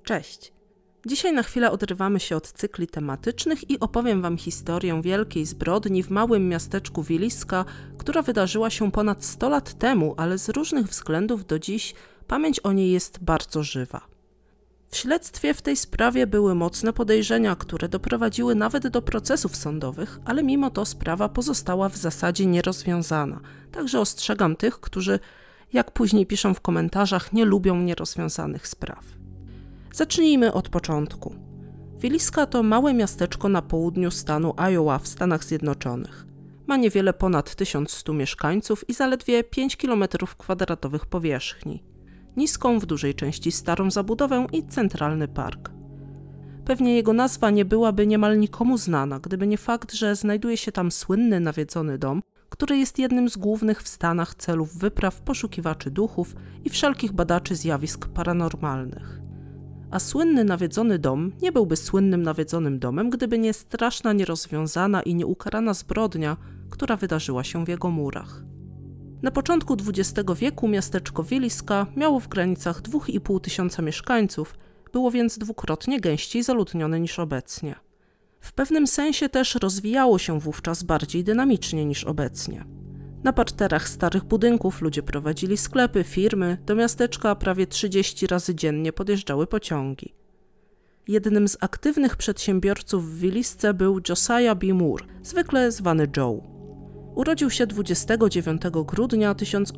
Cześć! Dzisiaj na chwilę odrywamy się od cykli tematycznych i opowiem Wam historię wielkiej zbrodni w małym miasteczku Wiliska, która wydarzyła się ponad 100 lat temu, ale z różnych względów do dziś pamięć o niej jest bardzo żywa. W śledztwie w tej sprawie były mocne podejrzenia, które doprowadziły nawet do procesów sądowych, ale mimo to sprawa pozostała w zasadzie nierozwiązana. Także ostrzegam tych, którzy, jak później piszą w komentarzach, nie lubią nierozwiązanych spraw. Zacznijmy od początku. Wiliska to małe miasteczko na południu stanu Iowa w Stanach Zjednoczonych. Ma niewiele ponad 1100 mieszkańców i zaledwie 5 km² powierzchni. Niską, w dużej części starą zabudowę i centralny park. Pewnie jego nazwa nie byłaby niemal nikomu znana, gdyby nie fakt, że znajduje się tam słynny nawiedzony dom, który jest jednym z głównych w Stanach celów wypraw poszukiwaczy duchów i wszelkich badaczy zjawisk paranormalnych. A słynny nawiedzony dom nie byłby słynnym nawiedzonym domem, gdyby nie straszna, nierozwiązana i nieukarana zbrodnia, która wydarzyła się w jego murach. Na początku XX wieku miasteczko Wiliska miało w granicach 2500 mieszkańców, było więc dwukrotnie gęściej zaludnione niż obecnie. W pewnym sensie też rozwijało się wówczas bardziej dynamicznie niż obecnie. Na parterach starych budynków ludzie prowadzili sklepy, firmy, do miasteczka prawie 30 razy dziennie podjeżdżały pociągi. Jednym z aktywnych przedsiębiorców w Wilisce był Josiah B. Moore, zwykle zwany Joe. Urodził się 29 grudnia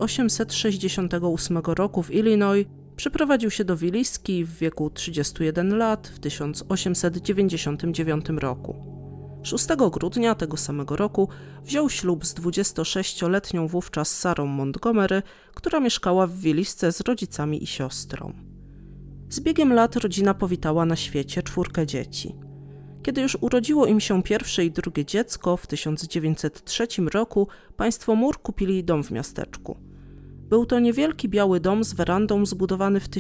1868 roku w Illinois, przeprowadził się do Wiliski w wieku 31 lat w 1899 roku. 6 grudnia tego samego roku wziął ślub z 26-letnią wówczas Sarą Montgomery, która mieszkała w Wilisce z rodzicami i siostrą. Z biegiem lat rodzina powitała na świecie 4 dzieci. Kiedy już urodziło im się pierwsze i drugie dziecko w 1903 roku, państwo Moore kupili dom w miasteczku. Był to niewielki biały dom z werandą zbudowany w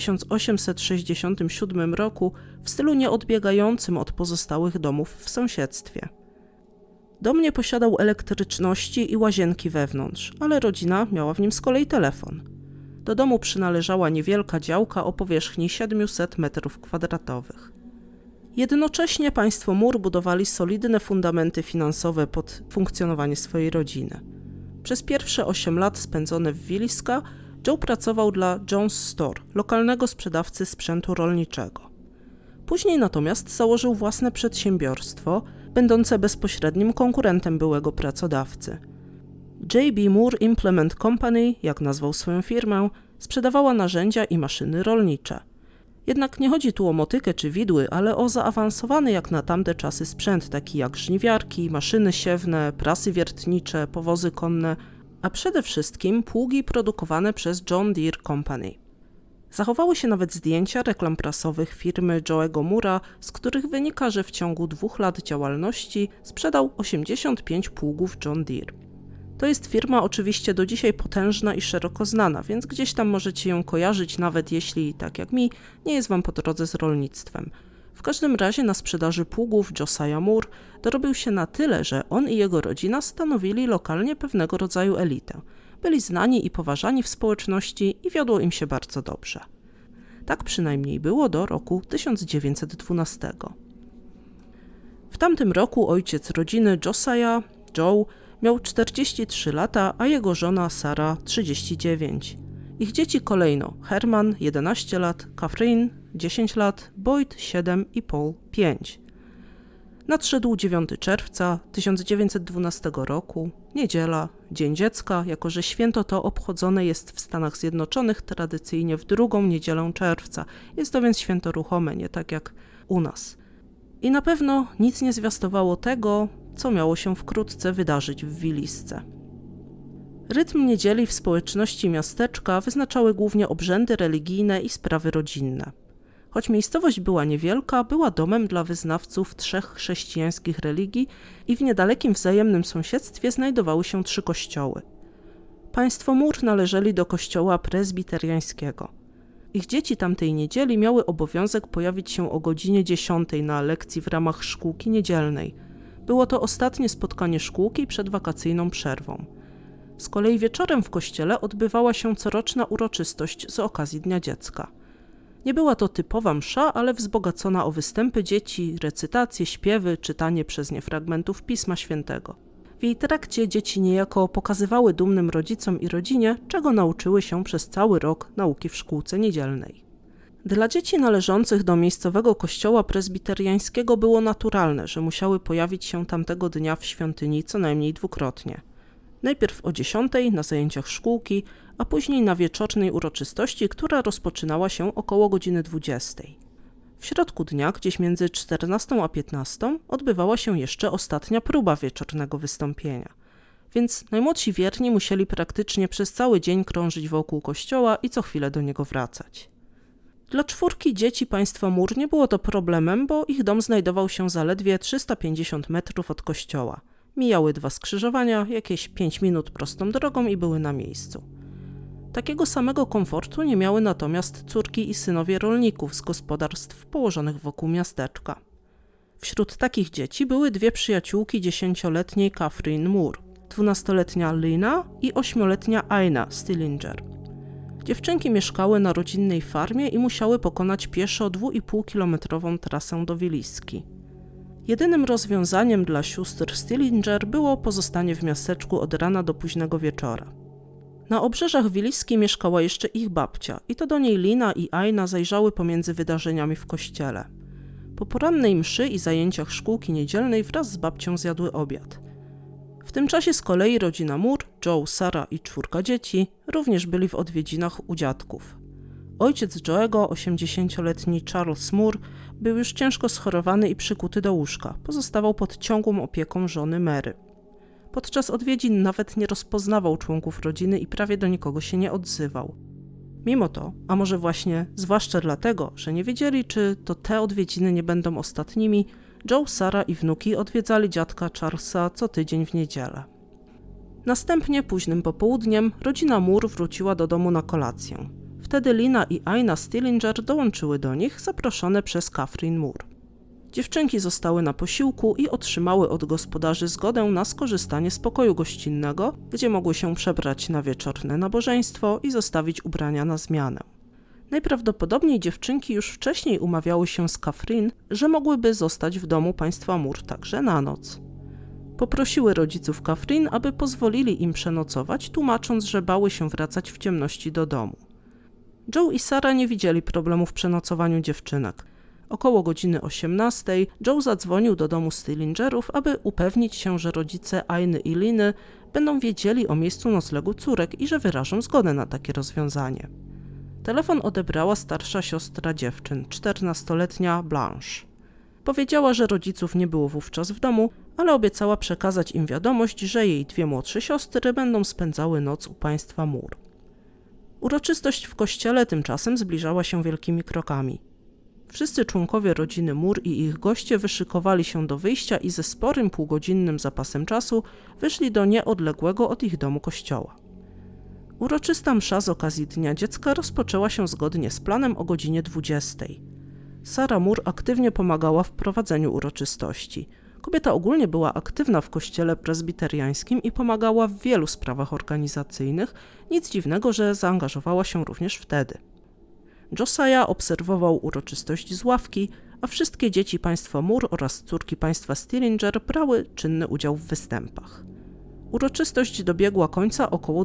1867 roku w stylu nieodbiegającym od pozostałych domów w sąsiedztwie. Dom nie posiadał elektryczności i łazienki wewnątrz, ale rodzina miała w nim z kolei telefon. Do domu przynależała niewielka działka o powierzchni 700 m². Jednocześnie państwo Moore budowali solidne fundamenty finansowe pod funkcjonowanie swojej rodziny. Przez pierwsze 8 lat spędzone w Wiliska Joe pracował dla Jones Store, lokalnego sprzedawcy sprzętu rolniczego. Później natomiast założył własne przedsiębiorstwo, będące bezpośrednim konkurentem byłego pracodawcy. J.B. Moore Implement Company, jak nazwał swoją firmę, sprzedawała narzędzia i maszyny rolnicze. Jednak nie chodzi tu o motykę czy widły, ale o zaawansowany jak na tamte czasy sprzęt, taki jak żniwiarki, maszyny siewne, prasy wiertnicze, powozy konne, a przede wszystkim pługi produkowane przez John Deere Company. Zachowały się nawet zdjęcia reklam prasowych firmy Joe'ego Moore'a, z których wynika, że w ciągu 2 lat działalności sprzedał 85 pługów John Deere. To jest firma oczywiście do dzisiaj potężna i szeroko znana, więc gdzieś tam możecie ją kojarzyć, nawet jeśli, tak jak mi, nie jest Wam po drodze z rolnictwem. W każdym razie na sprzedaży pługów Josiah Moore dorobił się na tyle, że on i jego rodzina stanowili lokalnie pewnego rodzaju elitę. Byli znani i poważani w społeczności i wiodło im się bardzo dobrze. Tak przynajmniej było do roku 1912. W tamtym roku ojciec rodziny Josiah, Joe, miał 43 lata, a jego żona Sara 39. Ich dzieci kolejno Herman 11 lat, Catherine 10 lat, Boyd 7 i Paul 5. Nadszedł 9 czerwca 1912 roku, niedziela, Dzień Dziecka, jako że święto to obchodzone jest w Stanach Zjednoczonych tradycyjnie w drugą niedzielę czerwca. Jest to więc święto ruchome, nie tak jak u nas. I na pewno nic nie zwiastowało tego, co miało się wkrótce wydarzyć w Wilisce. Rytm niedzieli w społeczności miasteczka wyznaczały głównie obrzędy religijne i sprawy rodzinne. Choć miejscowość była niewielka, była domem dla wyznawców 3 chrześcijańskich religii i w niedalekim wzajemnym sąsiedztwie znajdowały się 3 kościoły. Państwo Moore należeli do kościoła prezbiteriańskiego. Ich dzieci tamtej niedzieli miały obowiązek pojawić się o godzinie 10 na lekcji w ramach szkółki niedzielnej. Było to ostatnie spotkanie szkółki przed wakacyjną przerwą. Z kolei wieczorem w kościele odbywała się coroczna uroczystość z okazji Dnia Dziecka. Nie była to typowa msza, ale wzbogacona o występy dzieci, recytacje, śpiewy, czytanie przez nie fragmentów Pisma Świętego. W jej trakcie dzieci niejako pokazywały dumnym rodzicom i rodzinie, czego nauczyły się przez cały rok nauki w szkółce niedzielnej. Dla dzieci należących do miejscowego kościoła prezbiteriańskiego było naturalne, że musiały pojawić się tamtego dnia w świątyni co najmniej dwukrotnie. Najpierw o 10 na zajęciach szkółki, a później na wieczornej uroczystości, która rozpoczynała się około godziny 20. W środku dnia, gdzieś między 14 a 15, odbywała się jeszcze ostatnia próba wieczornego wystąpienia. Więc najmłodsi wierni musieli praktycznie przez cały dzień krążyć wokół kościoła i co chwilę do niego wracać. Dla 4 dzieci państwa Mur nie było to problemem, bo ich dom znajdował się zaledwie 350 metrów od kościoła. Mijały 2 skrzyżowania, jakieś 5 minut prostą drogą i były na miejscu. Takiego samego komfortu nie miały natomiast córki i synowie rolników z gospodarstw położonych wokół miasteczka. Wśród takich dzieci były 2 przyjaciółki 10-letniej Catherine Moore, 12-letnia Lina i 8-letnia Aina Stillinger. Dziewczynki mieszkały na rodzinnej farmie i musiały pokonać pieszo 2,5-kilometrową trasę do Wiliski. Jedynym rozwiązaniem dla sióstr Stillinger było pozostanie w miasteczku od rana do późnego wieczora. Na obrzeżach Wiliski mieszkała jeszcze ich babcia i to do niej Lina i Aina zajrzały pomiędzy wydarzeniami w kościele. Po porannej mszy i zajęciach szkółki niedzielnej wraz z babcią zjadły obiad. W tym czasie z kolei rodzina Moore, Joe, Sarah i 4 dzieci również byli w odwiedzinach u dziadków. Ojciec Joe'ego, 80-letni Charles Moore, był już ciężko schorowany i przykuty do łóżka. Pozostawał pod ciągłą opieką żony Mary. Podczas odwiedzin nawet nie rozpoznawał członków rodziny i prawie do nikogo się nie odzywał. Mimo to, a może właśnie zwłaszcza dlatego, że nie wiedzieli, czy to te odwiedziny nie będą ostatnimi, Joe, Sarah i wnuki odwiedzali dziadka Charlesa co tydzień w niedzielę. Następnie późnym popołudniem rodzina Moore wróciła do domu na kolację. Wtedy Lina i Aina Stillinger dołączyły do nich, zaproszone przez Catherine Moore. Dziewczynki zostały na posiłku i otrzymały od gospodarzy zgodę na skorzystanie z pokoju gościnnego, gdzie mogły się przebrać na wieczorne nabożeństwo i zostawić ubrania na zmianę. Najprawdopodobniej dziewczynki już wcześniej umawiały się z Catherine, że mogłyby zostać w domu państwa Moore także na noc. Poprosiły rodziców Catherine, aby pozwolili im przenocować, tłumacząc, że bały się wracać w ciemności do domu. Joe i Sarah nie widzieli problemu w przenocowaniu dziewczynek. Około godziny 18 Joe zadzwonił do domu Stillingerów, aby upewnić się, że rodzice Ainy i Liny będą wiedzieli o miejscu noclegu córek i że wyrażą zgodę na takie rozwiązanie. Telefon odebrała starsza siostra dziewczyn, 14-letnia Blanche. Powiedziała, że rodziców nie było wówczas w domu, ale obiecała przekazać im wiadomość, że jej 2 młodsze siostry będą spędzały noc u państwa Moore. Uroczystość w kościele tymczasem zbliżała się wielkimi krokami. Wszyscy członkowie rodziny Moore i ich goście wyszykowali się do wyjścia i ze sporym półgodzinnym zapasem czasu wyszli do nieodległego od ich domu kościoła. Uroczysta msza z okazji Dnia Dziecka rozpoczęła się zgodnie z planem o godzinie 20. Sarah Moore aktywnie pomagała w prowadzeniu uroczystości. Kobieta ogólnie była aktywna w kościele prezbiteriańskim i pomagała w wielu sprawach organizacyjnych, nic dziwnego, że zaangażowała się również wtedy. Josiah obserwował uroczystość z ławki, a wszystkie dzieci państwa Moore oraz córki państwa Stillinger brały czynny udział w występach. Uroczystość dobiegła końca około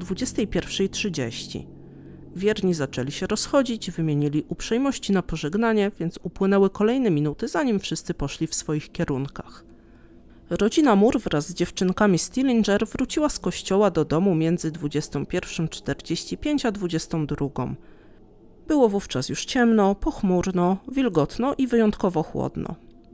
21:30. Wierni zaczęli się rozchodzić, wymienili uprzejmości na pożegnanie, więc upłynęły kolejne minuty, zanim wszyscy poszli w swoich kierunkach. Rodzina Moore wraz z dziewczynkami Stillinger wróciła z kościoła do domu między 21:45 a 22:00. Było wówczas już ciemno, pochmurno, wilgotno i wyjątkowo chłodno.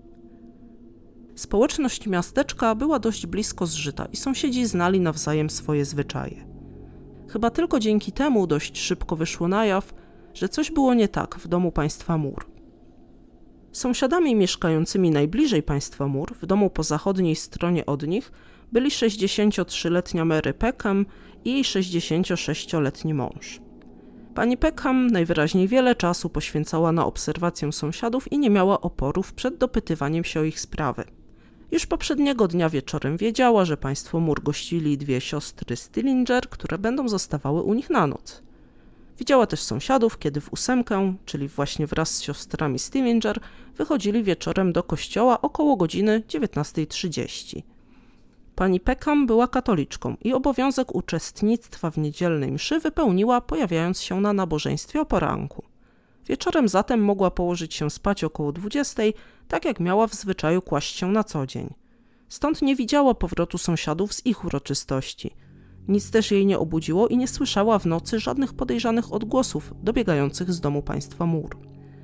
Społeczność miasteczka była dość blisko zżyta i sąsiedzi znali nawzajem swoje zwyczaje. Chyba tylko dzięki temu dość szybko wyszło na jaw, że coś było nie tak w domu państwa Moore. Sąsiadami mieszkającymi najbliżej państwa Moore, w domu po zachodniej stronie od nich, byli 63-letnia Mary Peckham i jej 66-letni mąż. Pani Peckham najwyraźniej wiele czasu poświęcała na obserwację sąsiadów i nie miała oporów przed dopytywaniem się o ich sprawy. Już poprzedniego dnia wieczorem wiedziała, że państwo Moore gościli 2 siostry Stillinger, które będą zostawały u nich na noc. Widziała też sąsiadów, kiedy w 8, czyli właśnie wraz z siostrami Stillinger, wychodzili wieczorem do kościoła około godziny 19:30. Pani Peckham była katoliczką i obowiązek uczestnictwa w niedzielnej mszy wypełniła, pojawiając się na nabożeństwie o poranku. Wieczorem zatem mogła położyć się spać około 20:00, tak jak miała w zwyczaju kłaść się na co dzień. Stąd nie widziała powrotu sąsiadów z ich uroczystości. Nic też jej nie obudziło i nie słyszała w nocy żadnych podejrzanych odgłosów dobiegających z domu państwa Moore.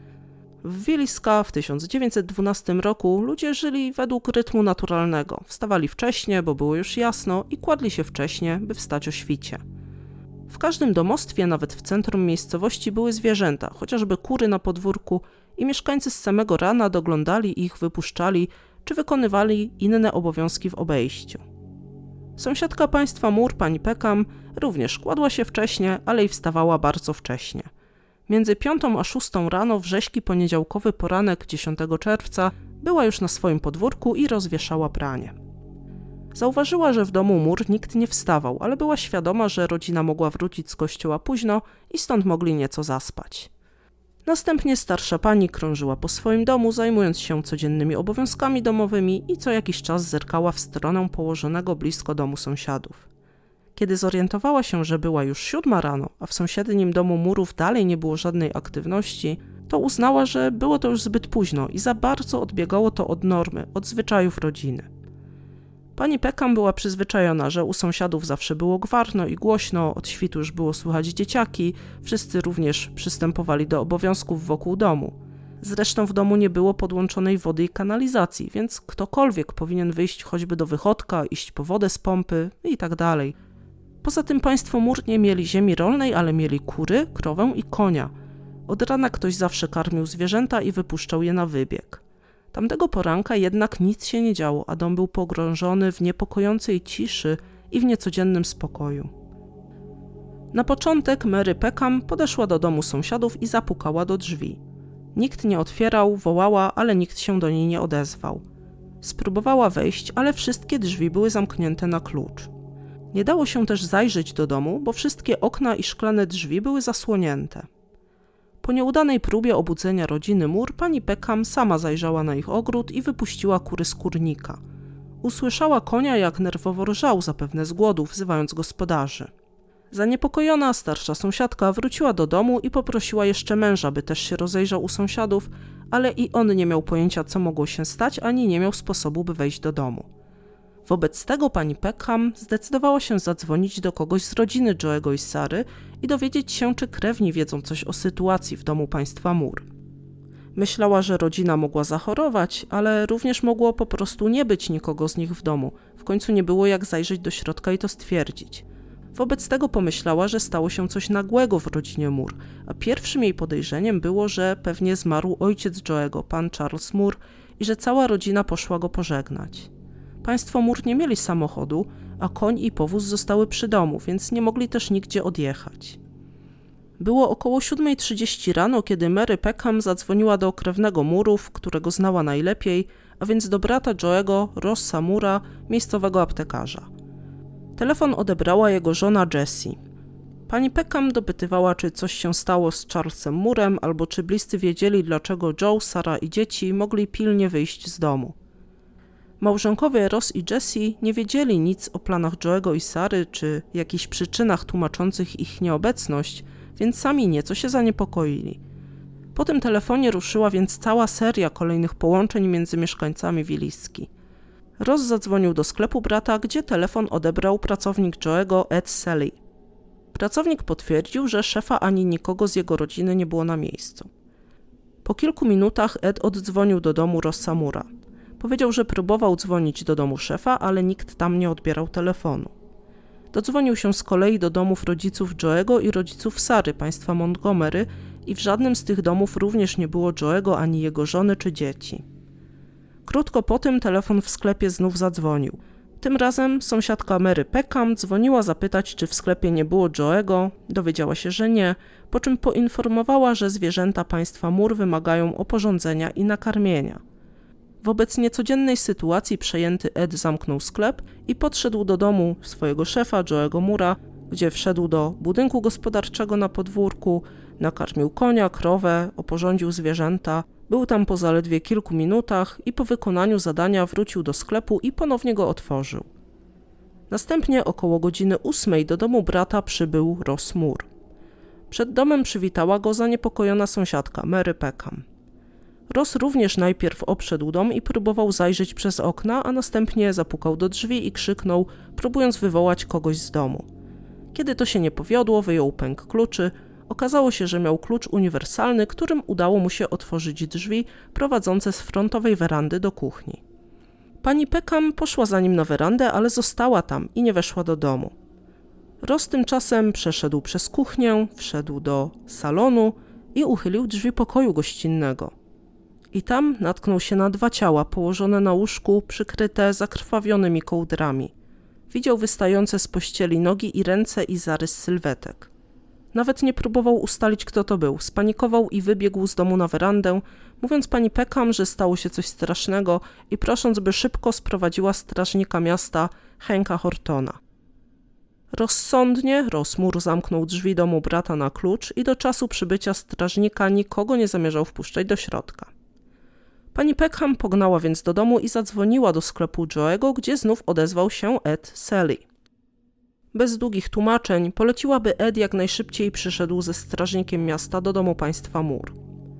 W Williska w 1912 roku ludzie żyli według rytmu naturalnego. Wstawali wcześnie, bo było już jasno, i kładli się wcześnie, by wstać o świcie. W każdym domostwie, nawet w centrum miejscowości, były zwierzęta, chociażby kury na podwórku, i mieszkańcy z samego rana doglądali ich, wypuszczali czy wykonywali inne obowiązki w obejściu. Sąsiadka państwa Moore, pani Peckham, również kładła się wcześnie, ale i wstawała bardzo wcześnie. Między 5 a 6 rano w rześki poniedziałkowy poranek 10 czerwca była już na swoim podwórku i rozwieszała pranie. Zauważyła, że w domu Moore nikt nie wstawał, ale była świadoma, że rodzina mogła wrócić z kościoła późno i stąd mogli nieco zaspać. Następnie starsza pani krążyła po swoim domu, zajmując się codziennymi obowiązkami domowymi i co jakiś czas zerkała w stronę położonego blisko domu sąsiadów. Kiedy zorientowała się, że była już 7 rano, a w sąsiednim domu Murów dalej nie było żadnej aktywności, to uznała, że było to już zbyt późno i za bardzo odbiegało to od normy, od zwyczajów rodziny. Pani Peckham była przyzwyczajona, że u sąsiadów zawsze było gwarno i głośno, od świtu już było słychać dzieciaki, wszyscy również przystępowali do obowiązków wokół domu. Zresztą w domu nie było podłączonej wody i kanalizacji, więc ktokolwiek powinien wyjść choćby do wychodka, iść po wodę z pompy i tak dalej. Poza tym państwo Moore nie mieli ziemi rolnej, ale mieli kury, krowę i konia. Od rana ktoś zawsze karmił zwierzęta i wypuszczał je na wybieg. Tamtego poranka jednak nic się nie działo, a dom był pogrążony w niepokojącej ciszy i w niecodziennym spokoju. Na początek Mary Peckham podeszła do domu sąsiadów i zapukała do drzwi. Nikt nie otwierał, wołała, ale nikt się do niej nie odezwał. Spróbowała wejść, ale wszystkie drzwi były zamknięte na klucz. Nie dało się też zajrzeć do domu, bo wszystkie okna i szklane drzwi były zasłonięte. Po nieudanej próbie obudzenia rodziny Moore, pani Peckham sama zajrzała na ich ogród i wypuściła kury z kurnika. Usłyszała konia, jak nerwowo rżał, zapewne z głodu, wzywając gospodarzy. Zaniepokojona starsza sąsiadka wróciła do domu i poprosiła jeszcze męża, by też się rozejrzał u sąsiadów, ale i on nie miał pojęcia, co mogło się stać, ani nie miał sposobu, by wejść do domu. Wobec tego pani Peckham zdecydowała się zadzwonić do kogoś z rodziny Joe'ego i Sary i dowiedzieć się, czy krewni wiedzą coś o sytuacji w domu państwa Moore. Myślała, że rodzina mogła zachorować, ale również mogło po prostu nie być nikogo z nich w domu. W końcu nie było jak zajrzeć do środka i to stwierdzić. Wobec tego pomyślała, że stało się coś nagłego w rodzinie Moore, a pierwszym jej podejrzeniem było, że pewnie zmarł ojciec Joe'ego, pan Charles Moore, i że cała rodzina poszła go pożegnać. Państwo Moore nie mieli samochodu, a koń i powóz zostały przy domu, więc nie mogli też nigdzie odjechać. Było około 7:30 rano, kiedy Mary Peckham zadzwoniła do krewnego Moorów, którego znała najlepiej, a więc do brata Joe'ego, Rossa Moore'a, miejscowego aptekarza. Telefon odebrała jego żona Jessie. Pani Peckham dopytywała, czy coś się stało z Charlesem Moorem, albo czy bliscy wiedzieli, dlaczego Joe, Sara i dzieci mogli pilnie wyjść z domu. Małżonkowie Ross i Jessie nie wiedzieli nic o planach Joe'ego i Sary, czy jakichś przyczynach tłumaczących ich nieobecność, więc sami nieco się zaniepokoili. Po tym telefonie ruszyła więc cała seria kolejnych połączeń między mieszkańcami Williski. Ross zadzwonił do sklepu brata, gdzie telefon odebrał pracownik Joe'ego, Ed Selly. Pracownik potwierdził, że szefa ani nikogo z jego rodziny nie było na miejscu. Po kilku minutach Ed oddzwonił do domu Rossa Moore'a. Powiedział, że próbował dzwonić do domu szefa, ale nikt tam nie odbierał telefonu. Dodzwonił się z kolei do domów rodziców Joe'ego i rodziców Sary, państwa Montgomery, i w żadnym z tych domów również nie było Joe'ego ani jego żony czy dzieci. Krótko po tym telefon w sklepie znów zadzwonił. Tym razem sąsiadka Mary Peckham dzwoniła zapytać, czy w sklepie nie było Joe'ego, dowiedziała się, że nie, po czym poinformowała, że zwierzęta państwa Moore wymagają oporządzenia i nakarmienia. Wobec niecodziennej sytuacji przejęty Ed zamknął sklep i podszedł do domu swojego szefa, Joe'ego Moore'a, gdzie wszedł do budynku gospodarczego na podwórku, nakarmił konia, krowę, oporządził zwierzęta. Był tam po zaledwie kilku minutach i po wykonaniu zadania wrócił do sklepu i ponownie go otworzył. Następnie około godziny 8 do domu brata przybył Ross Moore. Przed domem przywitała go zaniepokojona sąsiadka Mary Peckham. Ross również najpierw obszedł dom i próbował zajrzeć przez okna, a następnie zapukał do drzwi i krzyknął, próbując wywołać kogoś z domu. Kiedy to się nie powiodło, wyjął pęk kluczy. Okazało się, że miał klucz uniwersalny, którym udało mu się otworzyć drzwi prowadzące z frontowej werandy do kuchni. Pani Peckham poszła za nim na werandę, ale została tam i nie weszła do domu. Ross tymczasem przeszedł przez kuchnię, wszedł do salonu i uchylił drzwi pokoju gościnnego. I tam natknął się na 2 ciała położone na łóżku, przykryte zakrwawionymi kołdrami. Widział wystające z pościeli nogi i ręce i zarys sylwetek. Nawet nie próbował ustalić, kto to był. Spanikował i wybiegł z domu na werandę, mówiąc pani Peckham, że stało się coś strasznego i prosząc, by szybko sprowadziła strażnika miasta Hanka Hortona. Rozsądnie Ross Moore zamknął drzwi domu brata na klucz i do czasu przybycia strażnika nikogo nie zamierzał wpuszczać do środka. Pani Peckham pognała więc do domu i zadzwoniła do sklepu Joe'ego, gdzie znów odezwał się Ed Selly. Bez długich tłumaczeń poleciła, by Ed jak najszybciej przyszedł ze strażnikiem miasta do domu państwa Moore.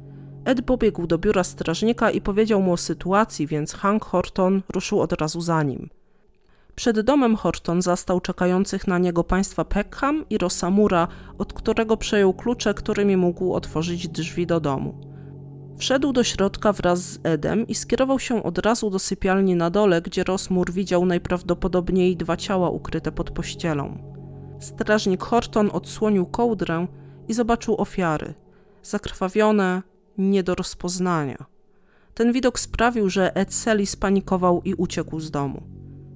Ed pobiegł do biura strażnika i powiedział mu o sytuacji, więc Hank Horton ruszył od razu za nim. Przed domem Horton zastał czekających na niego państwa Peckham i Rossa Moore'a, od którego przejął klucze, którymi mógł otworzyć drzwi do domu. Wszedł do środka wraz z Edem i skierował się od razu do sypialni na dole, gdzie Ross Moore widział najprawdopodobniej 2 ciała ukryte pod pościelą. Strażnik Horton odsłonił kołdrę i zobaczył ofiary. Zakrwawione, nie do rozpoznania. Ten widok sprawił, że Ed Selly spanikował i uciekł z domu.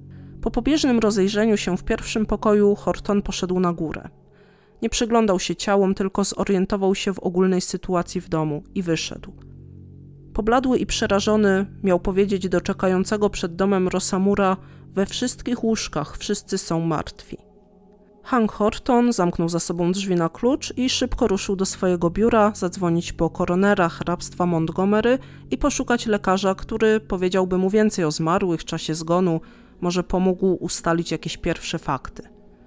Po pobieżnym rozejrzeniu się w pierwszym pokoju Horton poszedł na górę. Nie przyglądał się ciałom, tylko zorientował się w ogólnej sytuacji w domu i wyszedł. Pobladły i przerażony miał powiedzieć do czekającego przed domem Rossa Moore'a: we wszystkich łóżkach wszyscy są martwi. Hank Horton zamknął za sobą drzwi na klucz i szybko ruszył do swojego biura, zadzwonić po koronera hrabstwa Montgomery i poszukać lekarza, który powiedziałby mu więcej o zmarłych, czasie zgonu, może pomógł ustalić jakieś pierwsze fakty.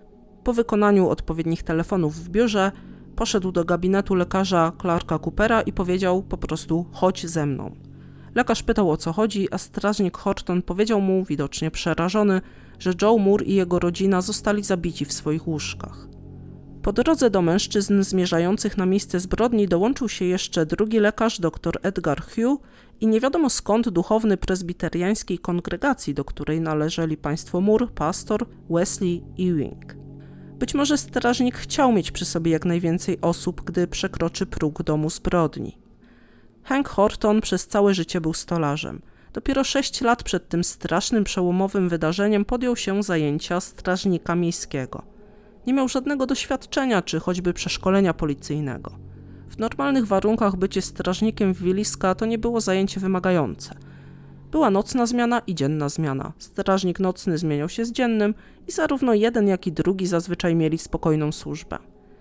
Po wykonaniu odpowiednich telefonów w biurze poszedł do gabinetu lekarza Clarka Coopera i powiedział po prostu: chodź ze mną. Lekarz pytał, o co chodzi, a strażnik Horton powiedział mu, widocznie przerażony, że Joe Moore i jego rodzina zostali zabici w swoich łóżkach. Po drodze do mężczyzn zmierzających na miejsce zbrodni dołączył się jeszcze drugi lekarz, dr Edgar Hugh, i nie wiadomo skąd duchowny prezbiteriańskiej kongregacji, do której należeli państwo Moore, pastor Wesley Ewing. Być może strażnik chciał mieć przy sobie jak najwięcej osób, gdy przekroczy próg domu zbrodni. Hank Horton przez całe życie był stolarzem. Dopiero 6 lat przed tym strasznym, przełomowym wydarzeniem podjął się zajęcia strażnika miejskiego. Nie miał żadnego doświadczenia czy choćby przeszkolenia policyjnego. W normalnych warunkach bycie strażnikiem Wiliska to nie było zajęcie wymagające. Była nocna zmiana i dzienna zmiana. Strażnik nocny zmieniał się z dziennym i zarówno jeden, jak i drugi zazwyczaj mieli spokojną służbę.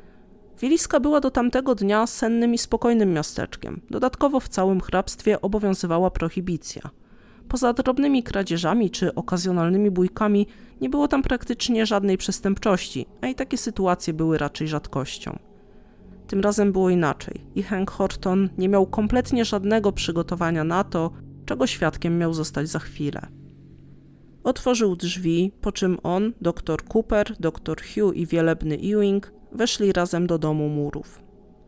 Wiliska była do tamtego dnia sennym i spokojnym miasteczkiem. Dodatkowo w całym hrabstwie obowiązywała prohibicja. Poza drobnymi kradzieżami czy okazjonalnymi bójkami nie było tam praktycznie żadnej przestępczości, a i takie sytuacje były raczej rzadkością. Tym razem było inaczej i Hank Horton nie miał kompletnie żadnego przygotowania na to, czego świadkiem miał zostać za chwilę. Otworzył drzwi, po czym on, dr Cooper, dr Hugh i wielebny Ewing weszli razem do domu Murów.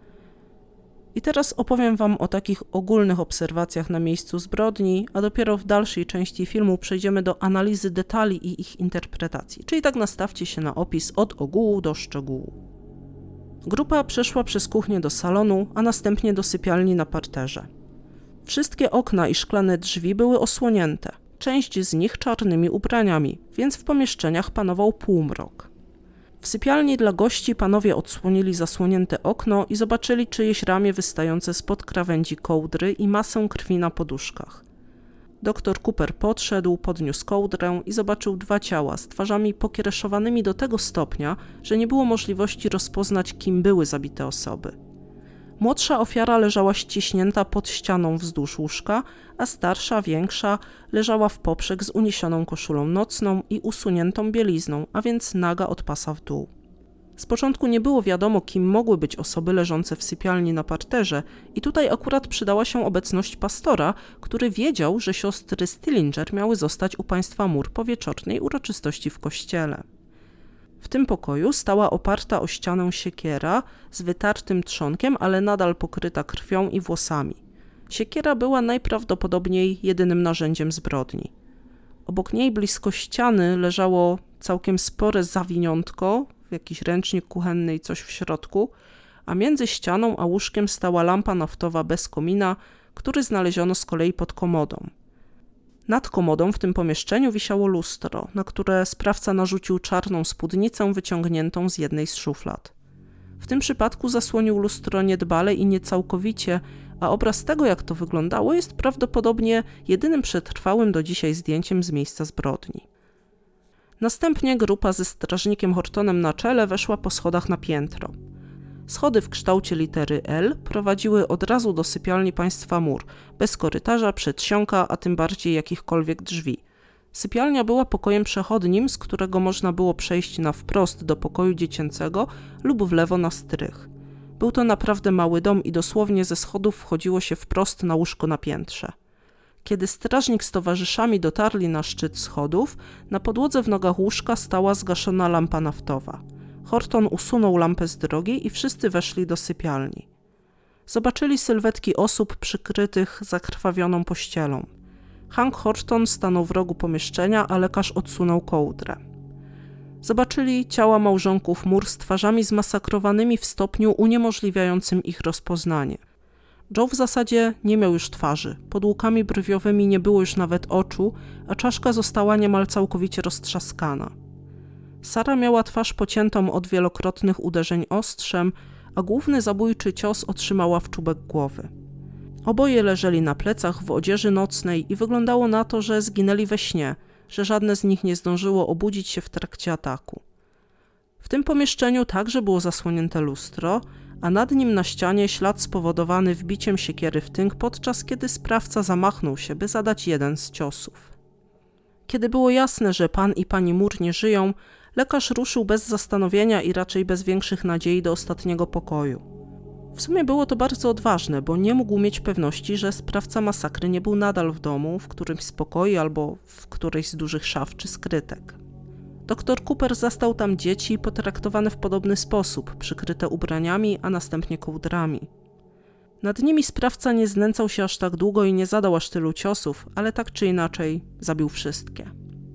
I teraz opowiem wam o takich ogólnych obserwacjach na miejscu zbrodni, a dopiero w dalszej części filmu przejdziemy do analizy detali i ich interpretacji, czyli tak nastawcie się na opis od ogółu do szczegółu. Grupa przeszła przez kuchnię do salonu, a następnie do sypialni na parterze. Wszystkie okna i szklane drzwi były osłonięte, część z nich czarnymi ubraniami, więc w pomieszczeniach panował półmrok. W sypialni dla gości panowie odsłonili zasłonięte okno i zobaczyli czyjeś ramię wystające spod krawędzi kołdry i masę krwi na poduszkach. Doktor Cooper podszedł, podniósł kołdrę i zobaczył 2 ciała z twarzami pokiereszowanymi do tego stopnia, że nie było możliwości rozpoznać, kim były zabite osoby. Młodsza ofiara leżała ściśnięta pod ścianą wzdłuż łóżka, a starsza, większa, leżała w poprzek z uniesioną koszulą nocną i usuniętą bielizną, a więc naga od pasa w dół. Z początku nie było wiadomo, kim mogły być osoby leżące w sypialni na parterze i tutaj akurat przydała się obecność pastora, który wiedział, że siostry Stillinger miały zostać u państwa Moore po wieczornej uroczystości w kościele. W tym pokoju stała oparta o ścianę siekiera z wytartym trzonkiem, ale nadal pokryta krwią i włosami. Siekiera była najprawdopodobniej jedynym narzędziem zbrodni. Obok niej blisko ściany leżało całkiem spore zawiniątko, jakiś ręcznik kuchenny i coś w środku, a między ścianą a łóżkiem stała lampa naftowa bez komina, który znaleziono z kolei pod komodą. Nad komodą w tym pomieszczeniu wisiało lustro, na które sprawca narzucił czarną spódnicę wyciągniętą z jednej z szuflad. W tym przypadku zasłonił lustro niedbale i niecałkowicie, a obraz tego, jak to wyglądało, jest prawdopodobnie jedynym przetrwałym do dzisiaj zdjęciem z miejsca zbrodni. Następnie grupa ze strażnikiem Hortonem na czele weszła po schodach na piętro. Schody w kształcie litery L prowadziły od razu do sypialni państwa Moore, bez korytarza, przedsionka, a tym bardziej jakichkolwiek drzwi. Sypialnia była pokojem przechodnim, z którego można było przejść na wprost do pokoju dziecięcego lub w lewo na strych. Był to naprawdę mały dom i dosłownie ze schodów wchodziło się wprost na łóżko na piętrze. Kiedy strażnik z towarzyszami dotarli na szczyt schodów, na podłodze w nogach łóżka stała zgaszona lampa naftowa. Horton usunął lampę z drogi i wszyscy weszli do sypialni. Zobaczyli sylwetki osób przykrytych zakrwawioną pościelą. Hank Horton stanął w rogu pomieszczenia, a lekarz odsunął kołdrę. Zobaczyli ciała małżonków Moore z twarzami zmasakrowanymi w stopniu uniemożliwiającym ich rozpoznanie. Joe w zasadzie nie miał już twarzy, pod łukami brwiowymi nie było już nawet oczu, a czaszka została niemal całkowicie roztrzaskana. Sara miała twarz pociętą od wielokrotnych uderzeń ostrzem, a główny zabójczy cios otrzymała w czubek głowy. Oboje leżeli na plecach w odzieży nocnej i wyglądało na to, że zginęli we śnie, że żadne z nich nie zdążyło obudzić się w trakcie ataku. W tym pomieszczeniu także było zasłonięte lustro, a nad nim na ścianie ślad spowodowany wbiciem siekiery w tynk, podczas kiedy sprawca zamachnął się, by zadać jeden z ciosów. Kiedy było jasne, że pan i pani Moore nie żyją, lekarz ruszył bez zastanowienia i raczej bez większych nadziei do ostatniego pokoju. W sumie było to bardzo odważne, bo nie mógł mieć pewności, że sprawca masakry nie był nadal w domu, w którymś z pokoi albo w którejś z dużych szaf czy skrytek. Doktor Cooper zastał tam dzieci potraktowane w podobny sposób, przykryte ubraniami, a następnie kołdrami. Nad nimi sprawca nie znęcał się aż tak długo i nie zadał aż tylu ciosów, ale tak czy inaczej zabił wszystkie.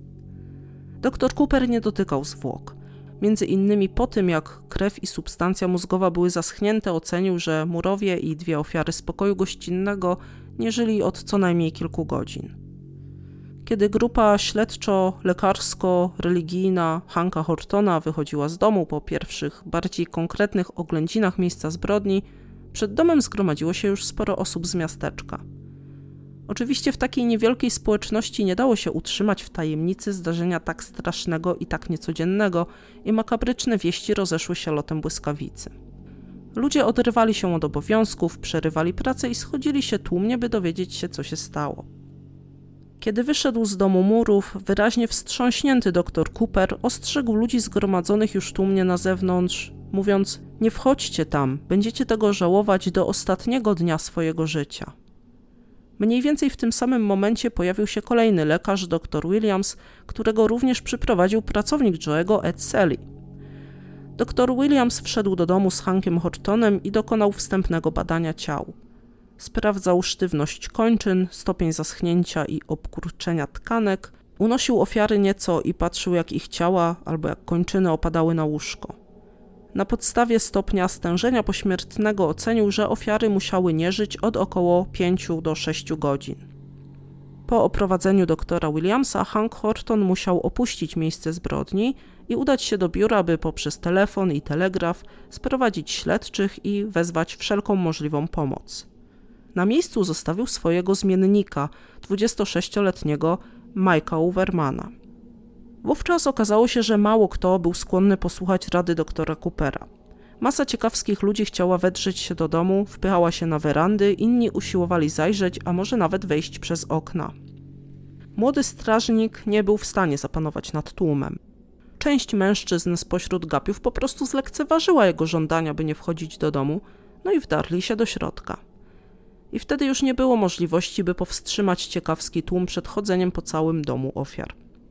Doktor Cooper nie dotykał zwłok. Między innymi po tym, jak krew i substancja mózgowa były zaschnięte, ocenił, że Moore'owie i 2 ofiary z pokoju gościnnego nie żyli od co najmniej kilku godzin. Kiedy grupa śledczo-lekarsko-religijna Hanka Hortona wychodziła z domu po pierwszych, bardziej konkretnych oględzinach miejsca zbrodni, przed domem zgromadziło się już sporo osób z miasteczka. Oczywiście w takiej niewielkiej społeczności nie dało się utrzymać w tajemnicy zdarzenia tak strasznego i tak niecodziennego i makabryczne wieści rozeszły się lotem błyskawicy. Ludzie odrywali się od obowiązków, przerywali pracę i schodzili się tłumnie, by dowiedzieć się, co się stało. Kiedy wyszedł z domu Murów, wyraźnie wstrząśnięty doktor Cooper ostrzegł ludzi zgromadzonych już tłumnie na zewnątrz, mówiąc: nie wchodźcie tam, będziecie tego żałować do ostatniego dnia swojego życia. Mniej więcej w tym samym momencie pojawił się kolejny lekarz, dr Williams, którego również przyprowadził pracownik Joe'ego, Ed Selly. Dr Williams wszedł do domu z Hankiem Hortonem i dokonał wstępnego badania ciał. Sprawdzał sztywność kończyn, stopień zaschnięcia i obkurczenia tkanek, unosił ofiary nieco i patrzył, jak ich ciała albo jak kończyny opadały na łóżko. Na podstawie stopnia stężenia pośmiertnego ocenił, że ofiary musiały nie żyć od około 5 do 6 godzin. Po oprowadzeniu doktora Williamsa Hank Horton musiał opuścić miejsce zbrodni i udać się do biura, by poprzez telefon i telegraf sprowadzić śledczych i wezwać wszelką możliwą pomoc. Na miejscu zostawił swojego zmiennika, 26-letniego Mike'a Overmana. Wówczas okazało się, że mało kto był skłonny posłuchać rady doktora Coopera. Masa ciekawskich ludzi chciała wedrzeć się do domu, wpychała się na werandy, inni usiłowali zajrzeć, a może nawet wejść przez okna. Młody strażnik nie był w stanie zapanować nad tłumem. Część mężczyzn spośród gapiów po prostu zlekceważyła jego żądania, by nie wchodzić do domu, no i wdarli się do środka. I wtedy już nie było możliwości, by powstrzymać ciekawski tłum przed chodzeniem po całym domu ofiar.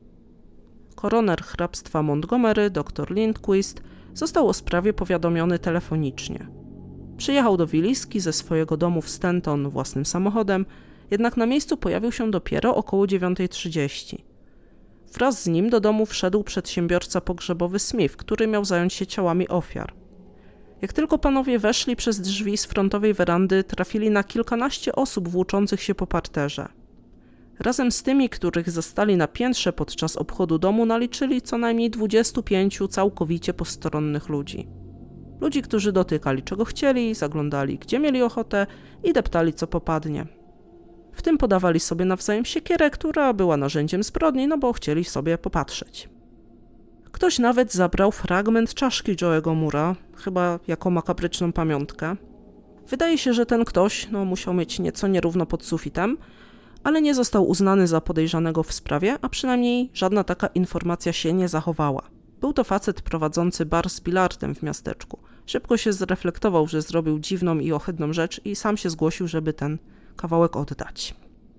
Koroner hrabstwa Montgomery, dr Lindquist, został o sprawie powiadomiony telefonicznie. Przyjechał do Wiliski ze swojego domu w Stanton własnym samochodem, jednak na miejscu pojawił się dopiero około 9:30. Wraz z nim do domu wszedł przedsiębiorca pogrzebowy Smith, który miał zająć się ciałami ofiar. Jak tylko panowie weszli przez drzwi z frontowej werandy, trafili na kilkanaście osób włóczących się po parterze. Razem z tymi, których zastali na piętrze podczas obchodu domu, naliczyli co najmniej 25 całkowicie postronnych ludzi. Ludzi, którzy dotykali czego chcieli, zaglądali gdzie mieli ochotę i deptali co popadnie. W tym podawali sobie nawzajem siekierę, która była narzędziem zbrodni, no bo chcieli sobie popatrzeć. Ktoś nawet zabrał fragment czaszki Joe'ego Moore'a, chyba jako makabryczną pamiątkę. Wydaje się, że ten ktoś musiał mieć nieco nierówno pod sufitem, ale nie został uznany za podejrzanego w sprawie, a przynajmniej żadna taka informacja się nie zachowała. Był to facet prowadzący bar z bilardem w miasteczku. Szybko się zreflektował, że zrobił dziwną i ohydną rzecz i sam się zgłosił, żeby ten kawałek oddać.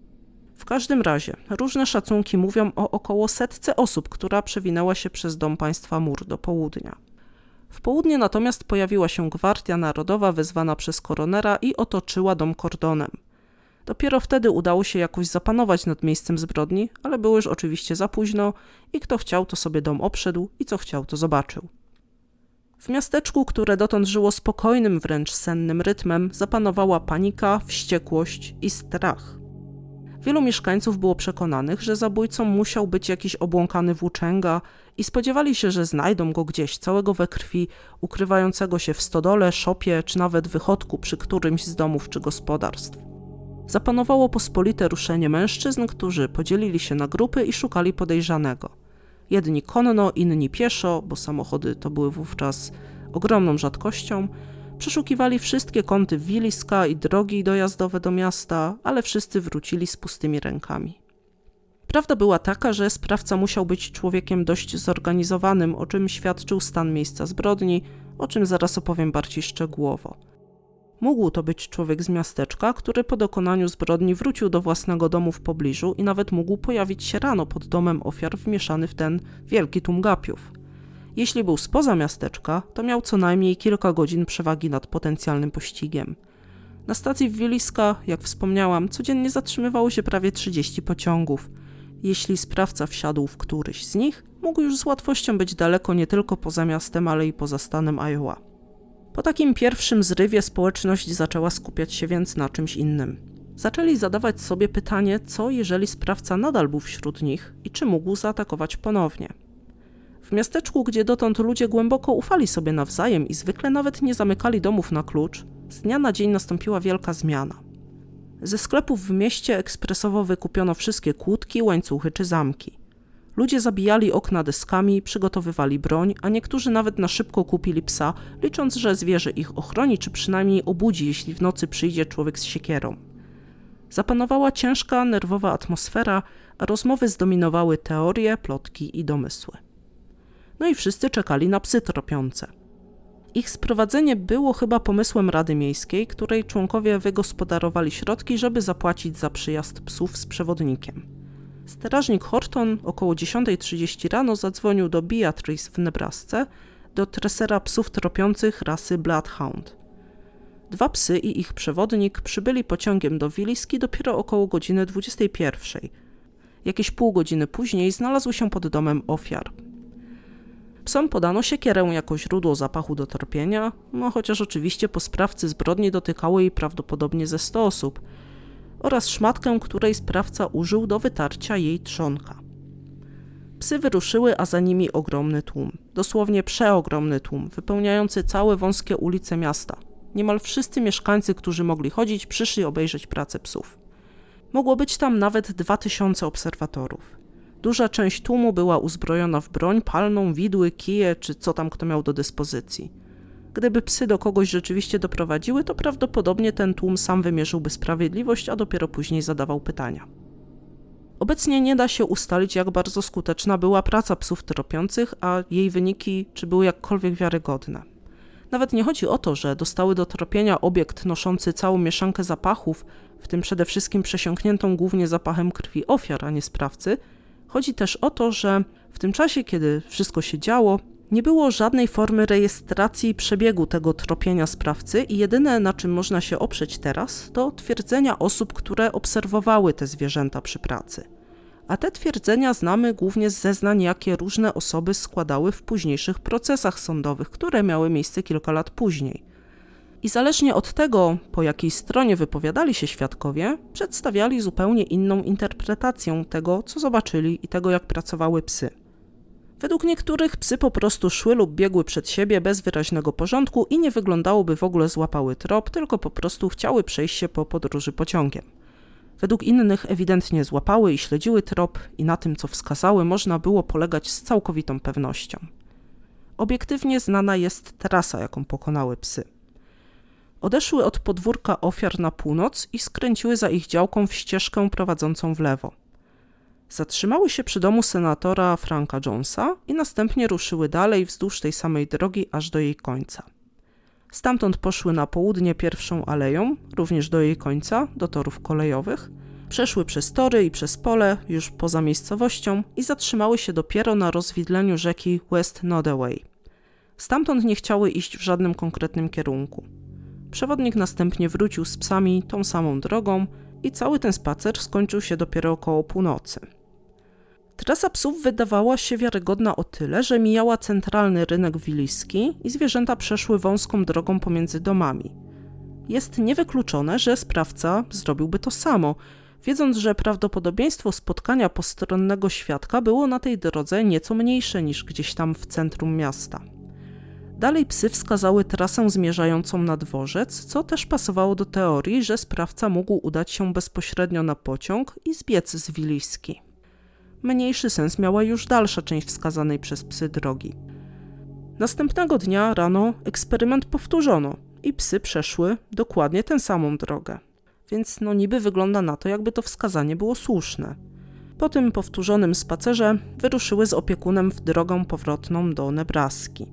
W każdym razie, różne szacunki mówią o około 100 osób, która przewinęła się przez dom państwa Moore do południa. W południe natomiast pojawiła się Gwardia Narodowa wezwana przez koronera i otoczyła dom kordonem. Dopiero wtedy udało się jakoś zapanować nad miejscem zbrodni, ale było już oczywiście za późno i kto chciał, to sobie dom obszedł i co chciał, to zobaczył. W miasteczku, które dotąd żyło spokojnym, wręcz sennym rytmem, zapanowała panika, wściekłość i strach. Wielu mieszkańców było przekonanych, że zabójcą musiał być jakiś obłąkany włóczęga i spodziewali się, że znajdą go gdzieś całego we krwi, ukrywającego się w stodole, szopie czy nawet wychodku przy którymś z domów czy gospodarstw. Zapanowało pospolite ruszenie mężczyzn, którzy podzielili się na grupy i szukali podejrzanego. Jedni konno, inni pieszo, bo samochody to były wówczas ogromną rzadkością, przeszukiwali wszystkie kąty Wiliska i drogi dojazdowe do miasta, ale wszyscy wrócili z pustymi rękami. Prawda była taka, że sprawca musiał być człowiekiem dość zorganizowanym, o czym świadczył stan miejsca zbrodni, o czym zaraz opowiem bardziej szczegółowo. Mógł to być człowiek z miasteczka, który po dokonaniu zbrodni wrócił do własnego domu w pobliżu i nawet mógł pojawić się rano pod domem ofiar wmieszany w ten wielki tłum gapiów. Jeśli był spoza miasteczka, to miał co najmniej kilka godzin przewagi nad potencjalnym pościgiem. Na stacji w Wiliska, jak wspomniałam, codziennie zatrzymywało się prawie 30 pociągów. Jeśli sprawca wsiadł w któryś z nich, mógł już z łatwością być daleko nie tylko poza miastem, ale i poza stanem Iowa. Po takim pierwszym zrywie społeczność zaczęła skupiać się więc na czymś innym. Zaczęli zadawać sobie pytanie, co jeżeli sprawca nadal był wśród nich i czy mógł zaatakować ponownie. W miasteczku, gdzie dotąd ludzie głęboko ufali sobie nawzajem i zwykle nawet nie zamykali domów na klucz, z dnia na dzień nastąpiła wielka zmiana. Ze sklepów w mieście ekspresowo wykupiono wszystkie kłódki, łańcuchy czy zamki. Ludzie zabijali okna deskami, przygotowywali broń, a niektórzy nawet na szybko kupili psa, licząc, że zwierzę ich ochroni czy przynajmniej obudzi, jeśli w nocy przyjdzie człowiek z siekierą. Zapanowała ciężka, nerwowa atmosfera, a rozmowy zdominowały teorie, plotki i domysły. No i wszyscy czekali na psy tropiące. Ich sprowadzenie było chyba pomysłem Rady Miejskiej, której członkowie wygospodarowali środki, żeby zapłacić za przyjazd psów z przewodnikiem. Strażnik Horton około 10:30 rano zadzwonił do Beatrice w Nebrasce, do tresera psów tropiących rasy Bloodhound. 2 psy i ich przewodnik przybyli pociągiem do Wiliski dopiero około godziny 21:00. Jakieś pół godziny później znalazły się pod domem ofiar. Psom podano siekierę jako źródło zapachu do tropienia, chociaż oczywiście po sprawcy zbrodni dotykało jej prawdopodobnie ze 100 osób, oraz szmatkę, której sprawca użył do wytarcia jej trzonka. Psy wyruszyły, a za nimi ogromny tłum, dosłownie przeogromny tłum, wypełniający całe wąskie ulice miasta. niemal wszyscy mieszkańcy, którzy mogli chodzić, przyszli obejrzeć pracę psów. Mogło być tam nawet 2000 obserwatorów. Duża część tłumu była uzbrojona w broń palną, widły, kije czy co tam kto miał do dyspozycji. Gdyby psy do kogoś rzeczywiście doprowadziły, to prawdopodobnie ten tłum sam wymierzyłby sprawiedliwość, a dopiero później zadawał pytania. Obecnie nie da się ustalić, jak bardzo skuteczna była praca psów tropiących, a jej wyniki czy były jakkolwiek wiarygodne. Nawet nie chodzi o to, że dostały do tropienia obiekt noszący całą mieszankę zapachów, w tym przede wszystkim przesiąkniętą głównie zapachem krwi ofiar, a nie sprawcy. Chodzi też o to, że w tym czasie, kiedy wszystko się działo, nie było żadnej formy rejestracji przebiegu tego tropienia sprawcy i jedyne, na czym można się oprzeć teraz, to twierdzenia osób, które obserwowały te zwierzęta przy pracy. A te twierdzenia znamy głównie z zeznań, jakie różne osoby składały w późniejszych procesach sądowych, które miały miejsce kilka lat później. I zależnie od tego, po jakiej stronie wypowiadali się świadkowie, przedstawiali zupełnie inną interpretację tego, co zobaczyli i tego, jak pracowały psy. Według niektórych psy po prostu szły lub biegły przed siebie bez wyraźnego porządku i nie wyglądało, by w ogóle złapały trop, tylko po prostu chciały przejść się po podróży pociągiem. Według innych ewidentnie złapały i śledziły trop i na tym, co wskazały, można było polegać z całkowitą pewnością. Obiektywnie znana jest trasa, jaką pokonały psy. Odeszły od podwórka ofiar na północ i skręciły za ich działką w ścieżkę prowadzącą w lewo. Zatrzymały się przy domu senatora Franka Jonesa i następnie ruszyły dalej wzdłuż tej samej drogi aż do jej końca. Stamtąd poszły na południe pierwszą aleją, również do jej końca, do torów kolejowych, przeszły przez tory i przez pole, już poza miejscowością i zatrzymały się dopiero na rozwidleniu rzeki West Nodaway. Stamtąd nie chciały iść w żadnym konkretnym kierunku. Przewodnik następnie wrócił z psami tą samą drogą i cały ten spacer skończył się dopiero około północy. Trasa psów wydawała się wiarygodna o tyle, że mijała centralny rynek wilijski i zwierzęta przeszły wąską drogą pomiędzy domami. Jest niewykluczone, że sprawca zrobiłby to samo, wiedząc, że prawdopodobieństwo spotkania postronnego świadka było na tej drodze nieco mniejsze niż gdzieś tam w centrum miasta. Dalej psy wskazały trasę zmierzającą na dworzec, co też pasowało do teorii, że sprawca mógł udać się bezpośrednio na pociąg i zbiec z wilijski. Mniejszy sens miała już dalsza część wskazanej przez psy drogi. Następnego dnia rano eksperyment powtórzono i psy przeszły dokładnie tę samą drogę. Więc niby wygląda na to, jakby to wskazanie było słuszne. Po tym powtórzonym spacerze wyruszyły z opiekunem w drogę powrotną do Nebraski.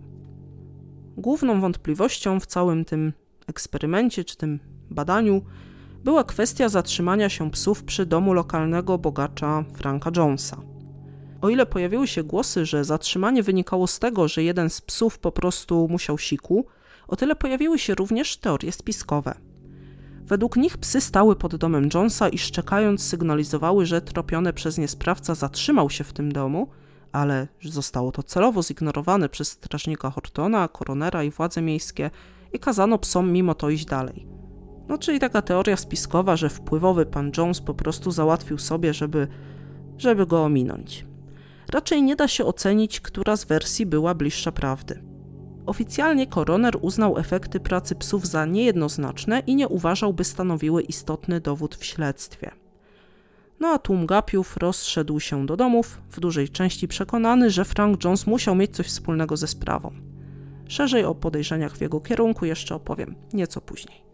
Główną wątpliwością w całym tym eksperymencie czy tym badaniu była kwestia zatrzymania się psów przy domu lokalnego bogacza Franka Jonesa. O ile pojawiły się głosy, że zatrzymanie wynikało z tego, że jeden z psów po prostu musiał siku, o tyle pojawiły się również teorie spiskowe. Według nich psy stały pod domem Jonesa i szczekając sygnalizowały, że tropiony przez nie sprawca zatrzymał się w tym domu, ale zostało to celowo zignorowane przez strażnika Hortona, koronera i władze miejskie i kazano psom mimo to iść dalej. Czyli taka teoria spiskowa, że wpływowy pan Jones po prostu załatwił sobie, żeby go ominąć. Raczej nie da się ocenić, która z wersji była bliższa prawdy. Oficjalnie koroner uznał efekty pracy psów za niejednoznaczne i nie uważał, by stanowiły istotny dowód w śledztwie. A tłum gapiów rozszedł się do domów, w dużej części przekonany, że Frank Jones musiał mieć coś wspólnego ze sprawą. Szerzej o podejrzeniach w jego kierunku jeszcze opowiem nieco później.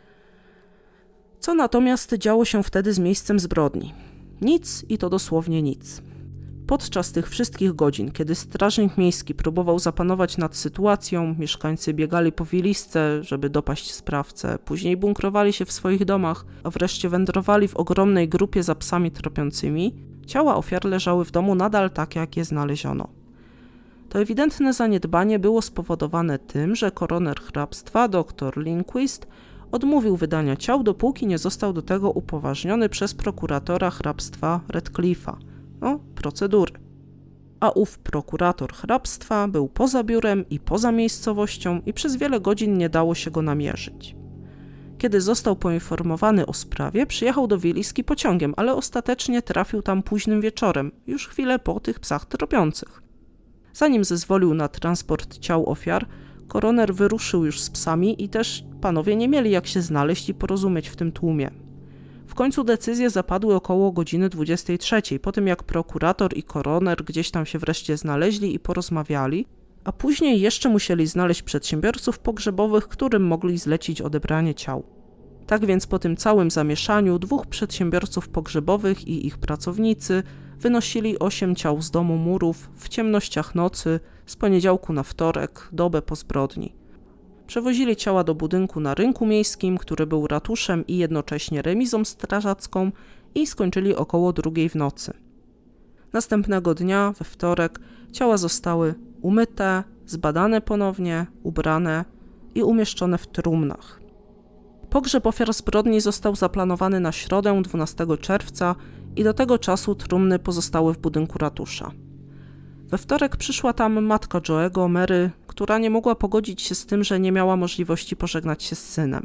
Co natomiast działo się wtedy z miejscem zbrodni? Nic i to dosłownie nic. Podczas tych wszystkich godzin, kiedy strażnik miejski próbował zapanować nad sytuacją, mieszkańcy biegali po wilisce, żeby dopaść sprawcę, później bunkrowali się w swoich domach, a wreszcie wędrowali w ogromnej grupie za psami tropiącymi, ciała ofiar leżały w domu nadal tak, jak je znaleziono. To ewidentne zaniedbanie było spowodowane tym, że koroner hrabstwa, dr Lindquist, odmówił wydania ciał, dopóki nie został do tego upoważniony przez prokuratora hrabstwa Radcliffe'a. Procedury. A ów prokurator hrabstwa był poza biurem i poza miejscowością i przez wiele godzin nie dało się go namierzyć. Kiedy został poinformowany o sprawie, przyjechał do Wiliski pociągiem, ale ostatecznie trafił tam późnym wieczorem, już chwilę po tych psach tropiących. Zanim zezwolił na transport ciał ofiar, koroner wyruszył już z psami i też panowie nie mieli jak się znaleźć i porozumieć w tym tłumie. W końcu decyzje zapadły około godziny 23, po tym jak prokurator i koroner gdzieś tam się wreszcie znaleźli i porozmawiali, a później jeszcze musieli znaleźć przedsiębiorców pogrzebowych, którym mogli zlecić odebranie ciał. Tak więc po tym całym zamieszaniu 2 przedsiębiorców pogrzebowych i ich pracownicy wynosili 8 ciał z domu Murów w ciemnościach nocy z poniedziałku na wtorek, dobę po zbrodni. Przewozili ciała do budynku na rynku miejskim, który był ratuszem i jednocześnie remizą strażacką, i skończyli około 2 w nocy. Następnego dnia, we wtorek, ciała zostały umyte, zbadane ponownie, ubrane i umieszczone w trumnach. Pogrzeb ofiar zbrodni został zaplanowany na środę 12 czerwca i do tego czasu trumny pozostały w budynku ratusza. We wtorek przyszła tam matka Joe'ego, Mary, która nie mogła pogodzić się z tym, że nie miała możliwości pożegnać się z synem.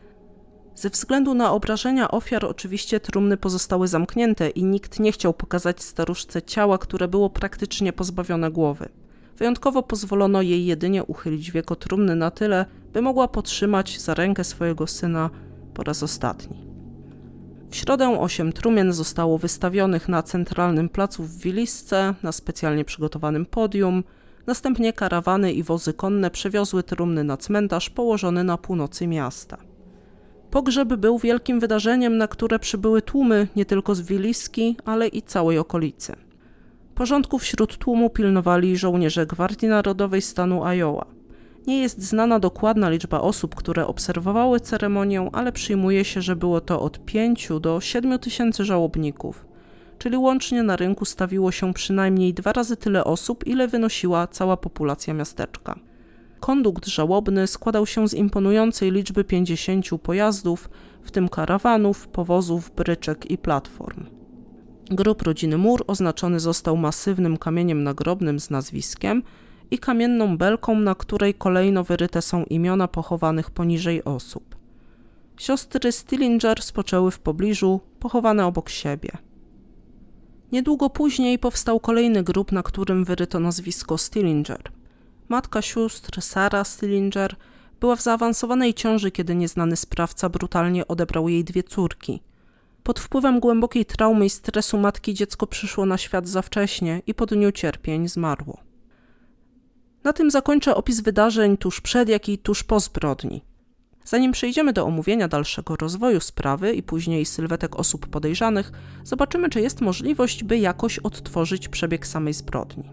Ze względu na obrażenia ofiar oczywiście trumny pozostały zamknięte i nikt nie chciał pokazać staruszce ciała, które było praktycznie pozbawione głowy. Wyjątkowo pozwolono jej jedynie uchylić wieko trumny na tyle, by mogła potrzymać za rękę swojego syna po raz ostatni. W środę 8 trumien zostało wystawionych na centralnym placu w Wilisce na specjalnie przygotowanym podium. Następnie karawany i wozy konne przewiozły trumny na cmentarz położony na północy miasta. Pogrzeb był wielkim wydarzeniem, na które przybyły tłumy nie tylko z Wiliski, ale i całej okolicy. Porządku wśród tłumu pilnowali żołnierze Gwardii Narodowej stanu Iowa. Nie jest znana dokładna liczba osób, które obserwowały ceremonię, ale przyjmuje się, że było to od 5 do 7 tysięcy żałobników, czyli łącznie na rynku stawiło się przynajmniej 2 razy tyle osób, ile wynosiła cała populacja miasteczka. Kondukt żałobny składał się z imponującej liczby 50 pojazdów, w tym karawanów, powozów, bryczek i platform. Grób rodziny Moore oznaczony został masywnym kamieniem nagrobnym z nazwiskiem i kamienną belką, na której kolejno wyryte są imiona pochowanych poniżej osób. Siostry Stillinger spoczęły w pobliżu, pochowane obok siebie. Niedługo później powstał kolejny grób, na którym wyryto nazwisko Stillinger. Matka sióstr, Sarah Stillinger, była w zaawansowanej ciąży, kiedy nieznany sprawca brutalnie odebrał jej 2 córki. Pod wpływem głębokiej traumy i stresu matki dziecko przyszło na świat za wcześnie i po dniu cierpień zmarło. Na tym zakończę opis wydarzeń tuż przed, jak i tuż po zbrodni. Zanim przejdziemy do omówienia dalszego rozwoju sprawy i później sylwetek osób podejrzanych, zobaczymy, czy jest możliwość, by jakoś odtworzyć przebieg samej zbrodni.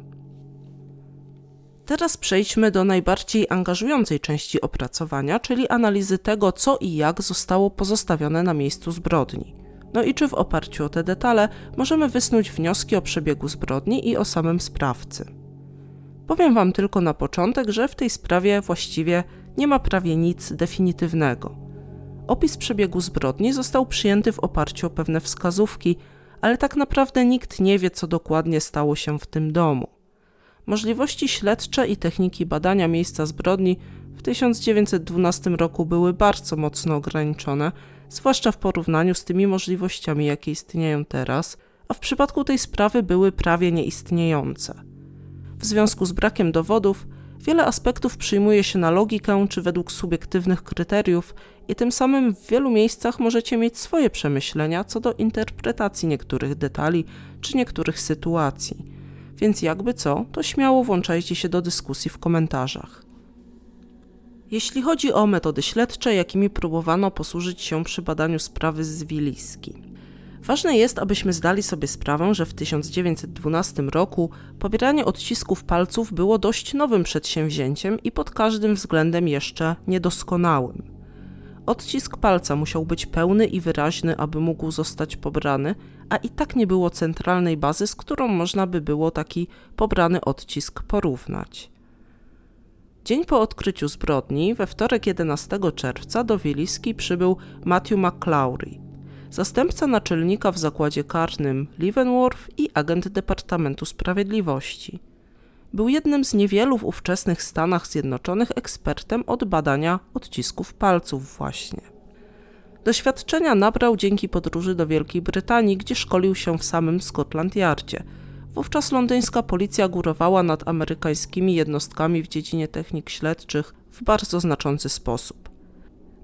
Teraz przejdźmy do najbardziej angażującej części opracowania, czyli analizy tego, co i jak zostało pozostawione na miejscu zbrodni. No i czy w oparciu o te detale możemy wysnuć wnioski o przebiegu zbrodni i o samym sprawcy. Powiem wam tylko na początek, że w tej sprawie właściwie nie ma prawie nic definitywnego. Opis przebiegu zbrodni został przyjęty w oparciu o pewne wskazówki, ale tak naprawdę nikt nie wie, co dokładnie stało się w tym domu. Możliwości śledcze i techniki badania miejsca zbrodni w 1912 roku były bardzo mocno ograniczone, zwłaszcza w porównaniu z tymi możliwościami, jakie istnieją teraz, a w przypadku tej sprawy były prawie nieistniejące. W związku z brakiem dowodów, wiele aspektów przyjmuje się na logikę czy według subiektywnych kryteriów i tym samym w wielu miejscach możecie mieć swoje przemyślenia co do interpretacji niektórych detali czy niektórych sytuacji. Więc jakby co, to śmiało włączajcie się do dyskusji w komentarzach. Jeśli chodzi o metody śledcze, jakimi próbowano posłużyć się przy badaniu sprawy z Wiliski. Ważne jest, abyśmy zdali sobie sprawę, że w 1912 roku pobieranie odcisków palców było dość nowym przedsięwzięciem i pod każdym względem jeszcze niedoskonałym. Odcisk palca musiał być pełny i wyraźny, aby mógł zostać pobrany, a i tak nie było centralnej bazy, z którą można by było taki pobrany odcisk porównać. Dzień po odkryciu zbrodni, we wtorek 11 czerwca do Wiliski przybył Matthew McClaury, zastępca naczelnika w zakładzie karnym Leavenworth i agent Departamentu Sprawiedliwości. Był jednym z niewielu w ówczesnych Stanach Zjednoczonych ekspertem od badania odcisków palców właśnie. Doświadczenia nabrał dzięki podróży do Wielkiej Brytanii, gdzie szkolił się w samym Scotland Yardzie. Wówczas londyńska policja górowała nad amerykańskimi jednostkami w dziedzinie technik śledczych w bardzo znaczący sposób.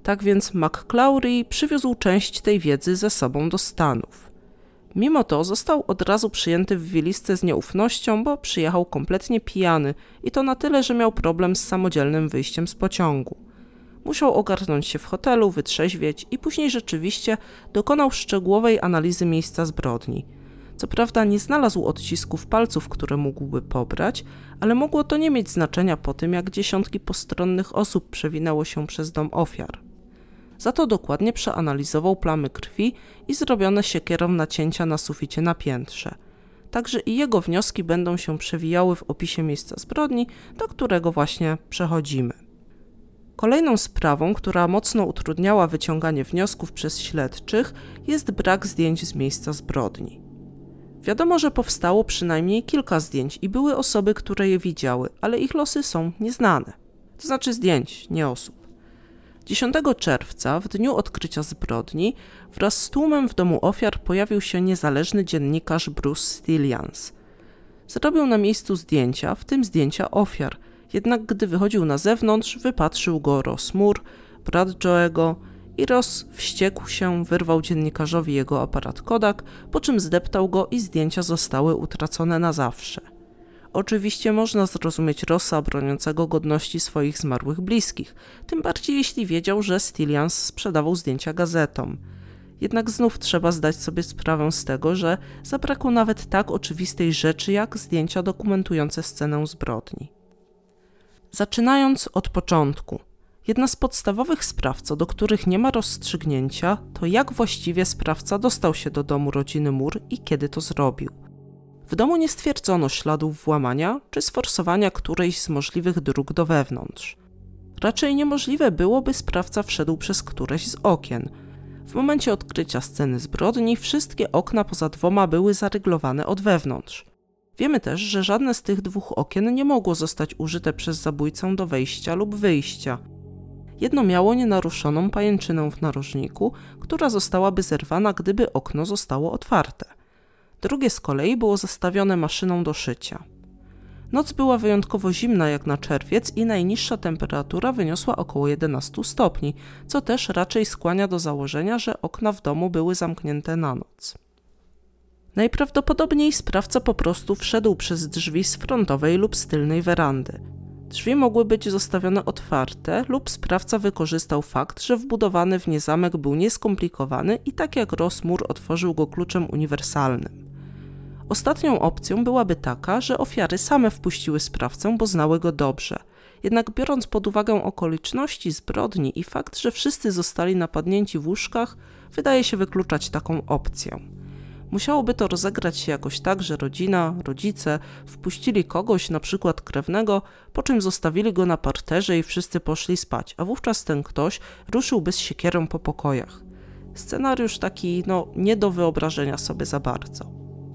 Tak więc McClaury przywiózł część tej wiedzy ze sobą do Stanów. Mimo to został od razu przyjęty w Wilisce z nieufnością, bo przyjechał kompletnie pijany i to na tyle, że miał problem z samodzielnym wyjściem z pociągu. Musiał ogarnąć się w hotelu, wytrzeźwieć i później rzeczywiście dokonał szczegółowej analizy miejsca zbrodni. Co prawda nie znalazł odcisków palców, które mógłby pobrać, ale mogło to nie mieć znaczenia po tym, jak dziesiątki postronnych osób przewinęło się przez dom ofiar. Za to dokładnie przeanalizował plamy krwi i zrobione siekierą nacięcia na suficie na piętrze. Także i jego wnioski będą się przewijały w opisie miejsca zbrodni, do którego właśnie przechodzimy. Kolejną sprawą, która mocno utrudniała wyciąganie wniosków przez śledczych, jest brak zdjęć z miejsca zbrodni. Wiadomo, że powstało przynajmniej kilka zdjęć i były osoby, które je widziały, ale ich losy są nieznane. To znaczy zdjęć, nie osób. 10 czerwca, w dniu odkrycia zbrodni, wraz z tłumem w domu ofiar pojawił się niezależny dziennikarz Bruce Stilians. Zrobił na miejscu zdjęcia, w tym zdjęcia ofiar, jednak gdy wychodził na zewnątrz, wypatrzył go Ross Moore, brat Joe'ego, i Ross wściekł się, wyrwał dziennikarzowi jego aparat Kodak, po czym zdeptał go i zdjęcia zostały utracone na zawsze. Oczywiście można zrozumieć Rossa broniącego godności swoich zmarłych bliskich, tym bardziej jeśli wiedział, że Stilians sprzedawał zdjęcia gazetom. Jednak znów trzeba zdać sobie sprawę z tego, że zabrakło nawet tak oczywistej rzeczy jak zdjęcia dokumentujące scenę zbrodni. Zaczynając od początku. Jedna z podstawowych spraw, co do których nie ma rozstrzygnięcia, to jak właściwie sprawca dostał się do domu rodziny Moore i kiedy to zrobił. W domu nie stwierdzono śladów włamania czy sforsowania którejś z możliwych dróg do wewnątrz. Raczej niemożliwe było, by sprawca wszedł przez któreś z okien. W momencie odkrycia sceny zbrodni wszystkie okna poza 2 były zaryglowane od wewnątrz. Wiemy też, że żadne z tych 2 okien nie mogło zostać użyte przez zabójcę do wejścia lub wyjścia. Jedno miało nienaruszoną pajęczynę w narożniku, która zostałaby zerwana, gdyby okno zostało otwarte. Drugie z kolei było zastawione maszyną do szycia. Noc była wyjątkowo zimna jak na czerwiec i najniższa temperatura wyniosła około 11 stopni, co też raczej skłania do założenia, że okna w domu były zamknięte na noc. Najprawdopodobniej sprawca po prostu wszedł przez drzwi z frontowej lub z tylnej werandy. Drzwi mogły być zostawione otwarte lub sprawca wykorzystał fakt, że wbudowany w nie zamek był nieskomplikowany i tak jak Ross Moore otworzył go kluczem uniwersalnym. Ostatnią opcją byłaby taka, że ofiary same wpuściły sprawcę, bo znały go dobrze. Jednak biorąc pod uwagę okoliczności zbrodni i fakt, że wszyscy zostali napadnięci w łóżkach, wydaje się wykluczać taką opcję. Musiałoby to rozegrać się jakoś tak, że rodzina, rodzice wpuścili kogoś, na przykład krewnego, po czym zostawili go na parterze i wszyscy poszli spać, a wówczas ten ktoś ruszyłby z siekierą po pokojach. Scenariusz taki, nie do wyobrażenia sobie za bardzo.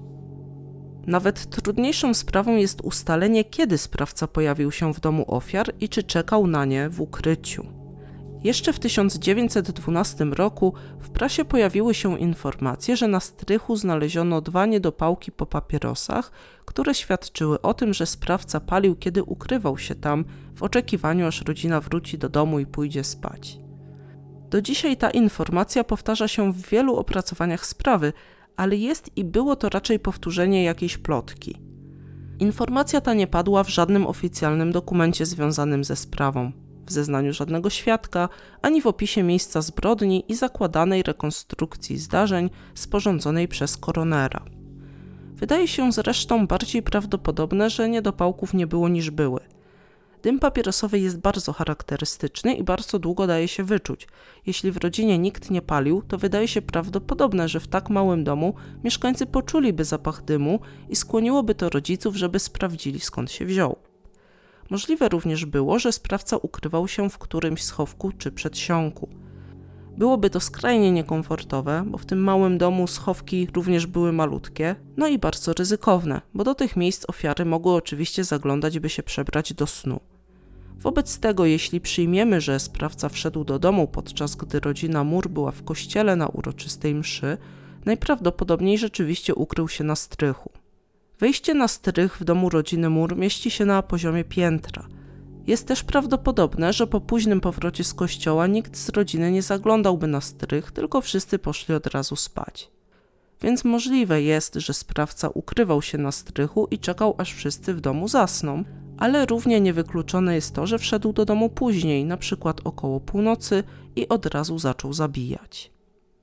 Nawet trudniejszą sprawą jest ustalenie, kiedy sprawca pojawił się w domu ofiar i czy czekał na nie w ukryciu. Jeszcze w 1912 roku w prasie pojawiły się informacje, że na strychu znaleziono 2 niedopałki po papierosach, które świadczyły o tym, że sprawca palił, kiedy ukrywał się tam, w oczekiwaniu, aż rodzina wróci do domu i pójdzie spać. Do dzisiaj ta informacja powtarza się w wielu opracowaniach sprawy, ale jest i było to raczej powtórzenie jakiejś plotki. Informacja ta nie padła w żadnym oficjalnym dokumencie związanym ze sprawą, w zeznaniu żadnego świadka, ani w opisie miejsca zbrodni i zakładanej rekonstrukcji zdarzeń sporządzonej przez koronera. Wydaje się zresztą bardziej prawdopodobne, że niedopałków nie było niż były. Dym papierosowy jest bardzo charakterystyczny i bardzo długo daje się wyczuć. Jeśli w rodzinie nikt nie palił, to wydaje się prawdopodobne, że w tak małym domu mieszkańcy poczuliby zapach dymu i skłoniłoby to rodziców, żeby sprawdzili, skąd się wziął. Możliwe również było, że sprawca ukrywał się w którymś schowku czy przedsionku. Byłoby to skrajnie niekomfortowe, bo w tym małym domu schowki również były malutkie, i bardzo ryzykowne, bo do tych miejsc ofiary mogły oczywiście zaglądać, by się przebrać do snu. Wobec tego, jeśli przyjmiemy, że sprawca wszedł do domu, podczas gdy rodzina Moore była w kościele na uroczystej mszy, najprawdopodobniej rzeczywiście ukrył się na strychu. Wejście na strych w domu rodziny Moore mieści się na poziomie piętra. Jest też prawdopodobne, że po późnym powrocie z kościoła nikt z rodziny nie zaglądałby na strych, tylko wszyscy poszli od razu spać. Więc możliwe jest, że sprawca ukrywał się na strychu i czekał, aż wszyscy w domu zasną, ale równie niewykluczone jest to, że wszedł do domu później, na przykład około północy i od razu zaczął zabijać.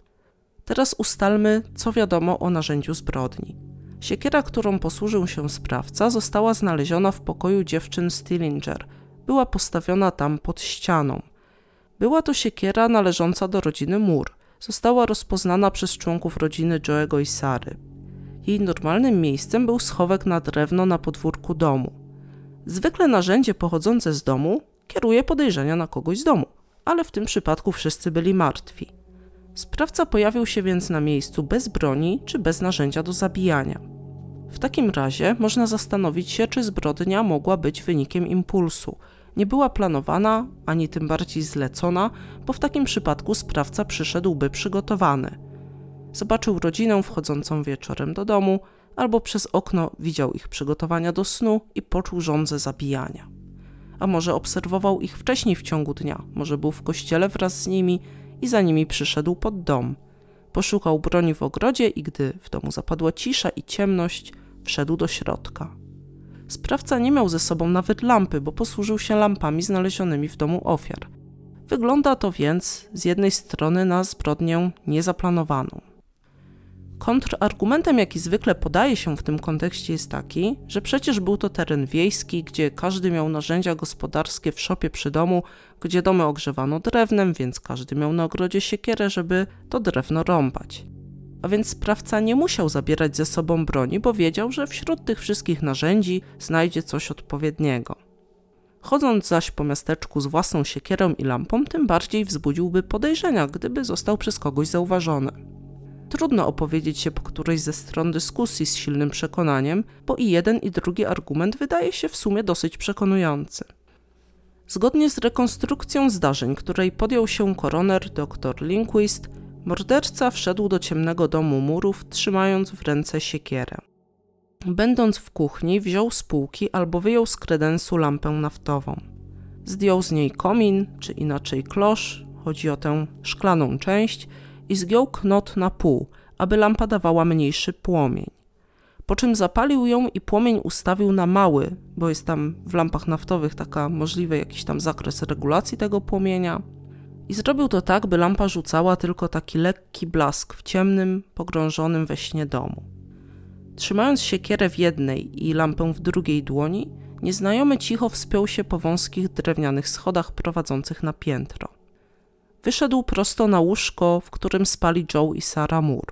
Teraz ustalmy, co wiadomo o narzędziu zbrodni. Siekiera, którą posłużył się sprawca, została znaleziona w pokoju dziewczyn Stillinger. Była postawiona tam pod ścianą. Była to siekiera należąca do rodziny Moore. Została rozpoznana przez członków rodziny Joe'ego i Sary. Jej normalnym miejscem był schowek na drewno na podwórku domu. Zwykle narzędzie pochodzące z domu kieruje podejrzenia na kogoś z domu, ale w tym przypadku wszyscy byli martwi. Sprawca pojawił się więc na miejscu bez broni czy bez narzędzia do zabijania. W takim razie można zastanowić się, czy zbrodnia mogła być wynikiem impulsu. Nie była planowana, ani tym bardziej zlecona, bo w takim przypadku sprawca przyszedłby przygotowany. Zobaczył rodzinę wchodzącą wieczorem do domu, albo przez okno widział ich przygotowania do snu i poczuł żądzę zabijania. A może obserwował ich wcześniej w ciągu dnia, może był w kościele wraz z nimi i za nimi przyszedł pod dom. Poszukał broni w ogrodzie i gdy w domu zapadła cisza i ciemność, wszedł do środka. Sprawca nie miał ze sobą nawet lampy, bo posłużył się lampami znalezionymi w domu ofiar. Wygląda to więc z jednej strony na zbrodnię niezaplanowaną. Kontrargumentem, jaki zwykle podaje się w tym kontekście, jest taki, że przecież był to teren wiejski, gdzie każdy miał narzędzia gospodarskie w szopie przy domu, gdzie domy ogrzewano drewnem, więc każdy miał na ogrodzie siekierę, żeby to drewno rąbać. A więc sprawca nie musiał zabierać ze sobą broni, bo wiedział, że wśród tych wszystkich narzędzi znajdzie coś odpowiedniego. Chodząc zaś po miasteczku z własną siekierą i lampą, tym bardziej wzbudziłby podejrzenia, gdyby został przez kogoś zauważony. Trudno opowiedzieć się po którejś ze stron dyskusji z silnym przekonaniem, bo i jeden i drugi argument wydaje się w sumie dosyć przekonujący. Zgodnie z rekonstrukcją zdarzeń, której podjął się koroner dr Lindquist, morderca wszedł do ciemnego domu Murów, trzymając w ręce siekierę. Będąc w kuchni, wziął z półki albo wyjął z kredensu lampę naftową. Zdjął z niej komin, czy inaczej klosz, chodzi o tę szklaną część, i zgiął knot na pół, aby lampa dawała mniejszy płomień. Po czym zapalił ją i płomień ustawił na mały, bo jest tam w lampach naftowych możliwy jakiś tam zakres regulacji tego płomienia. I zrobił to tak, by lampa rzucała tylko taki lekki blask w ciemnym, pogrążonym we śnie domu. Trzymając siekierę w jednej i lampę w drugiej dłoni, nieznajomy cicho wspiął się po wąskich drewnianych schodach prowadzących na piętro. Wyszedł prosto na łóżko, w którym spali Joe i Sarah Moore.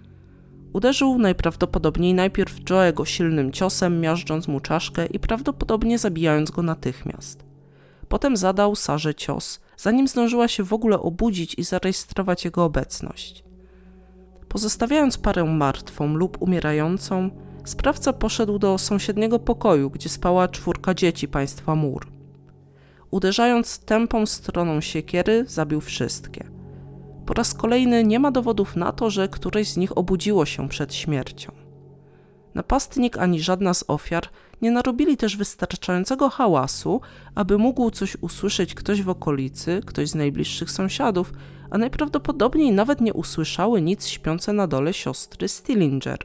Uderzył najprawdopodobniej najpierw Joe'ego silnym ciosem, miażdżąc mu czaszkę i prawdopodobnie zabijając go natychmiast. Potem zadał Sarze cios, zanim zdążyła się w ogóle obudzić i zarejestrować jego obecność. Pozostawiając parę martwą lub umierającą, sprawca poszedł do sąsiedniego pokoju, gdzie spała 4 dzieci państwa Moore. Uderzając tępą stroną siekiery, zabił wszystkie. Po raz kolejny nie ma dowodów na to, że któreś z nich obudziło się przed śmiercią. Napastnik ani żadna z ofiar nie narobili też wystarczającego hałasu, aby mógł coś usłyszeć ktoś w okolicy, ktoś z najbliższych sąsiadów, a najprawdopodobniej nawet nie usłyszały nic śpiące na dole siostry Stillinger.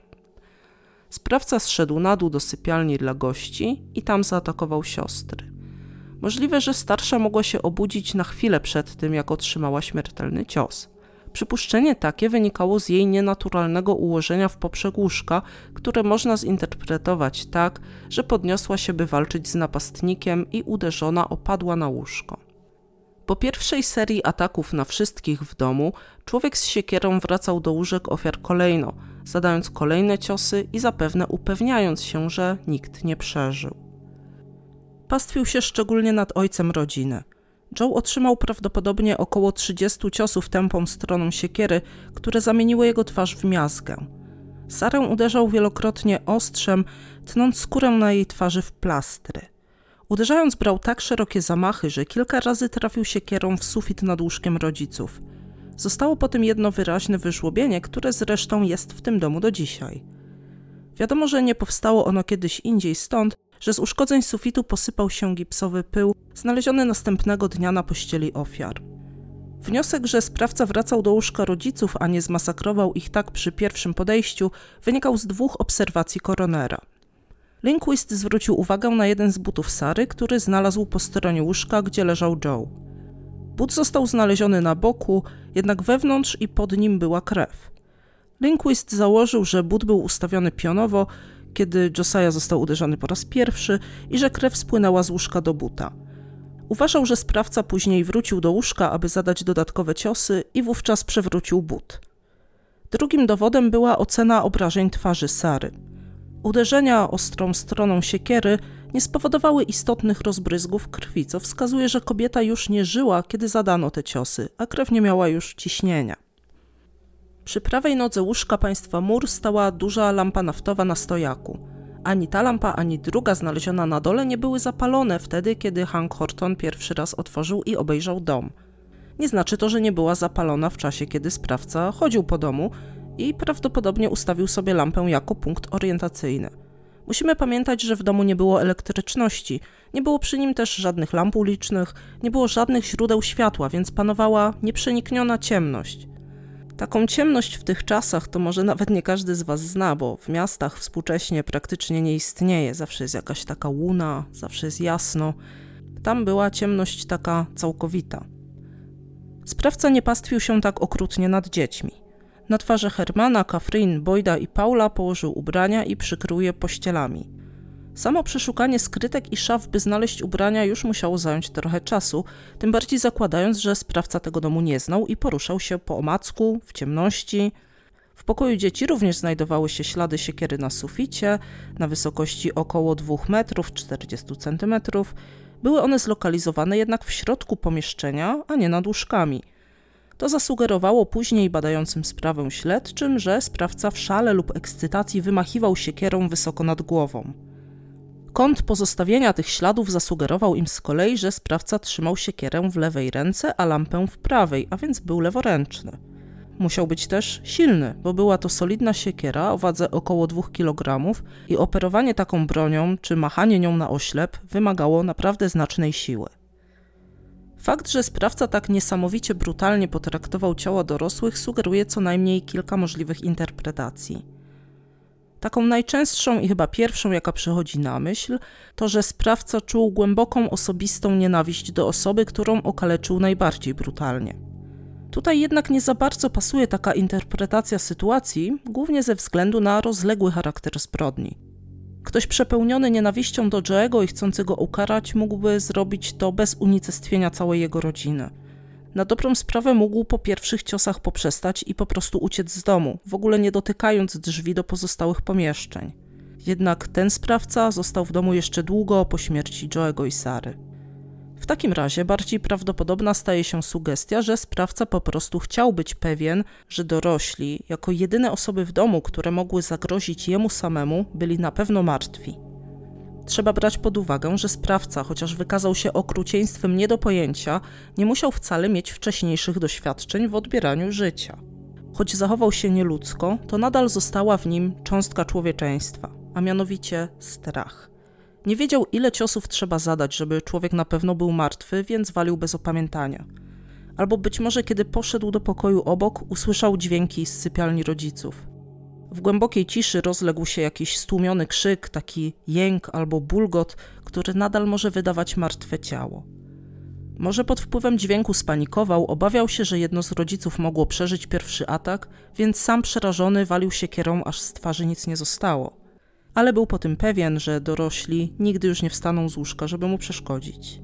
Sprawca zszedł na dół do sypialni dla gości i tam zaatakował siostry. Możliwe, że starsza mogła się obudzić na chwilę przed tym, jak otrzymała śmiertelny cios. Przypuszczenie takie wynikało z jej nienaturalnego ułożenia w poprzek łóżka, które można zinterpretować tak, że podniosła się, by walczyć z napastnikiem i uderzona opadła na łóżko. Po pierwszej serii ataków na wszystkich w domu, człowiek z siekierą wracał do łóżek ofiar kolejno, zadając kolejne ciosy i zapewne upewniając się, że nikt nie przeżył. Pastwił się szczególnie nad ojcem rodziny. Joe otrzymał prawdopodobnie około 30 ciosów tępą stroną siekiery, które zamieniły jego twarz w miazgę. Sarę uderzał wielokrotnie ostrzem, tnąc skórę na jej twarzy w plastry. Uderzając brał tak szerokie zamachy, że kilka razy trafił siekierą w sufit nad łóżkiem rodziców. Zostało po tym jedno wyraźne wyżłobienie, które zresztą jest w tym domu do dzisiaj. Wiadomo, że nie powstało ono kiedyś indziej stąd, że z uszkodzeń sufitu posypał się gipsowy pył znaleziony następnego dnia na pościeli ofiar. Wniosek, że sprawca wracał do łóżka rodziców, a nie zmasakrował ich tak przy pierwszym podejściu, wynikał z 2 obserwacji koronera. Lindquist zwrócił uwagę na jeden z butów Sary, który znalazł po stronie łóżka, gdzie leżał Joe. But został znaleziony na boku, jednak wewnątrz i pod nim była krew. Lindquist założył, że but był ustawiony pionowo, kiedy Josiah został uderzony po raz pierwszy i że krew spłynęła z łóżka do buta. Uważał, że sprawca później wrócił do łóżka, aby zadać dodatkowe ciosy i wówczas przewrócił but. Drugim dowodem była ocena obrażeń twarzy Sary. Uderzenia ostrą stroną siekiery nie spowodowały istotnych rozbryzgów krwi, co wskazuje, że kobieta już nie żyła, kiedy zadano te ciosy, a krew nie miała już ciśnienia. Przy prawej nodze łóżka państwa Moore stała duża lampa naftowa na stojaku. Ani ta lampa, ani druga znaleziona na dole nie były zapalone wtedy, kiedy Hank Horton pierwszy raz otworzył i obejrzał dom. Nie znaczy to, że nie była zapalona w czasie, kiedy sprawca chodził po domu i prawdopodobnie ustawił sobie lampę jako punkt orientacyjny. Musimy pamiętać, że w domu nie było elektryczności, nie było przy nim też żadnych lamp ulicznych, nie było żadnych źródeł światła, więc panowała nieprzenikniona ciemność. Taką ciemność w tych czasach to może nawet nie każdy z was zna, bo w miastach współcześnie praktycznie nie istnieje. Zawsze jest jakaś taka łuna, zawsze jest jasno. Tam była ciemność taka całkowita. Sprawca nie pastwił się tak okrutnie nad dziećmi. Na twarze Hermana, Catherine, Boyda i Paula położył ubrania i przykrył je pościelami. Samo przeszukanie skrytek i szaf, by znaleźć ubrania, już musiało zająć trochę czasu, tym bardziej zakładając, że sprawca tego domu nie znał i poruszał się po omacku, w ciemności. W pokoju dzieci również znajdowały się ślady siekiery na suficie, na wysokości około 2 metrów 40 centymetrów. Były one zlokalizowane jednak w środku pomieszczenia, a nie nad łóżkami. To zasugerowało później badającym sprawę śledczym, że sprawca w szale lub ekscytacji wymachiwał siekierą wysoko nad głową. Kąt pozostawienia tych śladów zasugerował im z kolei, że sprawca trzymał siekierę w lewej ręce, a lampę w prawej, a więc był leworęczny. Musiał być też silny, bo była to solidna siekiera o wadze około 2 kg i operowanie taką bronią czy machanie nią na oślep wymagało naprawdę znacznej siły. Fakt, że sprawca tak niesamowicie brutalnie potraktował ciała dorosłych, sugeruje co najmniej kilka możliwych interpretacji. Taką najczęstszą i chyba pierwszą, jaka przychodzi na myśl, to, że sprawca czuł głęboką osobistą nienawiść do osoby, którą okaleczył najbardziej brutalnie. Tutaj jednak nie za bardzo pasuje taka interpretacja sytuacji, głównie ze względu na rozległy charakter zbrodni. Ktoś przepełniony nienawiścią do Joe'ego i chcący go ukarać mógłby zrobić to bez unicestwienia całej jego rodziny. Na dobrą sprawę mógł po pierwszych ciosach poprzestać i po prostu uciec z domu, w ogóle nie dotykając drzwi do pozostałych pomieszczeń. Jednak ten sprawca został w domu jeszcze długo po śmierci Joe'ego i Sary. W takim razie bardziej prawdopodobna staje się sugestia, że sprawca po prostu chciał być pewien, że dorośli, jako jedyne osoby w domu, które mogły zagrozić jemu samemu, byli na pewno martwi. Trzeba brać pod uwagę, że sprawca, chociaż wykazał się okrucieństwem nie do pojęcia, nie musiał wcale mieć wcześniejszych doświadczeń w odbieraniu życia. Choć zachował się nieludzko, to nadal została w nim cząstka człowieczeństwa, a mianowicie strach. Nie wiedział, ile ciosów trzeba zadać, żeby człowiek na pewno był martwy, więc walił bez opamiętania. Albo być może, kiedy poszedł do pokoju obok, usłyszał dźwięki z sypialni rodziców. W głębokiej ciszy rozległ się jakiś stłumiony krzyk, taki jęk albo bulgot, który nadal może wydawać martwe ciało. Może pod wpływem dźwięku spanikował, obawiał się, że jedno z rodziców mogło przeżyć pierwszy atak, więc sam przerażony walił siekierą, aż z twarzy nic nie zostało. Ale był po tym pewien, że dorośli nigdy już nie wstaną z łóżka, żeby mu przeszkodzić.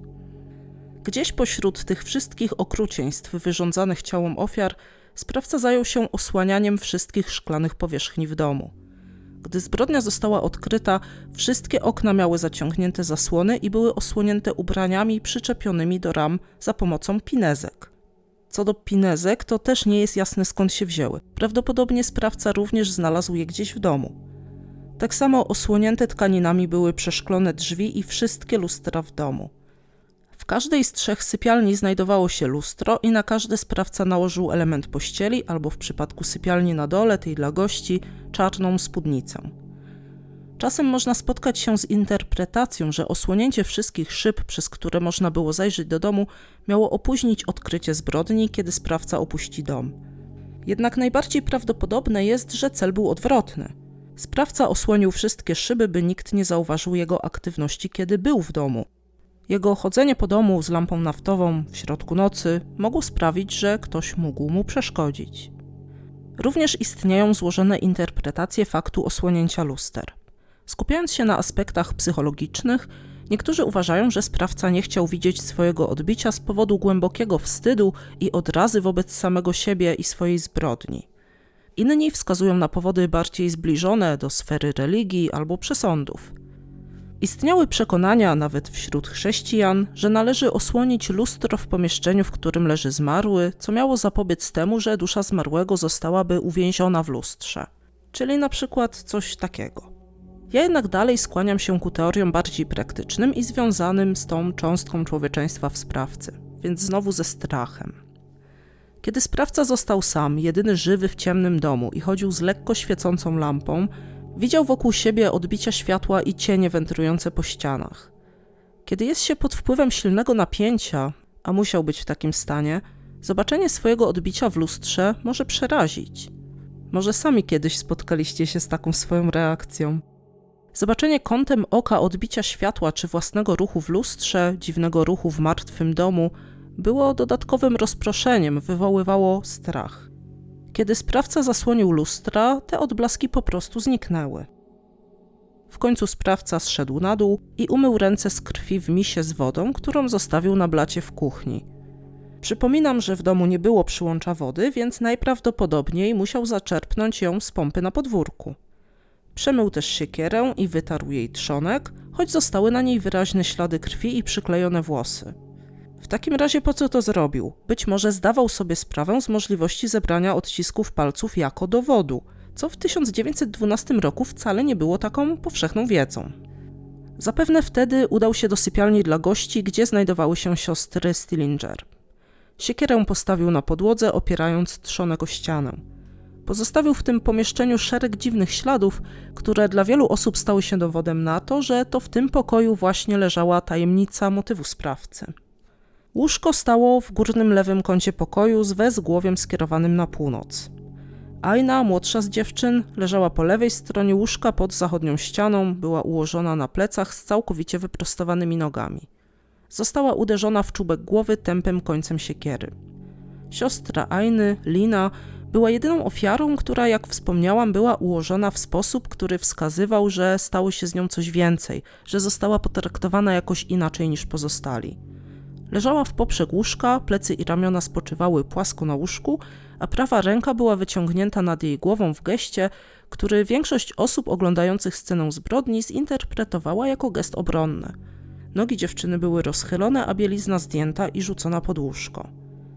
Gdzieś pośród tych wszystkich okrucieństw wyrządzanych ciałom ofiar sprawca zajął się osłanianiem wszystkich szklanych powierzchni w domu. Gdy zbrodnia została odkryta, wszystkie okna miały zaciągnięte zasłony i były osłonięte ubraniami przyczepionymi do ram za pomocą pinezek. Co do pinezek, to też nie jest jasne, skąd się wzięły. Prawdopodobnie sprawca również znalazł je gdzieś w domu. Tak samo osłonięte tkaninami były przeszklone drzwi i wszystkie lustra w domu. W każdej z 3 sypialni znajdowało się lustro i na każde sprawca nałożył element pościeli albo w przypadku sypialni na dole, tej dla gości, czarną spódnicę. Czasem można spotkać się z interpretacją, że osłonięcie wszystkich szyb, przez które można było zajrzeć do domu, miało opóźnić odkrycie zbrodni, kiedy sprawca opuści dom. Jednak najbardziej prawdopodobne jest, że cel był odwrotny. Sprawca osłonił wszystkie szyby, by nikt nie zauważył jego aktywności, kiedy był w domu. Jego chodzenie po domu z lampą naftową w środku nocy mogło sprawić, że ktoś mógł mu przeszkodzić. Również istnieją złożone interpretacje faktu osłonięcia luster. Skupiając się na aspektach psychologicznych, niektórzy uważają, że sprawca nie chciał widzieć swojego odbicia z powodu głębokiego wstydu i odrazy wobec samego siebie i swojej zbrodni. Inni wskazują na powody bardziej zbliżone do sfery religii albo przesądów. Istniały przekonania, nawet wśród chrześcijan, że należy osłonić lustro w pomieszczeniu, w którym leży zmarły, co miało zapobiec temu, że dusza zmarłego zostałaby uwięziona w lustrze. Czyli na przykład coś takiego. Ja jednak dalej skłaniam się ku teoriom bardziej praktycznym i związanym z tą cząstką człowieczeństwa w sprawcy, więc znowu ze strachem. Kiedy sprawca został sam, jedyny żywy w ciemnym domu i chodził z lekko świecącą lampą, widział wokół siebie odbicia światła i cienie wędrujące po ścianach. Kiedy jest się pod wpływem silnego napięcia, a musiał być w takim stanie, zobaczenie swojego odbicia w lustrze może przerazić. Może sami kiedyś spotkaliście się z taką swoją reakcją. Zobaczenie kątem oka odbicia światła czy własnego ruchu w lustrze, dziwnego ruchu w martwym domu, było dodatkowym rozproszeniem, wywoływało strach. Kiedy sprawca zasłonił lustra, te odblaski po prostu zniknęły. W końcu sprawca zszedł na dół i umył ręce z krwi w misie z wodą, którą zostawił na blacie w kuchni. Przypominam, że w domu nie było przyłącza wody, więc najprawdopodobniej musiał zaczerpnąć ją z pompy na podwórku. Przemył też siekierę i wytarł jej trzonek, choć zostały na niej wyraźne ślady krwi i przyklejone włosy. W takim razie po co to zrobił? Być może zdawał sobie sprawę z możliwości zebrania odcisków palców jako dowodu, co w 1912 roku wcale nie było taką powszechną wiedzą. Zapewne wtedy udał się do sypialni dla gości, gdzie znajdowały się siostry Stillinger. Siekierę postawił na podłodze, opierając trzonek o ścianę. Pozostawił w tym pomieszczeniu szereg dziwnych śladów, które dla wielu osób stały się dowodem na to, że to w tym pokoju właśnie leżała tajemnica motywu sprawcy. Łóżko stało w górnym lewym kącie pokoju z wezgłowiem skierowanym na północ. Aina, młodsza z dziewczyn, leżała po lewej stronie łóżka pod zachodnią ścianą, była ułożona na plecach z całkowicie wyprostowanymi nogami. Została uderzona w czubek głowy tępym końcem siekiery. Siostra Ainy, Lina, była jedyną ofiarą, która, jak wspomniałam, była ułożona w sposób, który wskazywał, że stało się z nią coś więcej, że została potraktowana jakoś inaczej niż pozostali. Leżała w poprzek łóżka, plecy i ramiona spoczywały płasko na łóżku, a prawa ręka była wyciągnięta nad jej głową w geście, który większość osób oglądających scenę zbrodni zinterpretowała jako gest obronny. Nogi dziewczyny były rozchylone, a bielizna zdjęta i rzucona pod łóżko.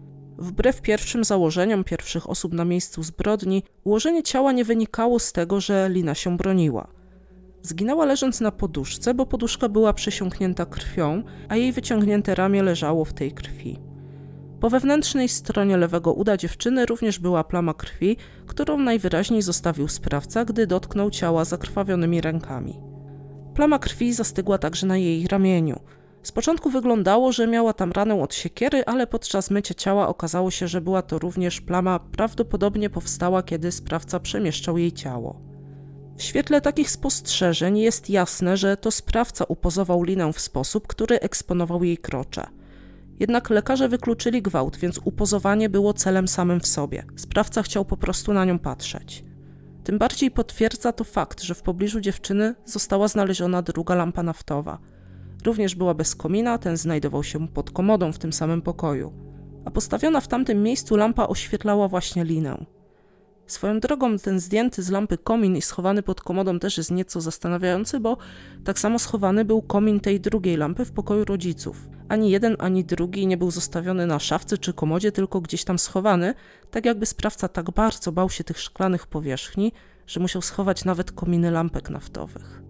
Wbrew pierwszym założeniom pierwszych osób na miejscu zbrodni, ułożenie ciała nie wynikało z tego, że Lina się broniła. Zginęła leżąc na poduszce, bo poduszka była przesiąknięta krwią, a jej wyciągnięte ramię leżało w tej krwi. Po wewnętrznej stronie lewego uda dziewczyny również była plama krwi, którą najwyraźniej zostawił sprawca, gdy dotknął ciała zakrwawionymi rękami. Plama krwi zastygła także na jej ramieniu. Z początku wyglądało, że miała tam ranę od siekiery, ale podczas mycia ciała okazało się, że była to również plama prawdopodobnie powstała, kiedy sprawca przemieszczał jej ciało. W świetle takich spostrzeżeń jest jasne, że to sprawca upozował Linę w sposób, który eksponował jej krocze. Jednak lekarze wykluczyli gwałt, więc upozowanie było celem samym w sobie. Sprawca chciał po prostu na nią patrzeć. Tym bardziej potwierdza to fakt, że w pobliżu dziewczyny została znaleziona druga lampa naftowa. Również była bez komina, ten znajdował się pod komodą w tym samym pokoju. A postawiona w tamtym miejscu lampa oświetlała właśnie Linę. Swoją drogą ten zdjęty z lampy komin i schowany pod komodą też jest nieco zastanawiający, bo tak samo schowany był komin tej drugiej lampy w pokoju rodziców. Ani jeden, ani drugi nie był zostawiony na szafce czy komodzie, tylko gdzieś tam schowany, tak jakby sprawca tak bardzo bał się tych szklanych powierzchni, że musiał schować nawet kominy lampek naftowych.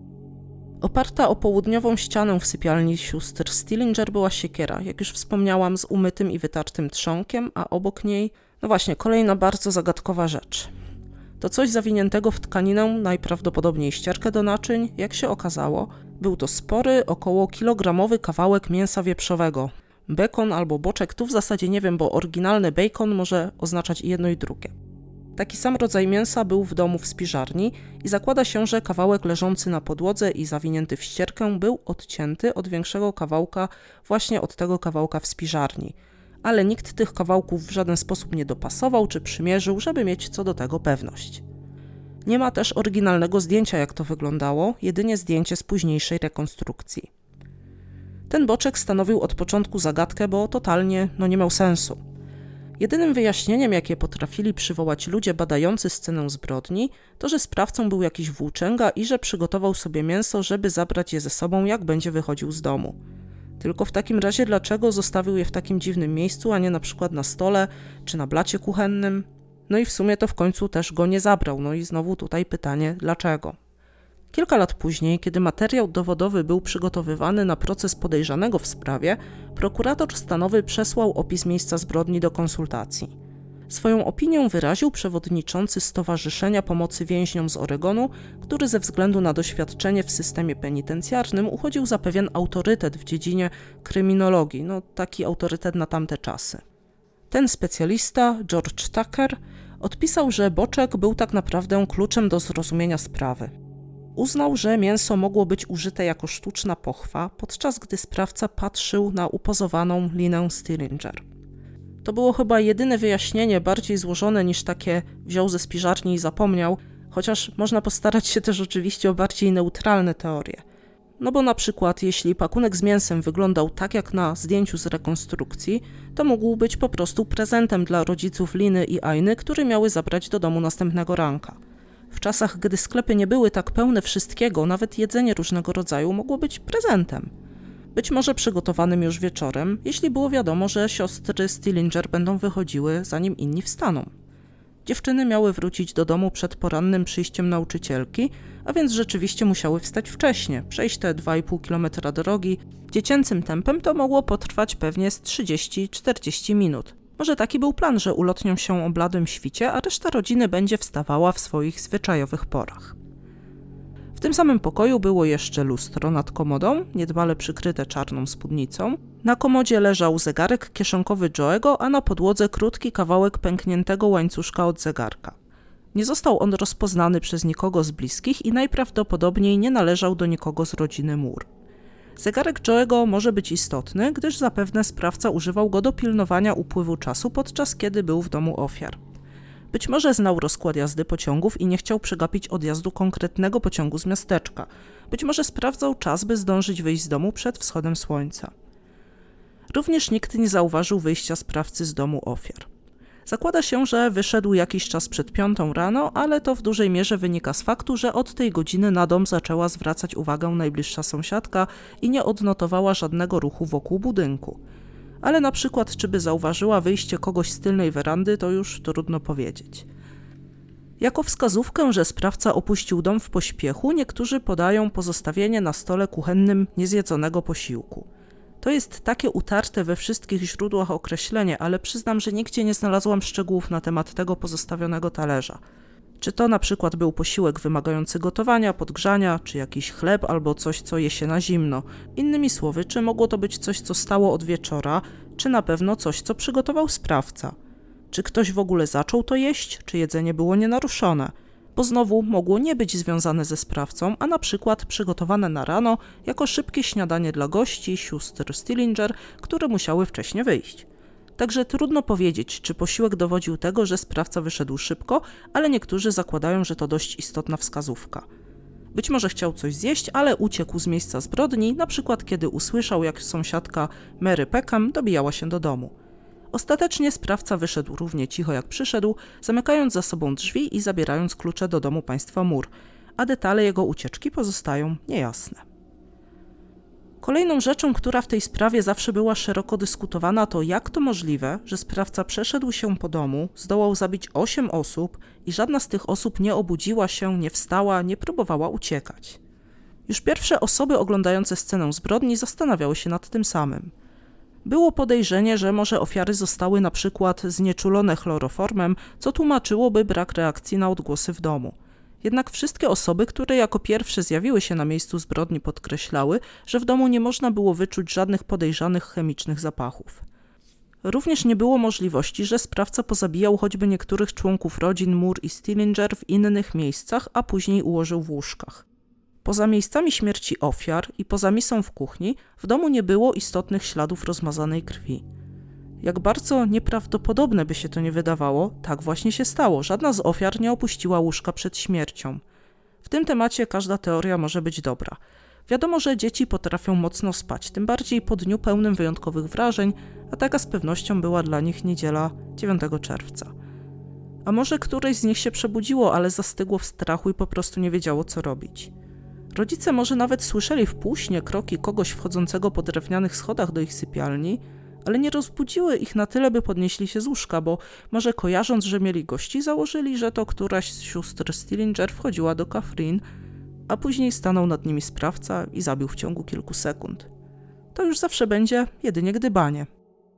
Oparta o południową ścianę w sypialni sióstr Stillinger była siekiera, jak już wspomniałam, z umytym i wytartym trzonkiem, a obok niej, no właśnie, kolejna bardzo zagadkowa rzecz. To coś zawiniętego w tkaninę, najprawdopodobniej ścierkę do naczyń. Jak się okazało, był to spory, około kilogramowy kawałek mięsa wieprzowego. Bekon albo boczek, tu w zasadzie nie wiem, bo oryginalny bacon może oznaczać i jedno i drugie. Taki sam rodzaj mięsa był w domu w spiżarni i zakłada się, że kawałek leżący na podłodze i zawinięty w ścierkę był odcięty od większego kawałka właśnie od tego kawałka w spiżarni. Ale nikt tych kawałków w żaden sposób nie dopasował czy przymierzył, żeby mieć co do tego pewność. Nie ma też oryginalnego zdjęcia, jak to wyglądało, jedynie zdjęcie z późniejszej rekonstrukcji. Ten boczek stanowił od początku zagadkę, bo totalnie nie miał sensu. Jedynym wyjaśnieniem, jakie potrafili przywołać ludzie badający scenę zbrodni, to, że sprawcą był jakiś włóczęga i że przygotował sobie mięso, żeby zabrać je ze sobą, jak będzie wychodził z domu. Tylko w takim razie dlaczego zostawił je w takim dziwnym miejscu, a nie na przykład na stole czy na blacie kuchennym? No i w sumie to w końcu też go nie zabrał, no i znowu tutaj pytanie, dlaczego? Kilka lat później, kiedy materiał dowodowy był przygotowywany na proces podejrzanego w sprawie, prokurator stanowy przesłał opis miejsca zbrodni do konsultacji. Swoją opinię wyraził przewodniczący Stowarzyszenia Pomocy Więźniom z Oregonu, który ze względu na doświadczenie w systemie penitencjarnym uchodził za pewien autorytet w dziedzinie kryminologii, taki autorytet na tamte czasy. Ten specjalista, George Tucker, odpisał, że boczek był tak naprawdę kluczem do zrozumienia sprawy. Uznał, że mięso mogło być użyte jako sztuczna pochwa, podczas gdy sprawca patrzył na upozowaną linę Stillinger. To było chyba jedyne wyjaśnienie, bardziej złożone niż takie wziął ze spiżarni i zapomniał, chociaż można postarać się też oczywiście o bardziej neutralne teorie. Bo na przykład jeśli pakunek z mięsem wyglądał tak jak na zdjęciu z rekonstrukcji, to mógł być po prostu prezentem dla rodziców Liny i Ainy, które miały zabrać do domu następnego ranka. W czasach, gdy sklepy nie były tak pełne wszystkiego, nawet jedzenie różnego rodzaju mogło być prezentem. Być może przygotowanym już wieczorem, jeśli było wiadomo, że siostry Stillinger będą wychodziły, zanim inni wstaną. Dziewczyny miały wrócić do domu przed porannym przyjściem nauczycielki, a więc rzeczywiście musiały wstać wcześnie, przejść te 2,5 km drogi. Dziecięcym tempem to mogło potrwać pewnie z 30-40 minut. Może taki był plan, że ulotnią się o bladym świcie, a reszta rodziny będzie wstawała w swoich zwyczajowych porach. W tym samym pokoju było jeszcze lustro nad komodą, niedbale przykryte czarną spódnicą. Na komodzie leżał zegarek kieszonkowy Joe'ego, a na podłodze krótki kawałek pękniętego łańcuszka od zegarka. Nie został on rozpoznany przez nikogo z bliskich i najprawdopodobniej nie należał do nikogo z rodziny Moore. Zegarek Joe'ego może być istotny, gdyż zapewne sprawca używał go do pilnowania upływu czasu, podczas kiedy był w domu ofiar. Być może znał rozkład jazdy pociągów i nie chciał przegapić odjazdu konkretnego pociągu z miasteczka. Być może sprawdzał czas, by zdążyć wyjść z domu przed wschodem słońca. Również nikt nie zauważył wyjścia sprawcy z domu ofiar. Zakłada się, że wyszedł jakiś czas przed 5 rano, ale to w dużej mierze wynika z faktu, że od tej godziny na dom zaczęła zwracać uwagę najbliższa sąsiadka i nie odnotowała żadnego ruchu wokół budynku. Ale na przykład, czy by zauważyła wyjście kogoś z tylnej werandy, to już trudno powiedzieć. Jako wskazówkę, że sprawca opuścił dom w pośpiechu, niektórzy podają pozostawienie na stole kuchennym niezjedzonego posiłku. To jest takie utarte we wszystkich źródłach określenie, ale przyznam, że nigdzie nie znalazłam szczegółów na temat tego pozostawionego talerza. Czy to na przykład był posiłek wymagający gotowania, podgrzania, czy jakiś chleb albo coś, co je się na zimno. Innymi słowy, czy mogło to być coś, co stało od wieczora, czy na pewno coś, co przygotował sprawca. Czy ktoś w ogóle zaczął to jeść, czy jedzenie było nienaruszone. Bo znowu mogło nie być związane ze sprawcą, a na przykład przygotowane na rano jako szybkie śniadanie dla gości, sióstr Stillinger, które musiały wcześnie wyjść. Także trudno powiedzieć, czy posiłek dowodził tego, że sprawca wyszedł szybko, ale niektórzy zakładają, że to dość istotna wskazówka. Być może chciał coś zjeść, ale uciekł z miejsca zbrodni, na przykład kiedy usłyszał, jak sąsiadka Mary Peckham dobijała się do domu. Ostatecznie sprawca wyszedł równie cicho jak przyszedł, zamykając za sobą drzwi i zabierając klucze do domu państwa Moore, a detale jego ucieczki pozostają niejasne. Kolejną rzeczą, która w tej sprawie zawsze była szeroko dyskutowana, to jak to możliwe, że sprawca przeszedł się po domu, zdołał zabić 8 osób i żadna z tych osób nie obudziła się, nie wstała, nie próbowała uciekać. Już pierwsze osoby oglądające scenę zbrodni zastanawiały się nad tym samym. Było podejrzenie, że może ofiary zostały na przykład znieczulone chloroformem, co tłumaczyłoby brak reakcji na odgłosy w domu. Jednak wszystkie osoby, które jako pierwsze zjawiły się na miejscu zbrodni, podkreślały, że w domu nie można było wyczuć żadnych podejrzanych chemicznych zapachów. Również nie było możliwości, że sprawca pozabijał choćby niektórych członków rodzin Moore i Stillinger w innych miejscach, a później ułożył w łóżkach. Poza miejscami śmierci ofiar i poza misą w kuchni, w domu nie było istotnych śladów rozmazanej krwi. Jak bardzo nieprawdopodobne by się to nie wydawało, tak właśnie się stało. Żadna z ofiar nie opuściła łóżka przed śmiercią. W tym temacie każda teoria może być dobra. Wiadomo, że dzieci potrafią mocno spać, tym bardziej po dniu pełnym wyjątkowych wrażeń, a taka z pewnością była dla nich niedziela 9 czerwca. A może któreś z nich się przebudziło, ale zastygło w strachu i po prostu nie wiedziało, co robić. Rodzice może nawet słyszeli w półśnie kroki kogoś wchodzącego po drewnianych schodach do ich sypialni, ale nie rozbudziły ich na tyle, by podnieśli się z łóżka, bo może kojarząc, że mieli gości, założyli, że to któraś z sióstr Stillinger wchodziła do Catherine, a później stanął nad nimi sprawca i zabił w ciągu kilku sekund. To już zawsze będzie jedynie gdybanie.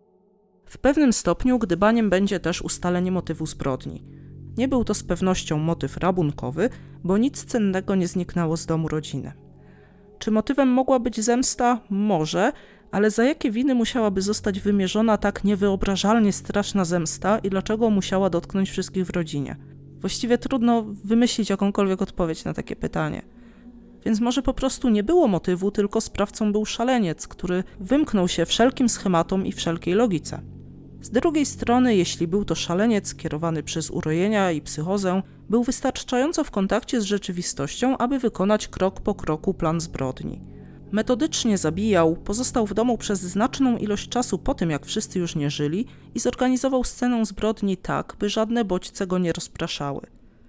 W pewnym stopniu gdybaniem będzie też ustalenie motywu zbrodni. Nie był to z pewnością motyw rabunkowy, bo nic cennego nie zniknęło z domu rodziny. Czy motywem mogła być zemsta? Może, ale za jakie winy musiałaby zostać wymierzona tak niewyobrażalnie straszna zemsta i dlaczego musiała dotknąć wszystkich w rodzinie? Właściwie trudno wymyślić jakąkolwiek odpowiedź na takie pytanie. Więc może po prostu nie było motywu, tylko sprawcą był szaleniec, który wymknął się wszelkim schematom i wszelkiej logice. Z drugiej strony, jeśli był to szaleniec kierowany przez urojenia i psychozę, był wystarczająco w kontakcie z rzeczywistością, aby wykonać krok po kroku plan zbrodni. Metodycznie zabijał, pozostał w domu przez znaczną ilość czasu po tym, jak wszyscy już nie żyli i zorganizował scenę zbrodni tak, by żadne bodźce go nie rozpraszały.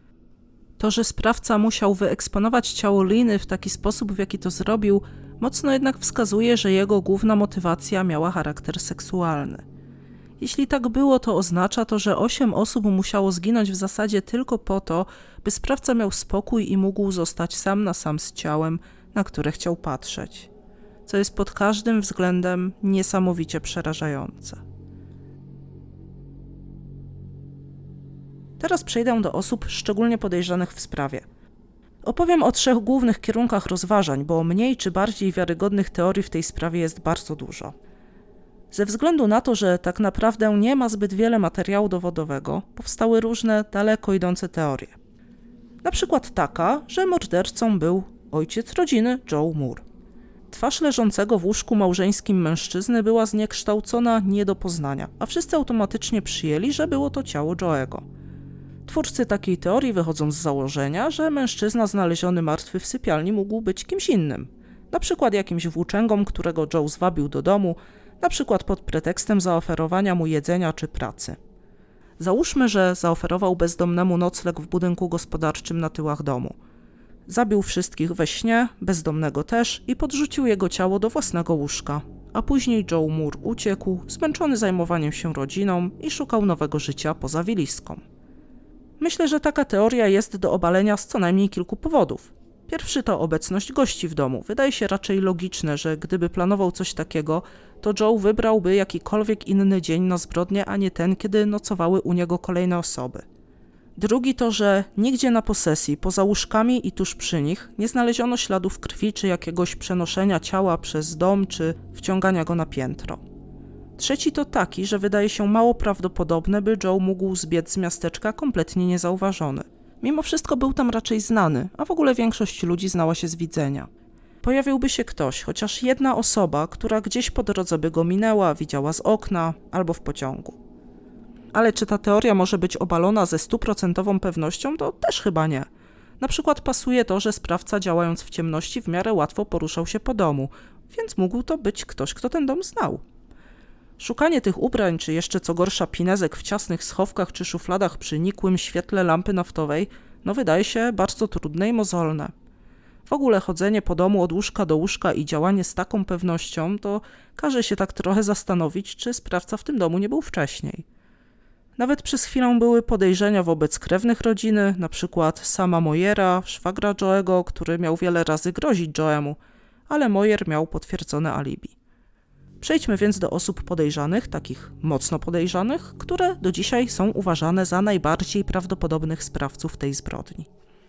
To, że sprawca musiał wyeksponować ciało Liny w taki sposób, w jaki to zrobił, mocno jednak wskazuje, że jego główna motywacja miała charakter seksualny. Jeśli tak było, to oznacza to, że 8 osób musiało zginąć w zasadzie tylko po to, by sprawca miał spokój i mógł zostać sam na sam z ciałem, na które chciał patrzeć, co jest pod każdym względem niesamowicie przerażające. Teraz przejdę do osób szczególnie podejrzanych w sprawie. Opowiem o 3 głównych kierunkach rozważań, bo mniej czy bardziej wiarygodnych teorii w tej sprawie jest bardzo dużo. Ze względu na to, że tak naprawdę nie ma zbyt wiele materiału dowodowego, powstały różne daleko idące teorie. Na przykład taka, że mordercą był ojciec rodziny Joe Moore. Twarz leżącego w łóżku małżeńskim mężczyzny była zniekształcona nie do poznania, a wszyscy automatycznie przyjęli, że było to ciało Joe'ego. Twórcy takiej teorii wychodzą z założenia, że mężczyzna znaleziony martwy w sypialni mógł być kimś innym. Na przykład jakimś włóczęgą, którego Joe zwabił do domu, na przykład pod pretekstem zaoferowania mu jedzenia czy pracy. Załóżmy, że zaoferował bezdomnemu nocleg w budynku gospodarczym na tyłach domu. Zabił wszystkich we śnie, bezdomnego też i podrzucił jego ciało do własnego łóżka, a później Joe Moore uciekł, zmęczony zajmowaniem się rodziną i szukał nowego życia poza wiliską. Myślę, że taka teoria jest do obalenia z co najmniej kilku powodów. Pierwszy to obecność gości w domu. Wydaje się raczej logiczne, że gdyby planował coś takiego, to Joe wybrałby jakikolwiek inny dzień na zbrodnię, a nie ten, kiedy nocowały u niego kolejne osoby. Drugi to, że nigdzie na posesji, poza łóżkami i tuż przy nich, nie znaleziono śladów krwi czy jakiegoś przenoszenia ciała przez dom czy wciągania go na piętro. Trzeci to taki, że wydaje się mało prawdopodobne, by Joe mógł zbiec z miasteczka kompletnie niezauważony. Mimo wszystko był tam raczej znany, a w ogóle większość ludzi znała się z widzenia. Pojawiłby się ktoś, chociaż jedna osoba, która gdzieś po drodze by go minęła, widziała z okna albo w pociągu. Ale czy ta teoria może być obalona ze 100% pewnością, to też chyba nie. Na przykład pasuje to, że sprawca działając w ciemności w miarę łatwo poruszał się po domu, więc mógł to być ktoś, kto ten dom znał. Szukanie tych ubrań, czy jeszcze co gorsza pinezek w ciasnych schowkach czy szufladach przy nikłym świetle lampy naftowej, wydaje się bardzo trudne i mozolne. W ogóle chodzenie po domu od łóżka do łóżka i działanie z taką pewnością, to każe się tak trochę zastanowić, czy sprawca w tym domu nie był wcześniej. Nawet przez chwilę były podejrzenia wobec krewnych rodziny, na przykład sama Moyera, szwagra Joe'ego, który miał wiele razy grozić Joe'emu, ale Moyer miał potwierdzone alibi. Przejdźmy więc do osób podejrzanych, takich mocno podejrzanych, które do dzisiaj są uważane za najbardziej prawdopodobnych sprawców tej zbrodni.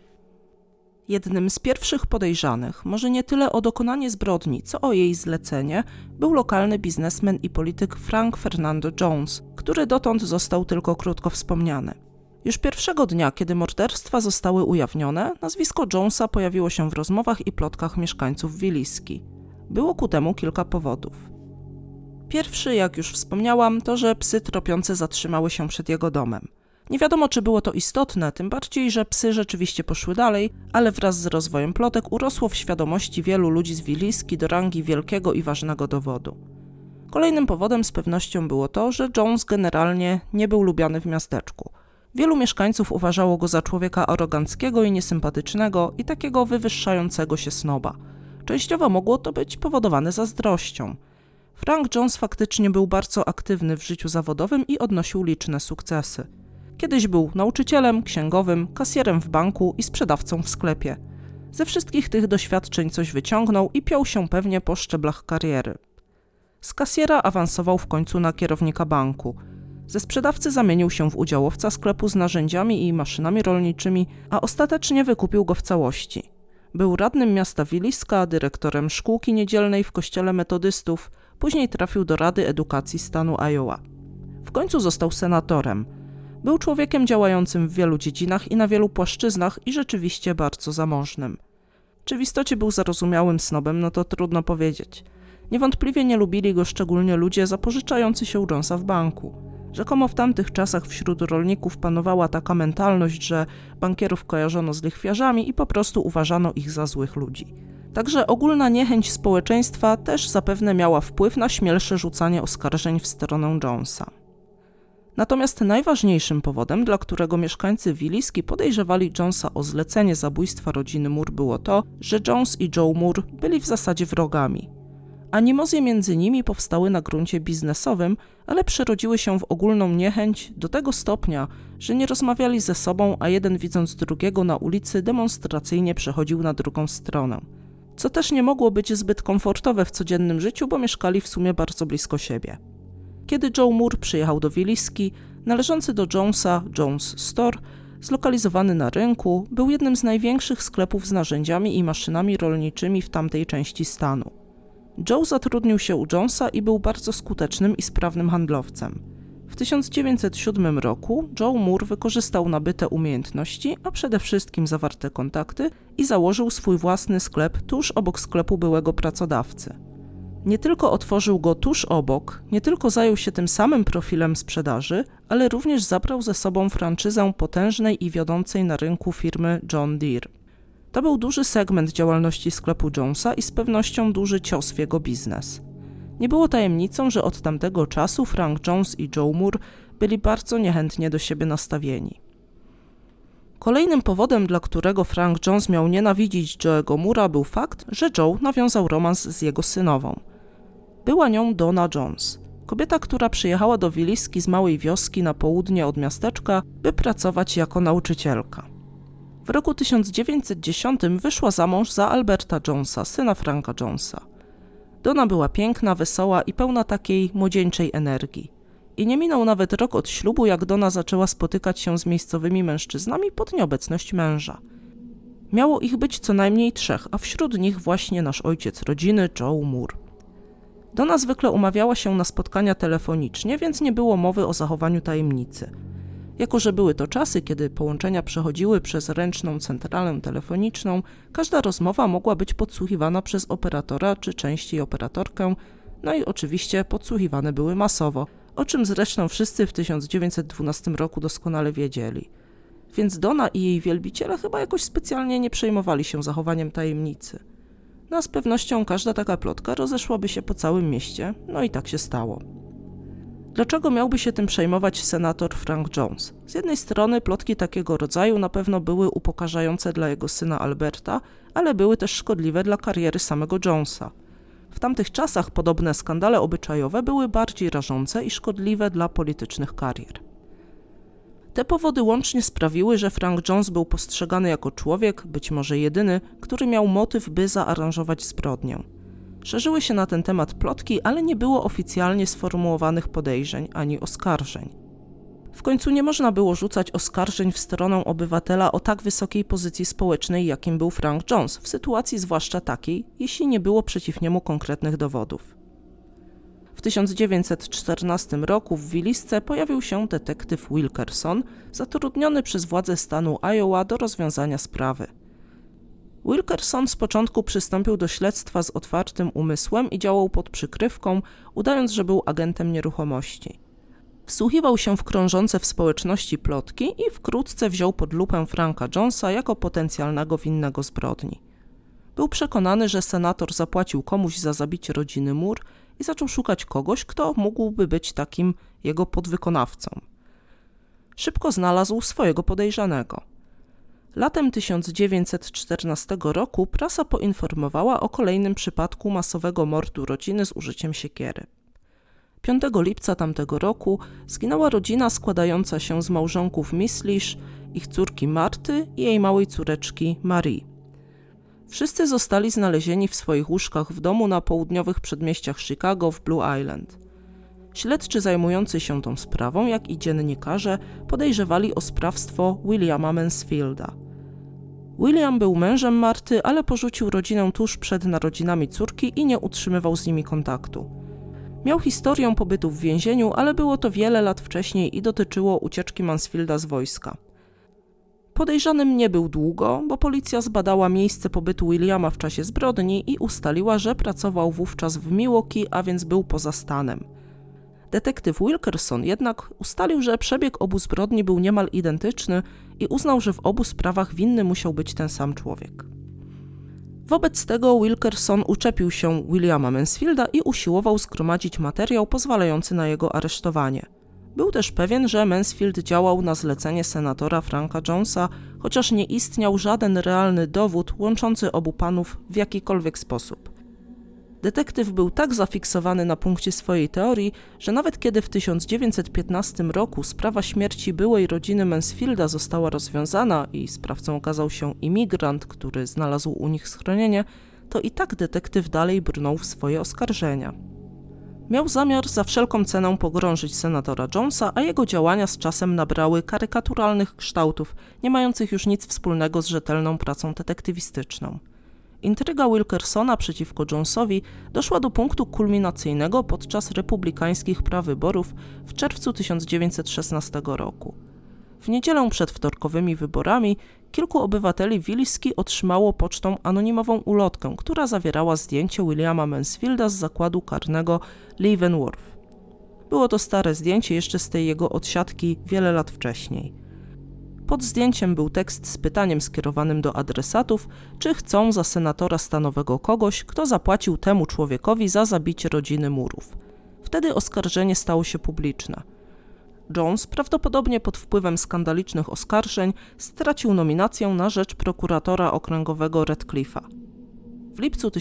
Jednym z pierwszych podejrzanych, może nie tyle o dokonanie zbrodni, co o jej zlecenie, był lokalny biznesmen i polityk Frank Fernando Jones, który dotąd został tylko krótko wspomniany. Już pierwszego dnia, kiedy morderstwa zostały ujawnione, nazwisko Jonesa pojawiło się w rozmowach i plotkach mieszkańców Wiliski. Było ku temu kilka powodów. Pierwszy, jak już wspomniałam, to, że psy tropiące zatrzymały się przed jego domem. Nie wiadomo, czy było to istotne, tym bardziej, że psy rzeczywiście poszły dalej, ale wraz z rozwojem plotek urosło w świadomości wielu ludzi z Wiliski do rangi wielkiego i ważnego dowodu. Kolejnym powodem z pewnością było to, że Jones generalnie nie był lubiany w miasteczku. Wielu mieszkańców uważało go za człowieka aroganckiego i niesympatycznego i takiego wywyższającego się snoba. Częściowo mogło to być powodowane zazdrością. Frank Jones faktycznie był bardzo aktywny w życiu zawodowym i odnosił liczne sukcesy. Kiedyś był nauczycielem, księgowym, kasjerem w banku i sprzedawcą w sklepie. Ze wszystkich tych doświadczeń coś wyciągnął i piął się pewnie po szczeblach kariery. Z kasjera awansował w końcu na kierownika banku. Ze sprzedawcy zamienił się w udziałowca sklepu z narzędziami i maszynami rolniczymi, a ostatecznie wykupił go w całości. Był radnym miasta Wiliska, dyrektorem szkółki niedzielnej w kościele metodystów, później trafił do Rady Edukacji stanu Iowa. W końcu został senatorem. Był człowiekiem działającym w wielu dziedzinach i na wielu płaszczyznach i rzeczywiście bardzo zamożnym. Czy w istocie był zarozumiałym snobem, no to trudno powiedzieć. Niewątpliwie nie lubili go szczególnie ludzie zapożyczający się u Jonesa w banku. Rzekomo w tamtych czasach wśród rolników panowała taka mentalność, że bankierów kojarzono z lichwiarzami i po prostu uważano ich za złych ludzi. Także ogólna niechęć społeczeństwa też zapewne miała wpływ na śmielsze rzucanie oskarżeń w stronę Jonesa. Natomiast najważniejszym powodem, dla którego mieszkańcy Wiliski podejrzewali Jonesa o zlecenie zabójstwa rodziny Moore, było to, że Jones i Joe Moore byli w zasadzie wrogami. Animozje między nimi powstały na gruncie biznesowym, ale przerodziły się w ogólną niechęć do tego stopnia, że nie rozmawiali ze sobą, a jeden widząc drugiego na ulicy demonstracyjnie przechodził na drugą stronę. Co też nie mogło być zbyt komfortowe w codziennym życiu, bo mieszkali w sumie bardzo blisko siebie. Kiedy Joe Moore przyjechał do Wiliski, należący do Jonesa Jones Store, zlokalizowany na rynku, był jednym z największych sklepów z narzędziami i maszynami rolniczymi w tamtej części stanu. Joe zatrudnił się u Jonesa i był bardzo skutecznym i sprawnym handlowcem. W 1907 roku Joe Moore wykorzystał nabyte umiejętności, a przede wszystkim zawarte kontakty i założył swój własny sklep tuż obok sklepu byłego pracodawcy. Nie tylko otworzył go tuż obok, nie tylko zajął się tym samym profilem sprzedaży, ale również zabrał ze sobą franczyzę potężnej i wiodącej na rynku firmy John Deere. To był duży segment działalności sklepu Jonesa i z pewnością duży cios w jego biznes. Nie było tajemnicą, że od tamtego czasu Frank Jones i Joe Moore byli bardzo niechętnie do siebie nastawieni. Kolejnym powodem, dla którego Frank Jones miał nienawidzić Joe'ego Moore'a, był fakt, że Joe nawiązał romans z jego synową. Była nią Donna Jones, kobieta, która przyjechała do Wiliski z małej wioski na południe od miasteczka, by pracować jako nauczycielka. W roku 1910 wyszła za mąż za Alberta Jonesa, syna Franka Jonesa. Donna była piękna, wesoła i pełna takiej młodzieńczej energii. I nie minął nawet rok od ślubu, jak Donna zaczęła spotykać się z miejscowymi mężczyznami pod nieobecność męża. Miało ich być co najmniej 3, a wśród nich właśnie nasz ojciec rodziny, Joe Moore. Donna zwykle umawiała się na spotkania telefonicznie, więc nie było mowy o zachowaniu tajemnicy. Jako że były to czasy, kiedy połączenia przechodziły przez ręczną centralę telefoniczną, każda rozmowa mogła być podsłuchiwana przez operatora czy częściej operatorkę, no i oczywiście podsłuchiwane były masowo, o czym zresztą wszyscy w 1912 roku doskonale wiedzieli. Więc Donna i jej wielbiciele chyba jakoś specjalnie nie przejmowali się zachowaniem tajemnicy. No a z pewnością każda taka plotka rozeszłaby się po całym mieście, no i tak się stało. Dlaczego miałby się tym przejmować senator Frank Jones? Z jednej strony plotki takiego rodzaju na pewno były upokarzające dla jego syna Alberta, ale były też szkodliwe dla kariery samego Jonesa. W tamtych czasach podobne skandale obyczajowe były bardziej rażące i szkodliwe dla politycznych karier. Te powody łącznie sprawiły, że Frank Jones był postrzegany jako człowiek, być może jedyny, który miał motyw, by zaaranżować zbrodnię. Szerzyły się na ten temat plotki, ale nie było oficjalnie sformułowanych podejrzeń ani oskarżeń. W końcu nie można było rzucać oskarżeń w stronę obywatela o tak wysokiej pozycji społecznej, jakim był Frank Jones, w sytuacji zwłaszcza takiej, jeśli nie było przeciw niemu konkretnych dowodów. W 1914 roku w Wilisce pojawił się detektyw Wilkerson, zatrudniony przez władze stanu Iowa do rozwiązania sprawy. Wilkerson z początku przystąpił do śledztwa z otwartym umysłem i działał pod przykrywką, udając, że był agentem nieruchomości. Wsłuchiwał się w krążące w społeczności plotki i wkrótce wziął pod lupę Franka Jonesa jako potencjalnego winnego zbrodni. Był przekonany, że senator zapłacił komuś za zabicie rodziny Moore i zaczął szukać kogoś, kto mógłby być takim jego podwykonawcą. Szybko znalazł swojego podejrzanego. Latem 1914 roku prasa poinformowała o kolejnym przypadku masowego mordu rodziny z użyciem siekiery. 5 lipca tamtego roku zginęła rodzina składająca się z małżonków Mislish, ich córki Marty i jej małej córeczki Marie. Wszyscy zostali znalezieni w swoich łóżkach w domu na południowych przedmieściach Chicago w Blue Island. Śledczy zajmujący się tą sprawą, jak i dziennikarze, podejrzewali o sprawstwo Williama Mansfielda. William był mężem Marty, ale porzucił rodzinę tuż przed narodzinami córki i nie utrzymywał z nimi kontaktu. Miał historię pobytu w więzieniu, ale było to wiele lat wcześniej i dotyczyło ucieczki Mansfielda z wojska. Podejrzanym nie był długo, bo policja zbadała miejsce pobytu Williama w czasie zbrodni i ustaliła, że pracował wówczas w Milwaukee, a więc był poza stanem. Detektyw Wilkerson jednak ustalił, że przebieg obu zbrodni był niemal identyczny i uznał, że w obu sprawach winny musiał być ten sam człowiek. Wobec tego Wilkerson uczepił się Williama Mansfielda i usiłował zgromadzić materiał pozwalający na jego aresztowanie. Był też pewien, że Mansfield działał na zlecenie senatora Franka Jonesa, chociaż nie istniał żaden realny dowód łączący obu panów w jakikolwiek sposób. Detektyw był tak zafiksowany na punkcie swojej teorii, że nawet kiedy w 1915 roku sprawa śmierci byłej rodziny Mansfielda została rozwiązana i sprawcą okazał się imigrant, który znalazł u nich schronienie, to i tak detektyw dalej brnął w swoje oskarżenia. Miał zamiar za wszelką cenę pogrążyć senatora Jonesa, a jego działania z czasem nabrały karykaturalnych kształtów, nie mających już nic wspólnego z rzetelną pracą detektywistyczną. Intryga Wilkersona przeciwko Jonesowi doszła do punktu kulminacyjnego podczas republikańskich prawyborów w czerwcu 1916 roku. W niedzielę przed wtorkowymi wyborami kilku obywateli Wiliski otrzymało pocztą anonimową ulotkę, która zawierała zdjęcie Williama Mansfielda z zakładu karnego Leavenworth. Było to stare zdjęcie jeszcze z tej jego odsiadki wiele lat wcześniej. Pod zdjęciem był tekst z pytaniem skierowanym do adresatów, czy chcą za senatora stanowego kogoś, kto zapłacił temu człowiekowi za zabicie rodziny Moorów. Wtedy oskarżenie stało się publiczne. Jones, prawdopodobnie pod wpływem skandalicznych oskarżeń, stracił nominację na rzecz prokuratora okręgowego Radcliffe'a. W lipcu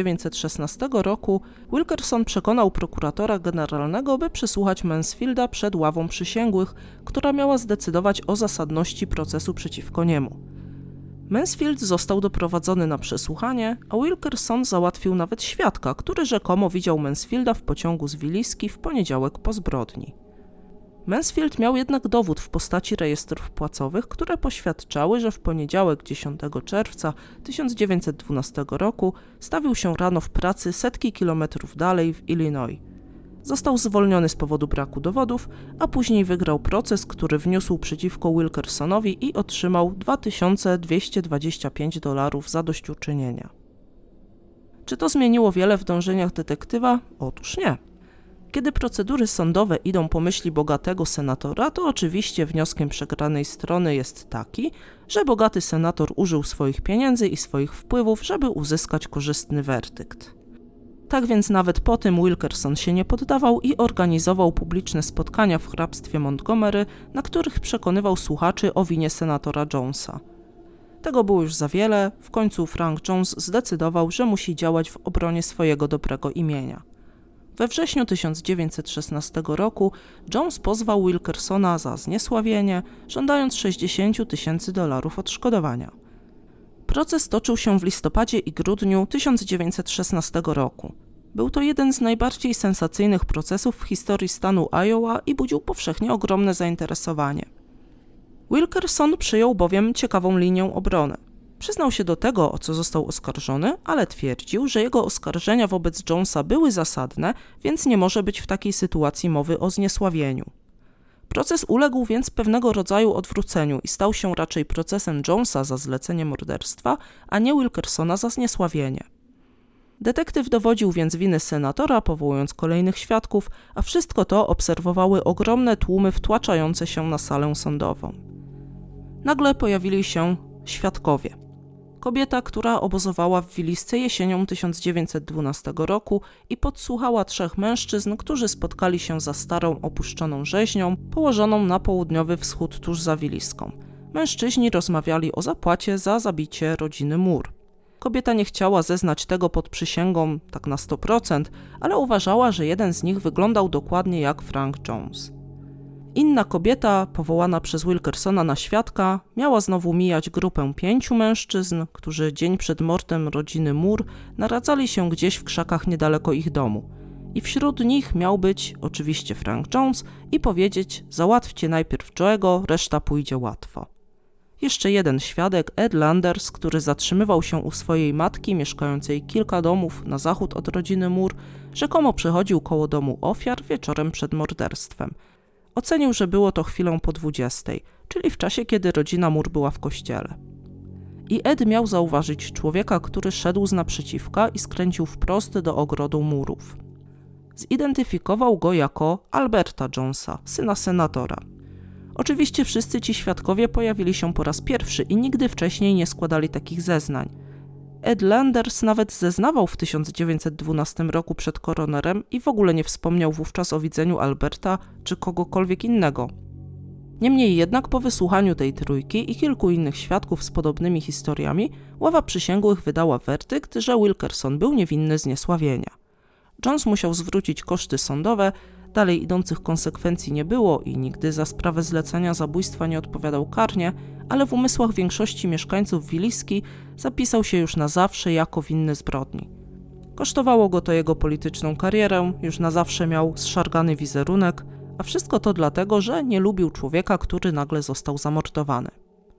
1916 roku Wilkerson przekonał prokuratora generalnego, by przesłuchać Mansfielda przed ławą przysięgłych, która miała zdecydować o zasadności procesu przeciwko niemu. Mansfield został doprowadzony na przesłuchanie, a Wilkerson załatwił nawet świadka, który rzekomo widział Mansfielda w pociągu z Wiliski w poniedziałek po zbrodni. Mansfield miał jednak dowód w postaci rejestrów płacowych, które poświadczały, że w poniedziałek 10 czerwca 1912 roku stawił się rano w pracy setki kilometrów dalej w Illinois. Został zwolniony z powodu braku dowodów, a później wygrał proces, który wniósł przeciwko Wilkersonowi i otrzymał $2225 zadośćuczynienia. Czy to zmieniło wiele w dążeniach detektywa? Otóż nie. Kiedy procedury sądowe idą po myśli bogatego senatora, to oczywiście wnioskiem przegranej strony jest taki, że bogaty senator użył swoich pieniędzy i swoich wpływów, żeby uzyskać korzystny werdykt. Tak więc nawet po tym Wilkerson się nie poddawał i organizował publiczne spotkania w hrabstwie Montgomery, na których przekonywał słuchaczy o winie senatora Jonesa. Tego było już za wiele, w końcu Frank Jones zdecydował, że musi działać w obronie swojego dobrego imienia. We wrześniu 1916 roku Jones pozwał Wilkersona za zniesławienie, żądając $60,000 odszkodowania. Proces toczył się w listopadzie i grudniu 1916 roku. Był to jeden z najbardziej sensacyjnych procesów w historii stanu Iowa i budził powszechnie ogromne zainteresowanie. Wilkerson przyjął bowiem ciekawą linię obrony. Przyznał się do tego, o co został oskarżony, ale twierdził, że jego oskarżenia wobec Jonesa były zasadne, więc nie może być w takiej sytuacji mowy o zniesławieniu. Proces uległ więc pewnego rodzaju odwróceniu i stał się raczej procesem Jonesa za zlecenie morderstwa, a nie Wilkersona za zniesławienie. Detektyw dowodził więc winy senatora, powołując kolejnych świadków, a wszystko to obserwowały ogromne tłumy wtłaczające się na salę sądową. Nagle pojawili się świadkowie. Kobieta, która obozowała w Wilisce jesienią 1912 roku i podsłuchała 3 mężczyzn, którzy spotkali się za starą, opuszczoną rzeźnią, położoną na południowy wschód tuż za Wiliską. Mężczyźni rozmawiali o zapłacie za zabicie rodziny Moore. Kobieta nie chciała zeznać tego pod przysięgą tak na 100%, ale uważała, że jeden z nich wyglądał dokładnie jak Frank Jones. Inna kobieta, powołana przez Wilkersona na świadka, miała znowu mijać grupę 5 mężczyzn, którzy dzień przed mordem rodziny Moore naradzali się gdzieś w krzakach niedaleko ich domu. I wśród nich miał być oczywiście Frank Jones i powiedzieć: załatwcie najpierw Joe'ego, reszta pójdzie łatwo. Jeszcze jeden świadek, Ed Landers, który zatrzymywał się u swojej matki mieszkającej kilka domów na zachód od rodziny Moore, rzekomo przechodził koło domu ofiar wieczorem przed morderstwem. Ocenił, że było to chwilę po 20, czyli w czasie, kiedy rodzina Moore była w kościele. I Ed miał zauważyć człowieka, który szedł z naprzeciwka i skręcił wprost do ogrodu Moorów. Zidentyfikował go jako Alberta Jonesa, syna senatora. Oczywiście wszyscy ci świadkowie pojawili się po raz pierwszy i nigdy wcześniej nie składali takich zeznań. Ed Landers nawet zeznawał w 1912 roku przed koronerem i w ogóle nie wspomniał wówczas o widzeniu Alberta czy kogokolwiek innego. Niemniej jednak po wysłuchaniu tej trójki i kilku innych świadków z podobnymi historiami, ława przysięgłych wydała werdykt, że Wilkerson był niewinny zniesławienia. Jones musiał zwrócić koszty sądowe, dalej idących konsekwencji nie było i nigdy za sprawę zlecenia zabójstwa nie odpowiadał karnie, ale w umysłach większości mieszkańców Wiliski zapisał się już na zawsze jako winny zbrodni. Kosztowało go to jego polityczną karierę, już na zawsze miał zszargany wizerunek, a wszystko to dlatego, że nie lubił człowieka, który nagle został zamordowany.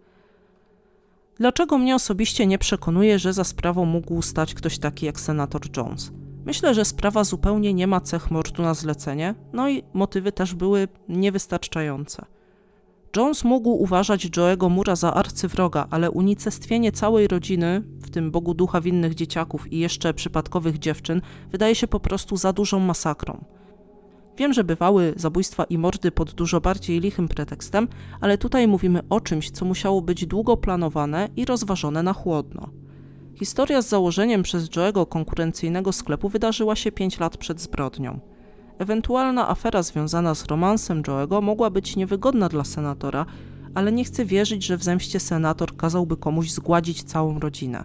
Dlaczego mnie osobiście nie przekonuje, że za sprawą mógł stać ktoś taki jak senator Jones? Myślę, że sprawa zupełnie nie ma cech mordu na zlecenie, no i motywy też były niewystarczające. Jones mógł uważać Joe'ego Moore'a za arcywroga, ale unicestwienie całej rodziny, w tym Bogu ducha winnych dzieciaków i jeszcze przypadkowych dziewczyn, wydaje się po prostu za dużą masakrą. Wiem, że bywały zabójstwa i mordy pod dużo bardziej lichym pretekstem, ale tutaj mówimy o czymś, co musiało być długo planowane i rozważone na chłodno. Historia z założeniem przez Joe'ego konkurencyjnego sklepu wydarzyła się 5 lat przed zbrodnią. Ewentualna afera związana z romansem Joe'ego mogła być niewygodna dla senatora, ale nie chcę wierzyć, że w zemście senator kazałby komuś zgładzić całą rodzinę.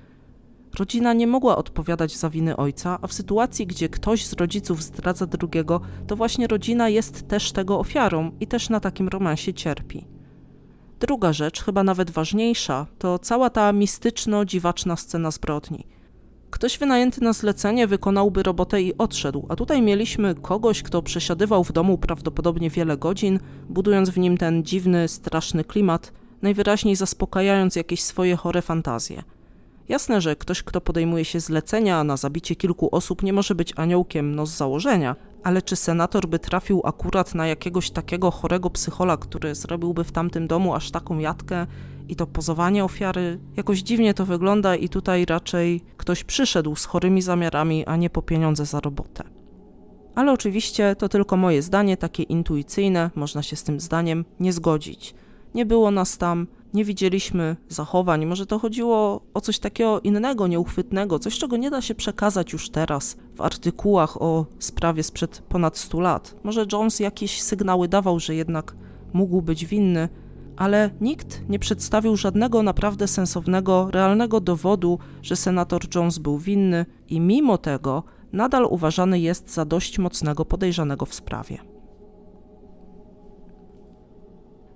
Rodzina nie mogła odpowiadać za winy ojca, a w sytuacji, gdzie ktoś z rodziców zdradza drugiego, to właśnie rodzina jest też tego ofiarą i też na takim romansie cierpi. Druga rzecz, chyba nawet ważniejsza, to cała ta mistyczno-dziwaczna scena zbrodni. Ktoś wynajęty na zlecenie wykonałby robotę i odszedł, a tutaj mieliśmy kogoś, kto przesiadywał w domu prawdopodobnie wiele godzin, budując w nim ten dziwny, straszny klimat, najwyraźniej zaspokajając jakieś swoje chore fantazje. Jasne, że ktoś, kto podejmuje się zlecenia na zabicie kilku osób, nie może być aniołkiem z założenia, ale czy senator by trafił akurat na jakiegoś takiego chorego psychola, który zrobiłby w tamtym domu aż taką jatkę i to pozowanie ofiary? Jakoś dziwnie to wygląda i tutaj raczej ktoś przyszedł z chorymi zamiarami, a nie po pieniądze za robotę. Ale oczywiście to tylko moje zdanie, takie intuicyjne, można się z tym zdaniem nie zgodzić. Nie było nas tam, nie widzieliśmy zachowań, może to chodziło o coś takiego innego, nieuchwytnego, coś, czego nie da się przekazać już teraz w artykułach o sprawie sprzed ponad 100 lat. Może Jones jakieś sygnały dawał, że jednak mógł być winny, ale nikt nie przedstawił żadnego naprawdę sensownego, realnego dowodu, że senator Jones był winny i mimo tego nadal uważany jest za dość mocnego podejrzanego w sprawie.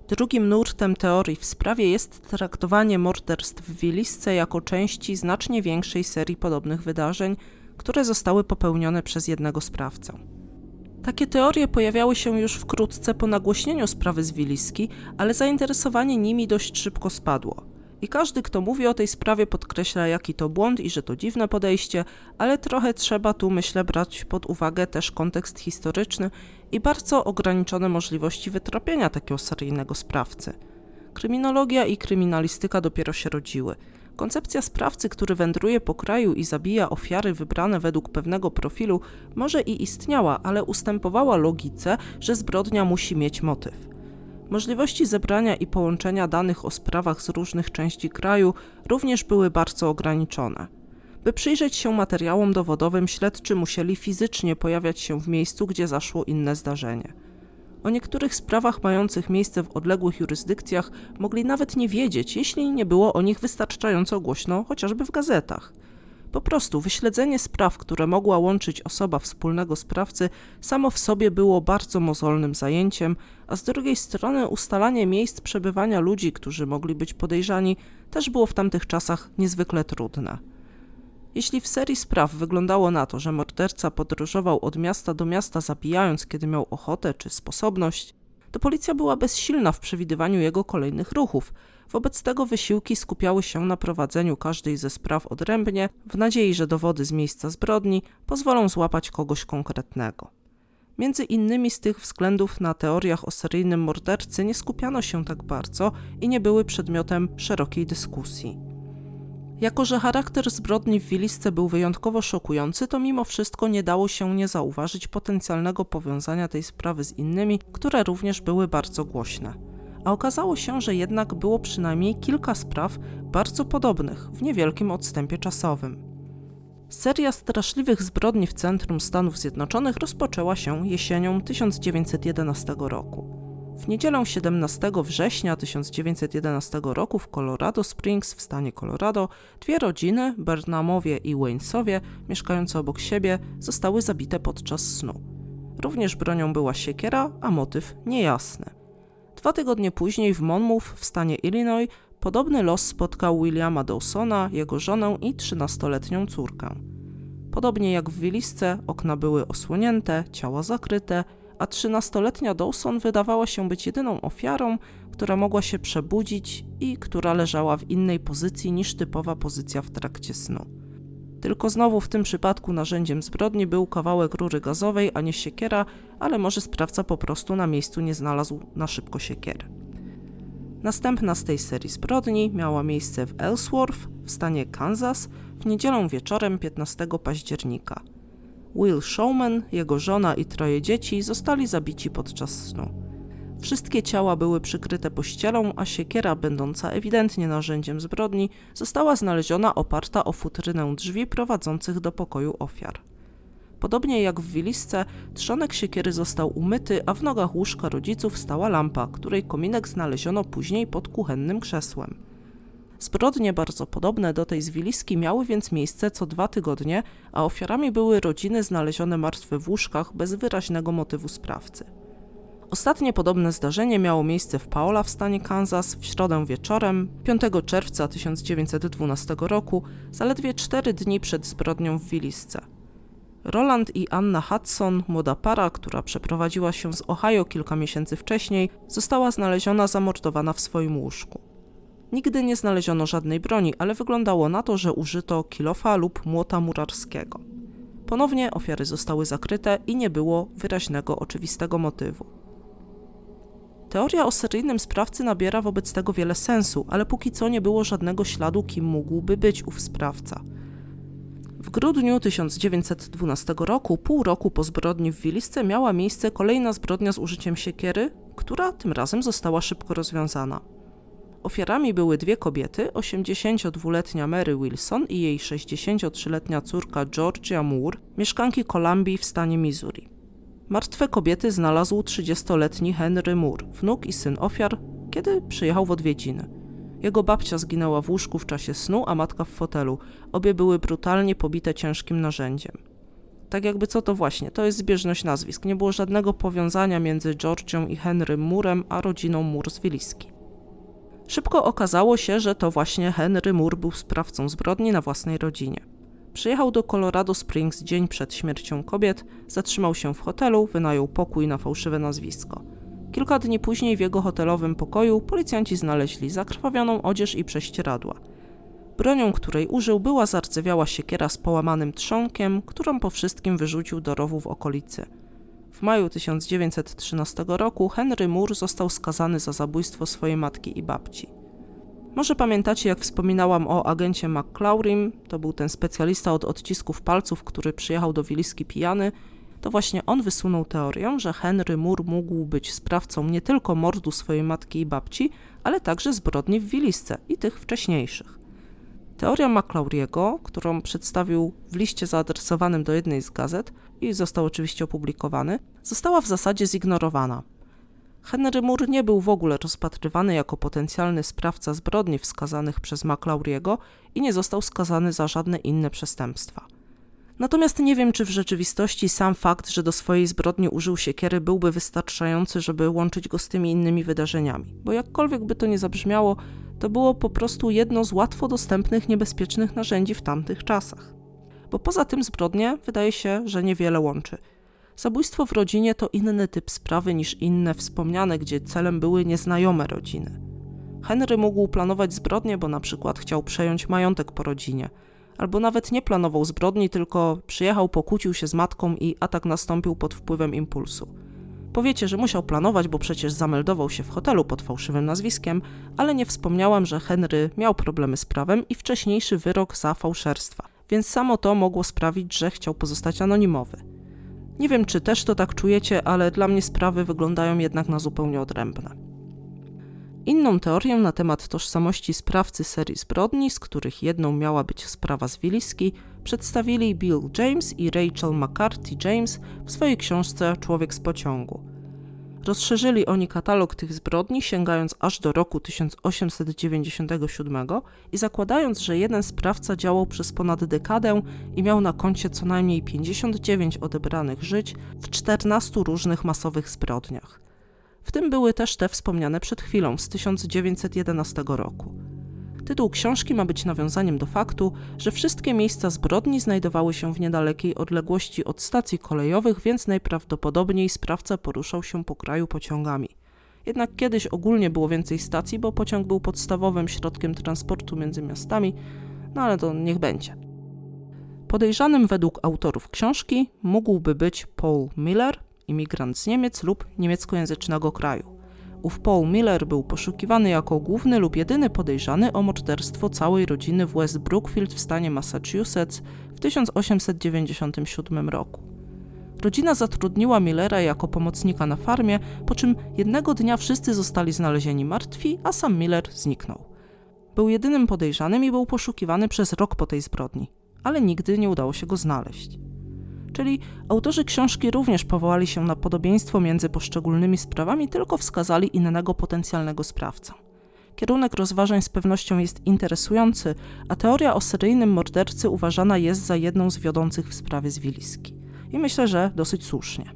Drugim nurtem teorii w sprawie jest traktowanie morderstw w Wilisce jako części znacznie większej serii podobnych wydarzeń, które zostały popełnione przez jednego sprawcę. Takie teorie pojawiały się już wkrótce po nagłośnieniu sprawy z Wiliski, ale zainteresowanie nimi dość szybko spadło. I każdy, kto mówi o tej sprawie, podkreśla, jaki to błąd i że to dziwne podejście, ale trochę trzeba tu, myślę, brać pod uwagę też kontekst historyczny i bardzo ograniczone możliwości wytropienia takiego seryjnego sprawcy. Kryminologia i kryminalistyka dopiero się rodziły. Koncepcja sprawcy, który wędruje po kraju i zabija ofiary wybrane według pewnego profilu, może i istniała, ale ustępowała logice, że zbrodnia musi mieć motyw. Możliwości zebrania i połączenia danych o sprawach z różnych części kraju również były bardzo ograniczone. By przyjrzeć się materiałom dowodowym, śledczy musieli fizycznie pojawiać się w miejscu, gdzie zaszło inne zdarzenie. O niektórych sprawach mających miejsce w odległych jurysdykcjach mogli nawet nie wiedzieć, jeśli nie było o nich wystarczająco głośno, chociażby w gazetach. Po prostu wyśledzenie spraw, które mogła łączyć osoba wspólnego sprawcy, samo w sobie było bardzo mozolnym zajęciem, a z drugiej strony ustalanie miejsc przebywania ludzi, którzy mogli być podejrzani, też było w tamtych czasach niezwykle trudne. Jeśli w serii spraw wyglądało na to, że morderca podróżował od miasta do miasta zabijając, kiedy miał ochotę czy sposobność, to policja była bezsilna w przewidywaniu jego kolejnych ruchów. Wobec tego wysiłki skupiały się na prowadzeniu każdej ze spraw odrębnie, w nadziei, że dowody z miejsca zbrodni pozwolą złapać kogoś konkretnego. Między innymi z tych względów na teoriach o seryjnym mordercy nie skupiano się tak bardzo i nie były przedmiotem szerokiej dyskusji. Jako że charakter zbrodni w Wilisce był wyjątkowo szokujący, to mimo wszystko nie dało się nie zauważyć potencjalnego powiązania tej sprawy z innymi, które również były bardzo głośne. A okazało się, że jednak było przynajmniej kilka spraw bardzo podobnych w niewielkim odstępie czasowym. Seria straszliwych zbrodni w centrum Stanów Zjednoczonych rozpoczęła się jesienią 1911 roku. W niedzielę 17 września 1911 roku w Colorado Springs w stanie Colorado dwie rodziny, Burnhamowie i Waynesowie, mieszkające obok siebie, zostały zabite podczas snu. Również bronią była siekiera, a motyw niejasny. 2 tygodnie później w Monmouth w stanie Illinois podobny los spotkał Williama Dawsona, jego żonę i 13-letnią córkę. Podobnie jak w Wilisce, okna były osłonięte, ciała zakryte, a 13-letnia Dawson wydawała się być jedyną ofiarą, która mogła się przebudzić i która leżała w innej pozycji niż typowa pozycja w trakcie snu. Tylko znowu w tym przypadku narzędziem zbrodni był kawałek rury gazowej, a nie siekiera, ale może sprawca po prostu na miejscu nie znalazł na szybko siekiery. Następna z tej serii zbrodni miała miejsce w Ellsworth w stanie Kansas w niedzielę wieczorem 15 października. Will Showman, jego żona i 3 dzieci zostali zabici podczas snu. Wszystkie ciała były przykryte pościelą, a siekiera, będąca ewidentnie narzędziem zbrodni, została znaleziona oparta o futrynę drzwi prowadzących do pokoju ofiar. Podobnie jak w Wilisce, trzonek siekiery został umyty, a w nogach łóżka rodziców stała lampa, której kominek znaleziono później pod kuchennym krzesłem. Zbrodnie bardzo podobne do tej z Wiliski miały więc miejsce co 2 tygodnie, a ofiarami były rodziny znalezione martwe w łóżkach bez wyraźnego motywu sprawcy. Ostatnie podobne zdarzenie miało miejsce w Paola w stanie Kansas w środę wieczorem 5 czerwca 1912 roku, zaledwie 4 dni przed zbrodnią w Wilisce. Roland i Anna Hudson, młoda para, która przeprowadziła się z Ohio kilka miesięcy wcześniej, została znaleziona zamordowana w swoim łóżku. Nigdy nie znaleziono żadnej broni, ale wyglądało na to, że użyto kilofa lub młota murarskiego. Ponownie ofiary zostały zakryte i nie było wyraźnego, oczywistego motywu. Teoria o seryjnym sprawcy nabiera wobec tego wiele sensu, ale póki co nie było żadnego śladu, kim mógłby być ów sprawca. W grudniu 1912 roku, pół roku po zbrodni w Wilisce, miała miejsce kolejna zbrodnia z użyciem siekiery, która tym razem została szybko rozwiązana. Ofiarami były 2 kobiety, 82-letnia Mary Wilson i jej 63-letnia córka Georgia Moore, mieszkanki Columbii w stanie Missouri. Martwe kobiety znalazł 30-letni Henry Moore, wnuk i syn ofiar, kiedy przyjechał w odwiedziny. Jego babcia zginęła w łóżku w czasie snu, a matka w fotelu. Obie były brutalnie pobite ciężkim narzędziem. Tak jakby co to właśnie, to jest zbieżność nazwisk. Nie było żadnego powiązania między George'em i Henrym Moorem, a rodziną Moore z Wiliski. Szybko okazało się, że to właśnie Henry Moore był sprawcą zbrodni na własnej rodzinie. Przyjechał do Colorado Springs dzień przed śmiercią kobiet, zatrzymał się w hotelu, wynajął pokój na fałszywe nazwisko. Kilka dni później w jego hotelowym pokoju policjanci znaleźli zakrwawioną odzież i prześcieradła. Bronią, której użył, była zardzewiała siekiera z połamanym trzonkiem, którą po wszystkim wyrzucił do rowu w okolicy. W maju 1913 roku Henry Moore został skazany za zabójstwo swojej matki i babci. Może pamiętacie, jak wspominałam o agencie McClaurym, to był ten specjalista od odcisków palców, który przyjechał do Wiliski pijany, to właśnie on wysunął teorię, że Henry Moore mógł być sprawcą nie tylko mordu swojej matki i babci, ale także zbrodni w Wilisce i tych wcześniejszych. Teoria McClauriego, którą przedstawił w liście zaadresowanym do jednej z gazet i został oczywiście opublikowany, została w zasadzie zignorowana. Henry Moore nie był w ogóle rozpatrywany jako potencjalny sprawca zbrodni wskazanych przez McClauriego i nie został skazany za żadne inne przestępstwa. Natomiast nie wiem, czy w rzeczywistości sam fakt, że do swojej zbrodni użył siekiery, byłby wystarczający, żeby łączyć go z tymi innymi wydarzeniami, bo jakkolwiek by to nie zabrzmiało, to było po prostu jedno z łatwo dostępnych, niebezpiecznych narzędzi w tamtych czasach. Bo poza tym zbrodnie wydaje się, że niewiele łączy. Zabójstwo w rodzinie to inny typ sprawy niż inne wspomniane, gdzie celem były nieznajome rodziny. Henry mógł planować zbrodnię, bo na przykład chciał przejąć majątek po rodzinie, albo nawet nie planował zbrodni, tylko przyjechał, pokłócił się z matką i atak nastąpił pod wpływem impulsu. Powiecie, że musiał planować, bo przecież zameldował się w hotelu pod fałszywym nazwiskiem, ale nie wspomniałam, że Henry miał problemy z prawem i wcześniejszy wyrok za fałszerstwa, więc samo to mogło sprawić, że chciał pozostać anonimowy. Nie wiem, czy też to tak czujecie, ale dla mnie sprawy wyglądają jednak na zupełnie odrębne. Inną teorię na temat tożsamości sprawcy serii zbrodni, z których jedną miała być sprawa z Wiliski, przedstawili Bill James i Rachel McCarthy James w swojej książce Człowiek z pociągu. Rozszerzyli oni katalog tych zbrodni, sięgając aż do roku 1897 i zakładając, że jeden sprawca działał przez ponad dekadę i miał na koncie co najmniej 59 odebranych żyć w 14 różnych masowych zbrodniach. W tym były też te wspomniane przed chwilą, z 1911 roku. Tytuł książki ma być nawiązaniem do faktu, że wszystkie miejsca zbrodni znajdowały się w niedalekiej odległości od stacji kolejowych, więc najprawdopodobniej sprawca poruszał się po kraju pociągami. Jednak kiedyś ogólnie było więcej stacji, bo pociąg był podstawowym środkiem transportu między miastami, no ale to niech będzie. Podejrzanym według autorów książki mógłby być Paul Miller, imigrant z Niemiec lub niemieckojęzycznego kraju. Ów Paul Miller był poszukiwany jako główny lub jedyny podejrzany o morderstwo całej rodziny w West Brookfield w stanie Massachusetts w 1897 roku. Rodzina zatrudniła Millera jako pomocnika na farmie, po czym jednego dnia wszyscy zostali znalezieni martwi, a sam Miller zniknął. Był jedynym podejrzanym i był poszukiwany przez rok po tej zbrodni, ale nigdy nie udało się go znaleźć. Czyli autorzy książki również powołali się na podobieństwo między poszczególnymi sprawami, tylko wskazali innego potencjalnego sprawcę. Kierunek rozważań z pewnością jest interesujący, a teoria o seryjnym mordercy uważana jest za jedną z wiodących w sprawie z Wiliski. I myślę, że dosyć słusznie.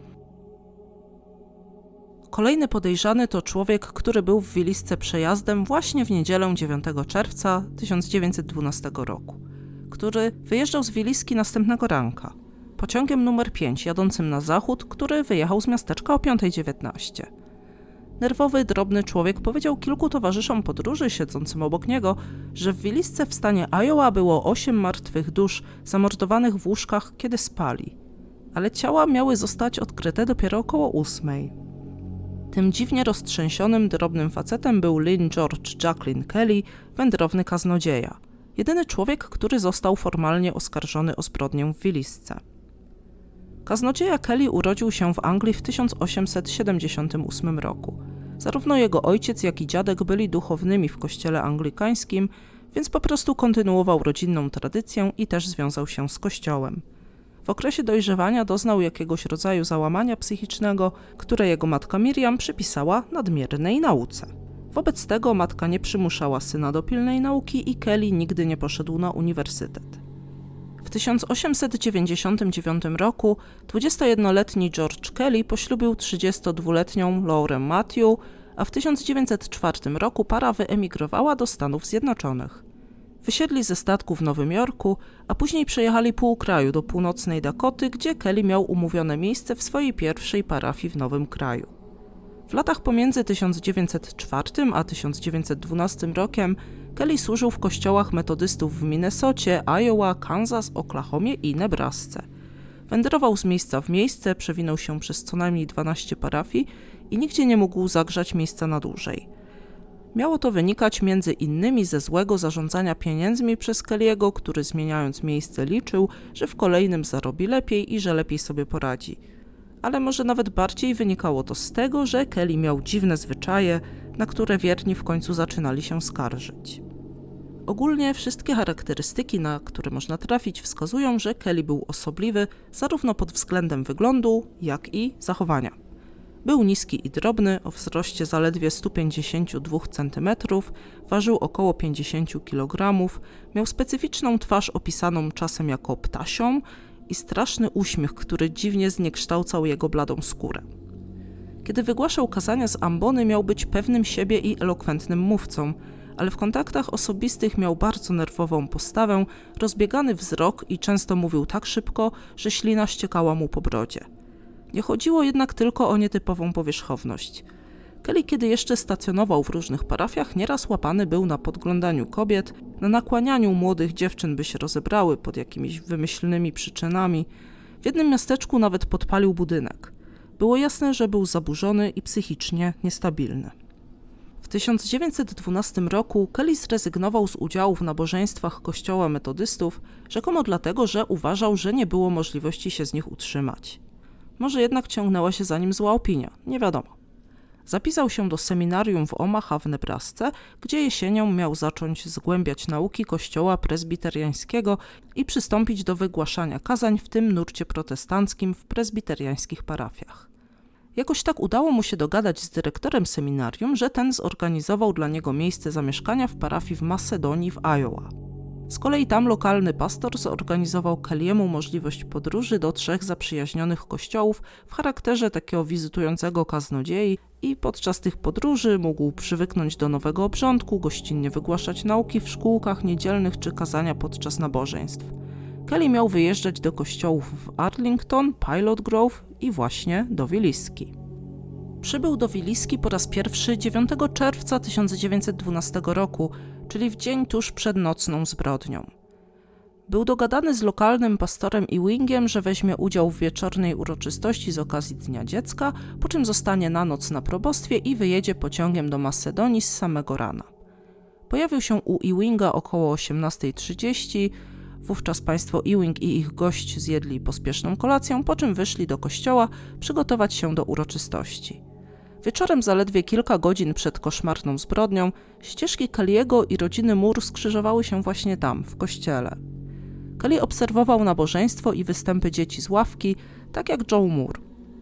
Kolejny podejrzany to człowiek, który był w Wilisce przejazdem właśnie w niedzielę 9 czerwca 1912 roku, który wyjeżdżał z Wiliski następnego ranka, pociągiem numer 5 jadącym na zachód, który wyjechał z miasteczka o 5:19. Nerwowy, drobny człowiek powiedział kilku towarzyszom podróży siedzącym obok niego, że w Wilisce w stanie Iowa było 8 martwych dusz zamordowanych w łóżkach, kiedy spali, ale ciała miały zostać odkryte dopiero około 8. Tym dziwnie roztrzęsionym, drobnym facetem był Lynn George Jacqueline Kelly, wędrowny kaznodzieja. Jedyny człowiek, który został formalnie oskarżony o zbrodnię w Wilisce. Kaznodzieja Kelly urodził się w Anglii w 1878 roku. Zarówno jego ojciec, jak i dziadek byli duchownymi w kościele anglikańskim, więc po prostu kontynuował rodzinną tradycję i też związał się z kościołem. W okresie dojrzewania doznał jakiegoś rodzaju załamania psychicznego, które jego matka Miriam przypisała nadmiernej nauce. Wobec tego matka nie przymuszała syna do pilnej nauki i Kelly nigdy nie poszedł na uniwersytet. W W 1899 roku 21-letni George Kelly poślubił 32-letnią Laurę Matthew, a w 1904 roku para wyemigrowała do Stanów Zjednoczonych. Wysiedli ze statku w Nowym Jorku, a później przejechali pół kraju do północnej Dakoty, gdzie Kelly miał umówione miejsce w swojej pierwszej parafii w nowym kraju. W latach pomiędzy 1904 a 1912 rokiem Kelly służył w kościołach metodystów w Minnesocie, Iowa, Kansas, Oklahomie i Nebrasce. Wędrował z miejsca w miejsce, przewinął się przez co najmniej 12 parafii i nigdzie nie mógł zagrzać miejsca na dłużej. Miało to wynikać między innymi ze złego zarządzania pieniędzmi przez Kelly'ego, który zmieniając miejsce liczył, że w kolejnym zarobi lepiej i że lepiej sobie poradzi. Ale może nawet bardziej wynikało to z tego, że Kelly miał dziwne zwyczaje, na które wierni w końcu zaczynali się skarżyć. Ogólnie wszystkie charakterystyki, na które można trafić, wskazują, że Kelly był osobliwy zarówno pod względem wyglądu, jak i zachowania. Był niski i drobny, o wzroście zaledwie 152 cm, ważył około 50 kg, miał specyficzną twarz opisaną czasem jako ptasią i straszny uśmiech, który dziwnie zniekształcał jego bladą skórę. Kiedy wygłaszał kazania z ambony, miał być pewnym siebie i elokwentnym mówcą, ale w kontaktach osobistych miał bardzo nerwową postawę, rozbiegany wzrok i często mówił tak szybko, że ślina ściekała mu po brodzie. Nie chodziło jednak tylko o nietypową powierzchowność. Kelly, kiedy jeszcze stacjonował w różnych parafiach, nieraz łapany był na podglądaniu kobiet, na nakłanianiu młodych dziewczyn, by się rozebrały pod jakimiś wymyślnymi przyczynami. W jednym miasteczku nawet podpalił budynek. Było jasne, że był zaburzony i psychicznie niestabilny. W 1912 roku Kelly zrezygnował z udziału w nabożeństwach kościoła metodystów, rzekomo dlatego, że uważał, że nie było możliwości się z nich utrzymać. Może jednak ciągnęła się za nim zła opinia, nie wiadomo. Zapisał się do seminarium w Omaha w Nebrasce, gdzie jesienią miał zacząć zgłębiać nauki kościoła prezbiteriańskiego i przystąpić do wygłaszania kazań w tym nurcie protestanckim w prezbiteriańskich parafiach. Jakoś tak udało mu się dogadać z dyrektorem seminarium, że ten zorganizował dla niego miejsce zamieszkania w parafii w Macedonii w Iowa. Z kolei tam lokalny pastor zorganizował Kelly'emu możliwość podróży do 3 zaprzyjaźnionych kościołów w charakterze takiego wizytującego kaznodziei i podczas tych podróży mógł przywyknąć do nowego obrządku, gościnnie wygłaszać nauki w szkółkach niedzielnych czy kazania podczas nabożeństw. Kelly miał wyjeżdżać do kościołów w Arlington, Pilot Grove i właśnie do Wiliski. Przybył do Wiliski po raz pierwszy 9 czerwca 1912 roku, czyli w dzień tuż przed nocną zbrodnią. Był dogadany z lokalnym pastorem Ewingiem, że weźmie udział w wieczornej uroczystości z okazji Dnia Dziecka, po czym zostanie na noc na probostwie i wyjedzie pociągiem do Macedonii z samego rana. Pojawił się u Ewinga około 18:30, wówczas państwo Ewing i ich gość zjedli pospieszną kolację, po czym wyszli do kościoła przygotować się do uroczystości. Wieczorem, zaledwie kilka godzin przed koszmarną zbrodnią, ścieżki Kelly'ego i rodziny Moore skrzyżowały się właśnie tam, w kościele. Kelly obserwował nabożeństwo i występy dzieci z ławki, tak jak Joe Moore.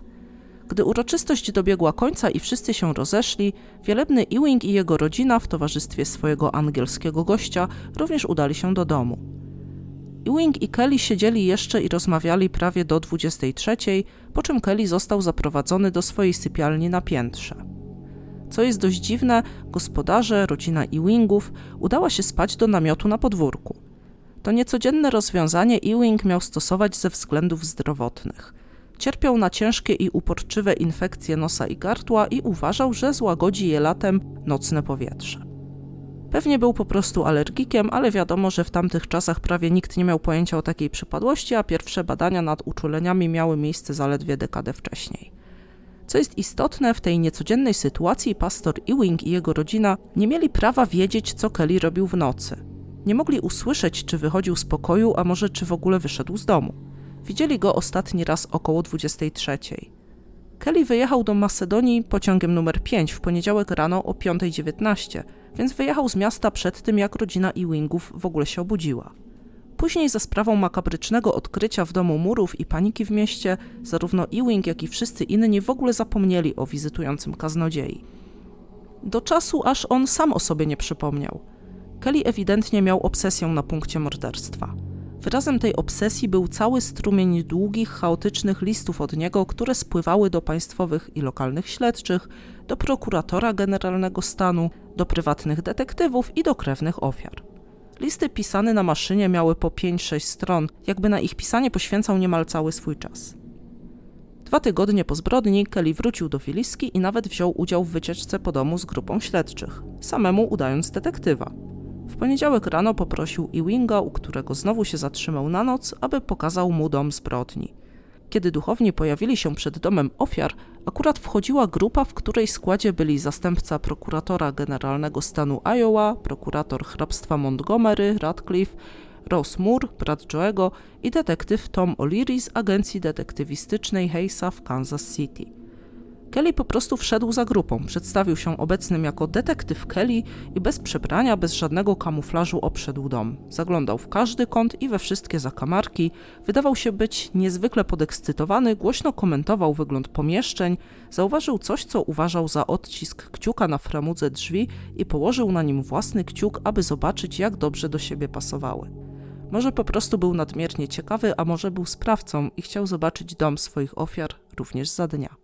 Gdy uroczystość dobiegła końca i wszyscy się rozeszli, wielebny Ewing i jego rodzina w towarzystwie swojego angielskiego gościa również udali się do domu. Ewing i Kelly siedzieli jeszcze i rozmawiali prawie do 23:00, po czym Kelly został zaprowadzony do swojej sypialni na piętrze. Co jest dość dziwne, gospodarze, rodzina Ewingów udała się spać do namiotu na podwórku. To niecodzienne rozwiązanie Ewing miał stosować ze względów zdrowotnych. Cierpiał na ciężkie i uporczywe infekcje nosa i gardła i uważał, że złagodzi je latem nocne powietrze. Pewnie był po prostu alergikiem, ale wiadomo, że w tamtych czasach prawie nikt nie miał pojęcia o takiej przypadłości, a pierwsze badania nad uczuleniami miały miejsce zaledwie dekadę wcześniej. Co jest istotne, w tej niecodziennej sytuacji pastor Ewing i jego rodzina nie mieli prawa wiedzieć, co Kelly robił w nocy. Nie mogli usłyszeć, czy wychodził z pokoju, a może czy w ogóle wyszedł z domu. Widzieli go ostatni raz około 23:00. Kelly wyjechał do Macedonii pociągiem numer 5 w poniedziałek rano o 5:19, więc wyjechał z miasta przed tym, jak rodzina Ewingów w ogóle się obudziła. Później za sprawą makabrycznego odkrycia w domu Murów i paniki w mieście, zarówno Ewing, jak i wszyscy inni w ogóle zapomnieli o wizytującym kaznodziei. Do czasu, aż on sam o sobie nie przypomniał. Kelly ewidentnie miał obsesję na punkcie morderstwa. Wyrazem tej obsesji był cały strumień długich, chaotycznych listów od niego, które spływały do państwowych i lokalnych śledczych, do prokuratora generalnego stanu, do prywatnych detektywów i do krewnych ofiar. Listy pisane na maszynie miały po 5-6 stron, jakby na ich pisanie poświęcał niemal cały swój czas. 2 tygodnie po zbrodni Kelly wrócił do Wiliski i nawet wziął udział w wycieczce po domu z grupą śledczych, samemu udając detektywa. W poniedziałek rano poprosił Ewinga, u którego znowu się zatrzymał na noc, aby pokazał mu dom zbrodni. Kiedy duchowni pojawili się przed domem ofiar, akurat wchodziła grupa, w której składzie byli zastępca prokuratora generalnego stanu Iowa, prokurator hrabstwa Montgomery, Radcliffe, Ross Moore, brat Joe'ego i detektyw Tom O'Leary z agencji detektywistycznej Hayesa w Kansas City. Kelly po prostu wszedł za grupą, przedstawił się obecnym jako detektyw Kelly i bez przebrania, bez żadnego kamuflażu obszedł dom. Zaglądał w każdy kąt i we wszystkie zakamarki, wydawał się być niezwykle podekscytowany, głośno komentował wygląd pomieszczeń, zauważył coś, co uważał za odcisk kciuka na framudze drzwi i położył na nim własny kciuk, aby zobaczyć, jak dobrze do siebie pasowały. Może po prostu był nadmiernie ciekawy, a może był sprawcą i chciał zobaczyć dom swoich ofiar również za dnia.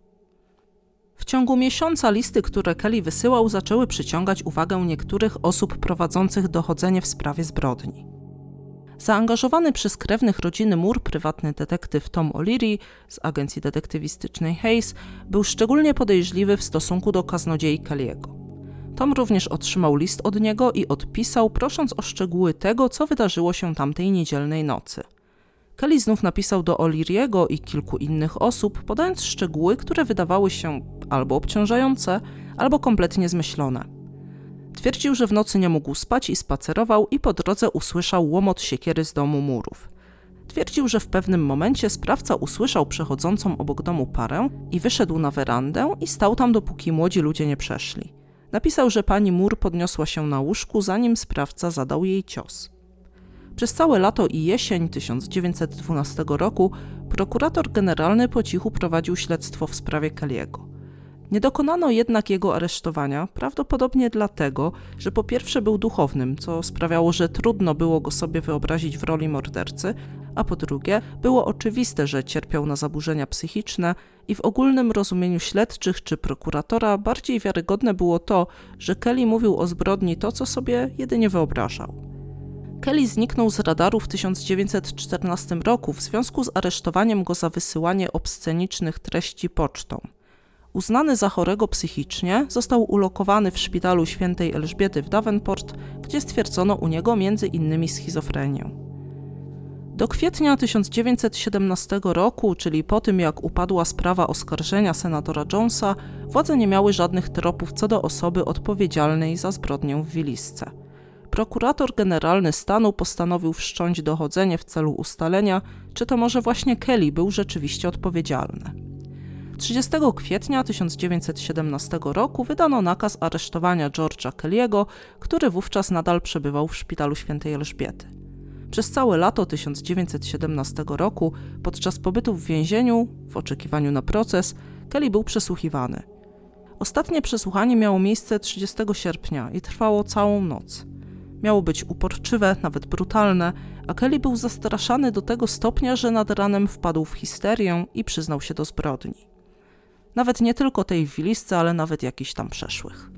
W ciągu miesiąca listy, które Kelly wysyłał, zaczęły przyciągać uwagę niektórych osób prowadzących dochodzenie w sprawie zbrodni. Zaangażowany przez krewnych rodziny Moore prywatny detektyw Tom O'Leary z agencji detektywistycznej Hayes był szczególnie podejrzliwy w stosunku do kaznodziei Kelly'ego. Tom również otrzymał list od niego i odpisał, prosząc o szczegóły tego, co wydarzyło się tamtej niedzielnej nocy. Kelly znów napisał do O'Leary'ego i kilku innych osób, podając szczegóły, które wydawały się albo obciążające, albo kompletnie zmyślone. Twierdził, że w nocy nie mógł spać i spacerował i po drodze usłyszał łomot siekiery z domu Murów. Twierdził, że w pewnym momencie sprawca usłyszał przechodzącą obok domu parę i wyszedł na werandę i stał tam, dopóki młodzi ludzie nie przeszli. Napisał, że pani Moore podniosła się na łóżku, zanim sprawca zadał jej cios. Przez całe lato i jesień 1912 roku prokurator generalny po cichu prowadził śledztwo w sprawie Kelly'ego. Nie dokonano jednak jego aresztowania, prawdopodobnie dlatego, że po pierwsze był duchownym, co sprawiało, że trudno było go sobie wyobrazić w roli mordercy, a po drugie było oczywiste, że cierpiał na zaburzenia psychiczne i w ogólnym rozumieniu śledczych czy prokuratora bardziej wiarygodne było to, że Kelly mówił o zbrodni to, co sobie jedynie wyobrażał. Kelly zniknął z radaru w 1914 roku w związku z aresztowaniem go za wysyłanie obscenicznych treści pocztą. Uznany za chorego psychicznie, został ulokowany w szpitalu świętej Elżbiety w Davenport, gdzie stwierdzono u niego m.in. schizofrenię. Do kwietnia 1917 roku, czyli po tym jak upadła sprawa oskarżenia senatora Jonesa, władze nie miały żadnych tropów co do osoby odpowiedzialnej za zbrodnię w Wilisce. Prokurator generalny stanu postanowił wszcząć dochodzenie w celu ustalenia, czy to może właśnie Kelly był rzeczywiście odpowiedzialny. 30 kwietnia 1917 roku wydano nakaz aresztowania George'a Kelly'ego, który wówczas nadal przebywał w szpitalu świętej Elżbiety. Przez całe lato 1917 roku, podczas pobytu w więzieniu, w oczekiwaniu na proces, Kelly był przesłuchiwany. Ostatnie przesłuchanie miało miejsce 30 sierpnia i trwało całą noc. Miało być uporczywe, nawet brutalne, a Kelly był zastraszany do tego stopnia, że nad ranem wpadł w histerię i przyznał się do zbrodni. Nawet nie tylko tej w Wilisce, ale nawet jakichś tam przeszłych.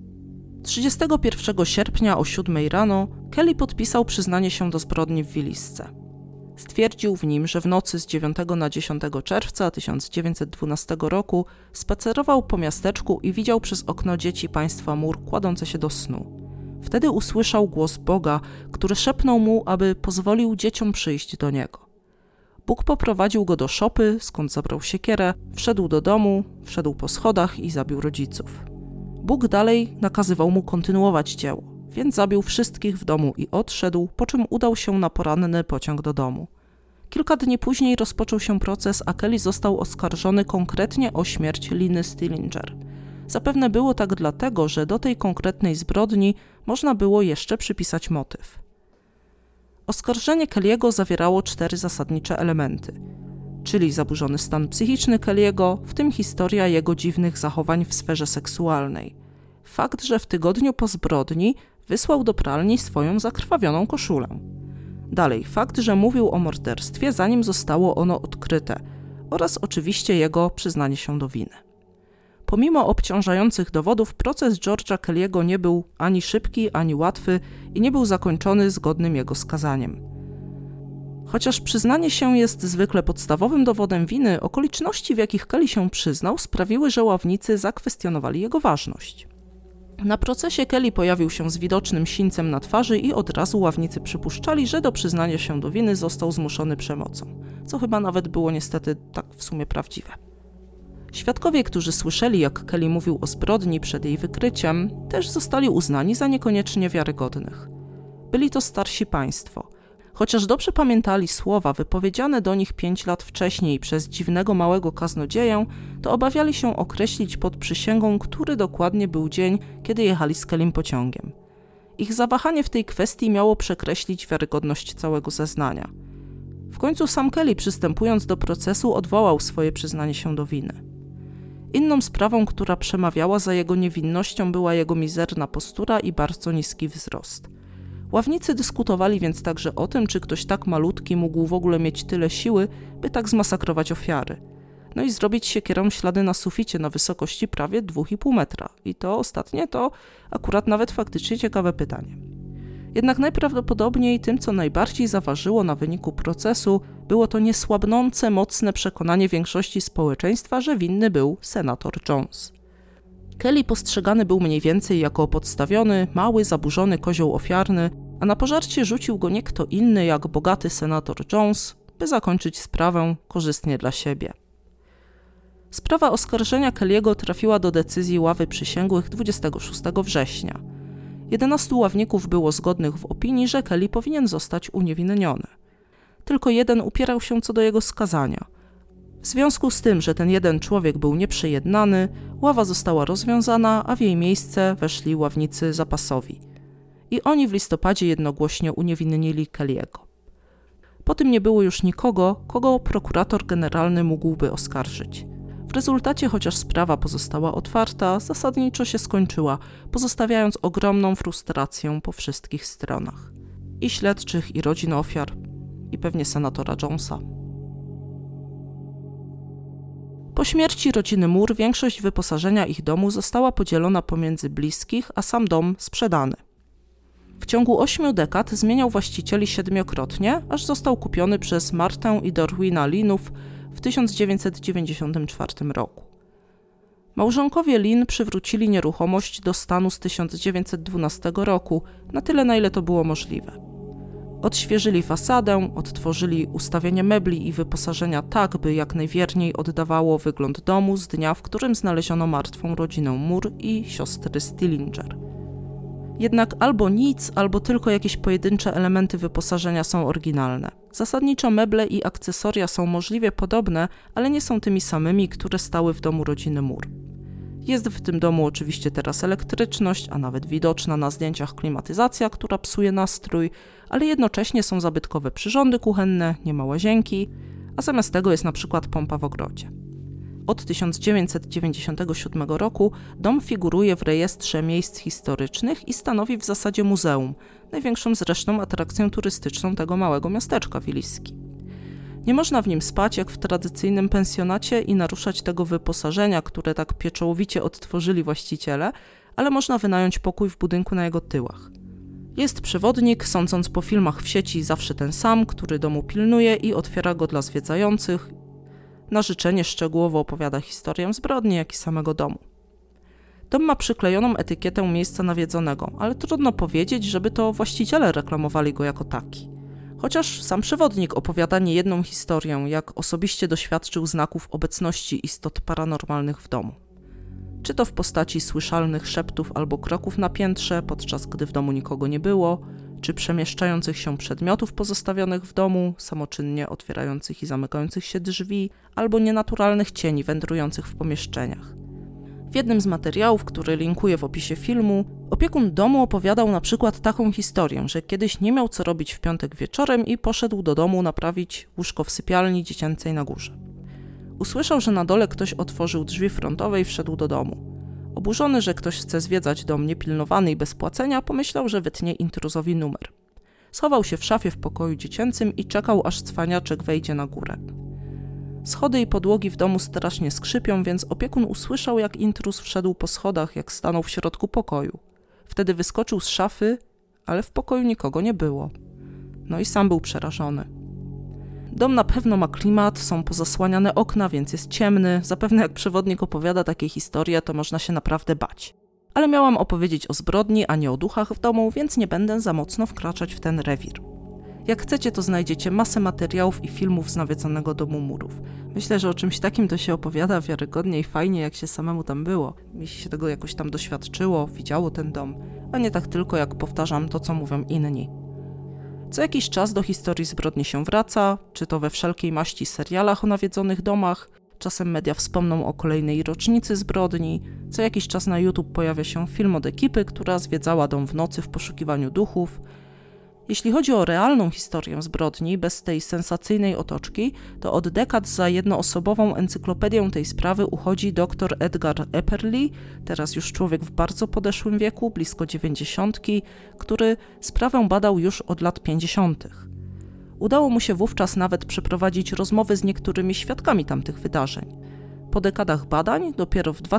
31 sierpnia o 7 rano Kelly podpisał przyznanie się do zbrodni w Wilisce. Stwierdził w nim, że w nocy z 9 na 10 czerwca 1912 roku spacerował po miasteczku i widział przez okno dzieci państwa Moore kładące się do snu. Wtedy usłyszał głos Boga, który szepnął mu, aby pozwolił dzieciom przyjść do niego. Bóg poprowadził go do szopy, skąd zabrał siekierę, wszedł do domu, wszedł po schodach i zabił rodziców. Bóg dalej nakazywał mu kontynuować dzieło, więc zabił wszystkich w domu i odszedł, po czym udał się na poranny pociąg do domu. Kilka dni później rozpoczął się proces, a Kelly został oskarżony konkretnie o śmierć Liny Stillinger. Zapewne było tak dlatego, że do tej konkretnej zbrodni można było jeszcze przypisać motyw. Oskarżenie Kelly'ego zawierało 4 zasadnicze elementy, czyli zaburzony stan psychiczny Kelly'ego, w tym historia jego dziwnych zachowań w sferze seksualnej. Fakt, że w tygodniu po zbrodni wysłał do pralni swoją zakrwawioną koszulę. Dalej, fakt, że mówił o morderstwie, zanim zostało ono odkryte oraz oczywiście jego przyznanie się do winy. Pomimo obciążających dowodów, proces George'a Kelly'ego nie był ani szybki, ani łatwy i nie był zakończony zgodnym jego skazaniem. Chociaż przyznanie się jest zwykle podstawowym dowodem winy, okoliczności, w jakich Kelly się przyznał, sprawiły, że ławnicy zakwestionowali jego ważność. Na procesie Kelly pojawił się z widocznym sińcem na twarzy i od razu ławnicy przypuszczali, że do przyznania się do winy został zmuszony przemocą, co chyba nawet było niestety tak w sumie prawdziwe. Świadkowie, którzy słyszeli, jak Kelly mówił o zbrodni przed jej wykryciem, też zostali uznani za niekoniecznie wiarygodnych. Byli to starsi państwo. Chociaż dobrze pamiętali słowa wypowiedziane do nich 5 lat wcześniej przez dziwnego małego kaznodzieję, to obawiali się określić pod przysięgą, który dokładnie był dzień, kiedy jechali z Kellym pociągiem. Ich zawahanie w tej kwestii miało przekreślić wiarygodność całego zeznania. W końcu sam Kelly, przystępując do procesu, odwołał swoje przyznanie się do winy. Inną sprawą, która przemawiała za jego niewinnością, była jego mizerna postura i bardzo niski wzrost. Ławnicy dyskutowali więc także o tym, czy ktoś tak malutki mógł w ogóle mieć tyle siły, by tak zmasakrować ofiary. No i zrobić siekierą ślady na suficie na wysokości prawie 2,5 metra. I to ostatnie to akurat nawet faktycznie ciekawe pytanie. Jednak najprawdopodobniej tym, co najbardziej zaważyło na wyniku procesu, było to niesłabnące, mocne przekonanie większości społeczeństwa, że winny był senator Jones. Kelly postrzegany był mniej więcej jako podstawiony, mały, zaburzony kozioł ofiarny, a na pożarcie rzucił go nie kto inny jak bogaty senator Jones, by zakończyć sprawę korzystnie dla siebie. Sprawa oskarżenia Kelly'ego trafiła do decyzji ławy przysięgłych 26 września. 11 ławników było zgodnych w opinii, że Kelly powinien zostać uniewinniony. Tylko jeden upierał się co do jego skazania. W związku z tym, że ten jeden człowiek był nieprzejednany, ława została rozwiązana, a w jej miejsce weszli ławnicy zapasowi. I oni w listopadzie jednogłośnie uniewinnili Kelly'ego. Po tym nie było już nikogo, kogo prokurator generalny mógłby oskarżyć. W rezultacie, chociaż sprawa pozostała otwarta, zasadniczo się skończyła, pozostawiając ogromną frustrację po wszystkich stronach. I śledczych, i rodzin ofiar, i pewnie senatora Jonesa. Po śmierci rodziny Moore większość wyposażenia ich domu została podzielona pomiędzy bliskich, a sam dom sprzedany. W ciągu 8 dekad zmieniał właścicieli 7-krotnie, aż został kupiony przez Martę i Dorwina Linów w 1994 roku. Małżonkowie Lin przywrócili nieruchomość do stanu z 1912 roku, na tyle na ile to było możliwe. Odświeżyli fasadę, odtworzyli ustawienie mebli i wyposażenia tak, by jak najwierniej oddawało wygląd domu z dnia, w którym znaleziono martwą rodzinę Moore i siostry Stillinger. Jednak albo nic, albo tylko jakieś pojedyncze elementy wyposażenia są oryginalne. Zasadniczo meble i akcesoria są możliwie podobne, ale nie są tymi samymi, które stały w domu rodziny Moore. Jest w tym domu oczywiście teraz elektryczność, a nawet widoczna na zdjęciach klimatyzacja, która psuje nastrój, ale jednocześnie są zabytkowe przyrządy kuchenne, nie ma łazienki, a zamiast tego jest na przykład pompa w ogrodzie. Od 1997 roku dom figuruje w rejestrze miejsc historycznych i stanowi w zasadzie muzeum, największą zresztą atrakcją turystyczną tego małego miasteczka wilijski. Nie można w nim spać jak w tradycyjnym pensjonacie i naruszać tego wyposażenia, które tak pieczołowicie odtworzyli właściciele, ale można wynająć pokój w budynku na jego tyłach. Jest przewodnik, sądząc po filmach w sieci zawsze ten sam, który domu pilnuje i otwiera go dla zwiedzających. Na życzenie szczegółowo opowiada historię zbrodni, jak i samego domu. Dom ma przyklejoną etykietę miejsca nawiedzonego, ale trudno powiedzieć, żeby to właściciele reklamowali go jako taki. Chociaż sam przewodnik opowiada niejedną historię, jak osobiście doświadczył znaków obecności istot paranormalnych w domu. Czy to w postaci słyszalnych szeptów albo kroków na piętrze, podczas gdy w domu nikogo nie było, czy przemieszczających się przedmiotów pozostawionych w domu, samoczynnie otwierających i zamykających się drzwi, albo nienaturalnych cieni wędrujących w pomieszczeniach. W jednym z materiałów, który linkuję w opisie filmu, opiekun domu opowiadał na przykład taką historię, że kiedyś nie miał co robić w piątek wieczorem i poszedł do domu naprawić łóżko w sypialni dziecięcej na górze. Usłyszał, że na dole ktoś otworzył drzwi frontowe i wszedł do domu. Oburzony, że ktoś chce zwiedzać dom niepilnowany i bez płacenia, pomyślał, że wytnie intruzowi numer. Schował się w szafie w pokoju dziecięcym i czekał, aż cwaniaczek wejdzie na górę. Schody i podłogi w domu strasznie skrzypią, więc opiekun usłyszał, jak intruz wszedł po schodach, jak stanął w środku pokoju. Wtedy wyskoczył z szafy, ale w pokoju nikogo nie było. No i sam był przerażony. Dom na pewno ma klimat, są pozasłaniane okna, więc jest ciemny. Zapewne jak przewodnik opowiada takie historie, to można się naprawdę bać. Ale miałam opowiedzieć o zbrodni, a nie o duchach w domu, więc nie będę za mocno wkraczać w ten rewir. Jak chcecie, to znajdziecie masę materiałów i filmów z nawiedzonego domu murów. Myślę, że o czymś takim to się opowiada wiarygodnie i fajnie, jak się samemu tam było. Jeśli się tego jakoś tam doświadczyło, widziało ten dom, a nie tak tylko jak powtarzam to, co mówią inni. Co jakiś czas do historii zbrodni się wraca, czy to we wszelkiej maści serialach o nawiedzonych domach, czasem media wspomną o kolejnej rocznicy zbrodni, co jakiś czas na YouTube pojawia się film od ekipy, która zwiedzała dom w nocy w poszukiwaniu duchów. Jeśli chodzi o realną historię zbrodni, bez tej sensacyjnej otoczki, to od dekad za jednoosobową encyklopedią tej sprawy uchodzi dr Edgar Epperly, teraz już człowiek w bardzo podeszłym wieku, blisko 90, który sprawę badał już od lat 50. Udało mu się wówczas nawet przeprowadzić rozmowy z niektórymi świadkami tamtych wydarzeń. Po dekadach badań, dopiero w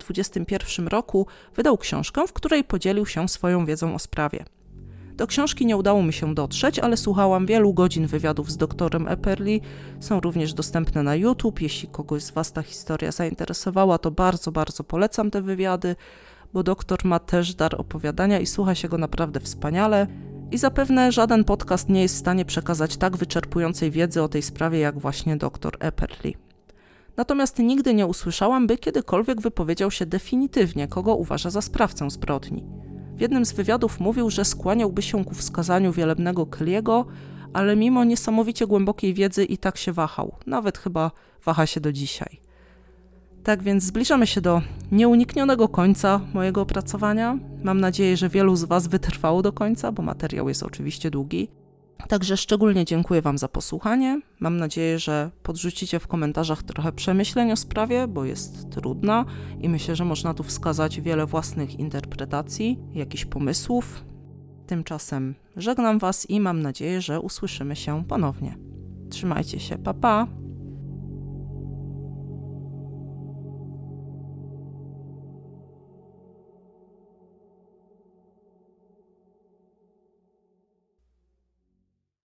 2021 roku wydał książkę, w której podzielił się swoją wiedzą o sprawie. Do książki nie udało mi się dotrzeć, ale słuchałam wielu godzin wywiadów z doktorem Epperly. Są również dostępne na YouTube. Jeśli kogoś z Was ta historia zainteresowała, to bardzo, bardzo polecam te wywiady, bo doktor ma też dar opowiadania i słucha się go naprawdę wspaniale. I zapewne żaden podcast nie jest w stanie przekazać tak wyczerpującej wiedzy o tej sprawie jak właśnie doktor Epperly. Natomiast nigdy nie usłyszałam, by kiedykolwiek wypowiedział się definitywnie, kogo uważa za sprawcę zbrodni. W jednym z wywiadów mówił, że skłaniałby się ku wskazaniu wielebnego Kelly'ego, ale mimo niesamowicie głębokiej wiedzy i tak się wahał. Nawet chyba waha się do dzisiaj. Tak więc zbliżamy się do nieuniknionego końca mojego opracowania. Mam nadzieję, że wielu z Was wytrwało do końca, bo materiał jest oczywiście długi. Także szczególnie dziękuję Wam za posłuchanie. Mam nadzieję, że podrzucicie w komentarzach trochę przemyśleń o sprawie, bo jest trudna i myślę, że można tu wskazać wiele własnych interpretacji, jakichś pomysłów. Tymczasem żegnam Was i mam nadzieję, że usłyszymy się ponownie. Trzymajcie się, pa pa!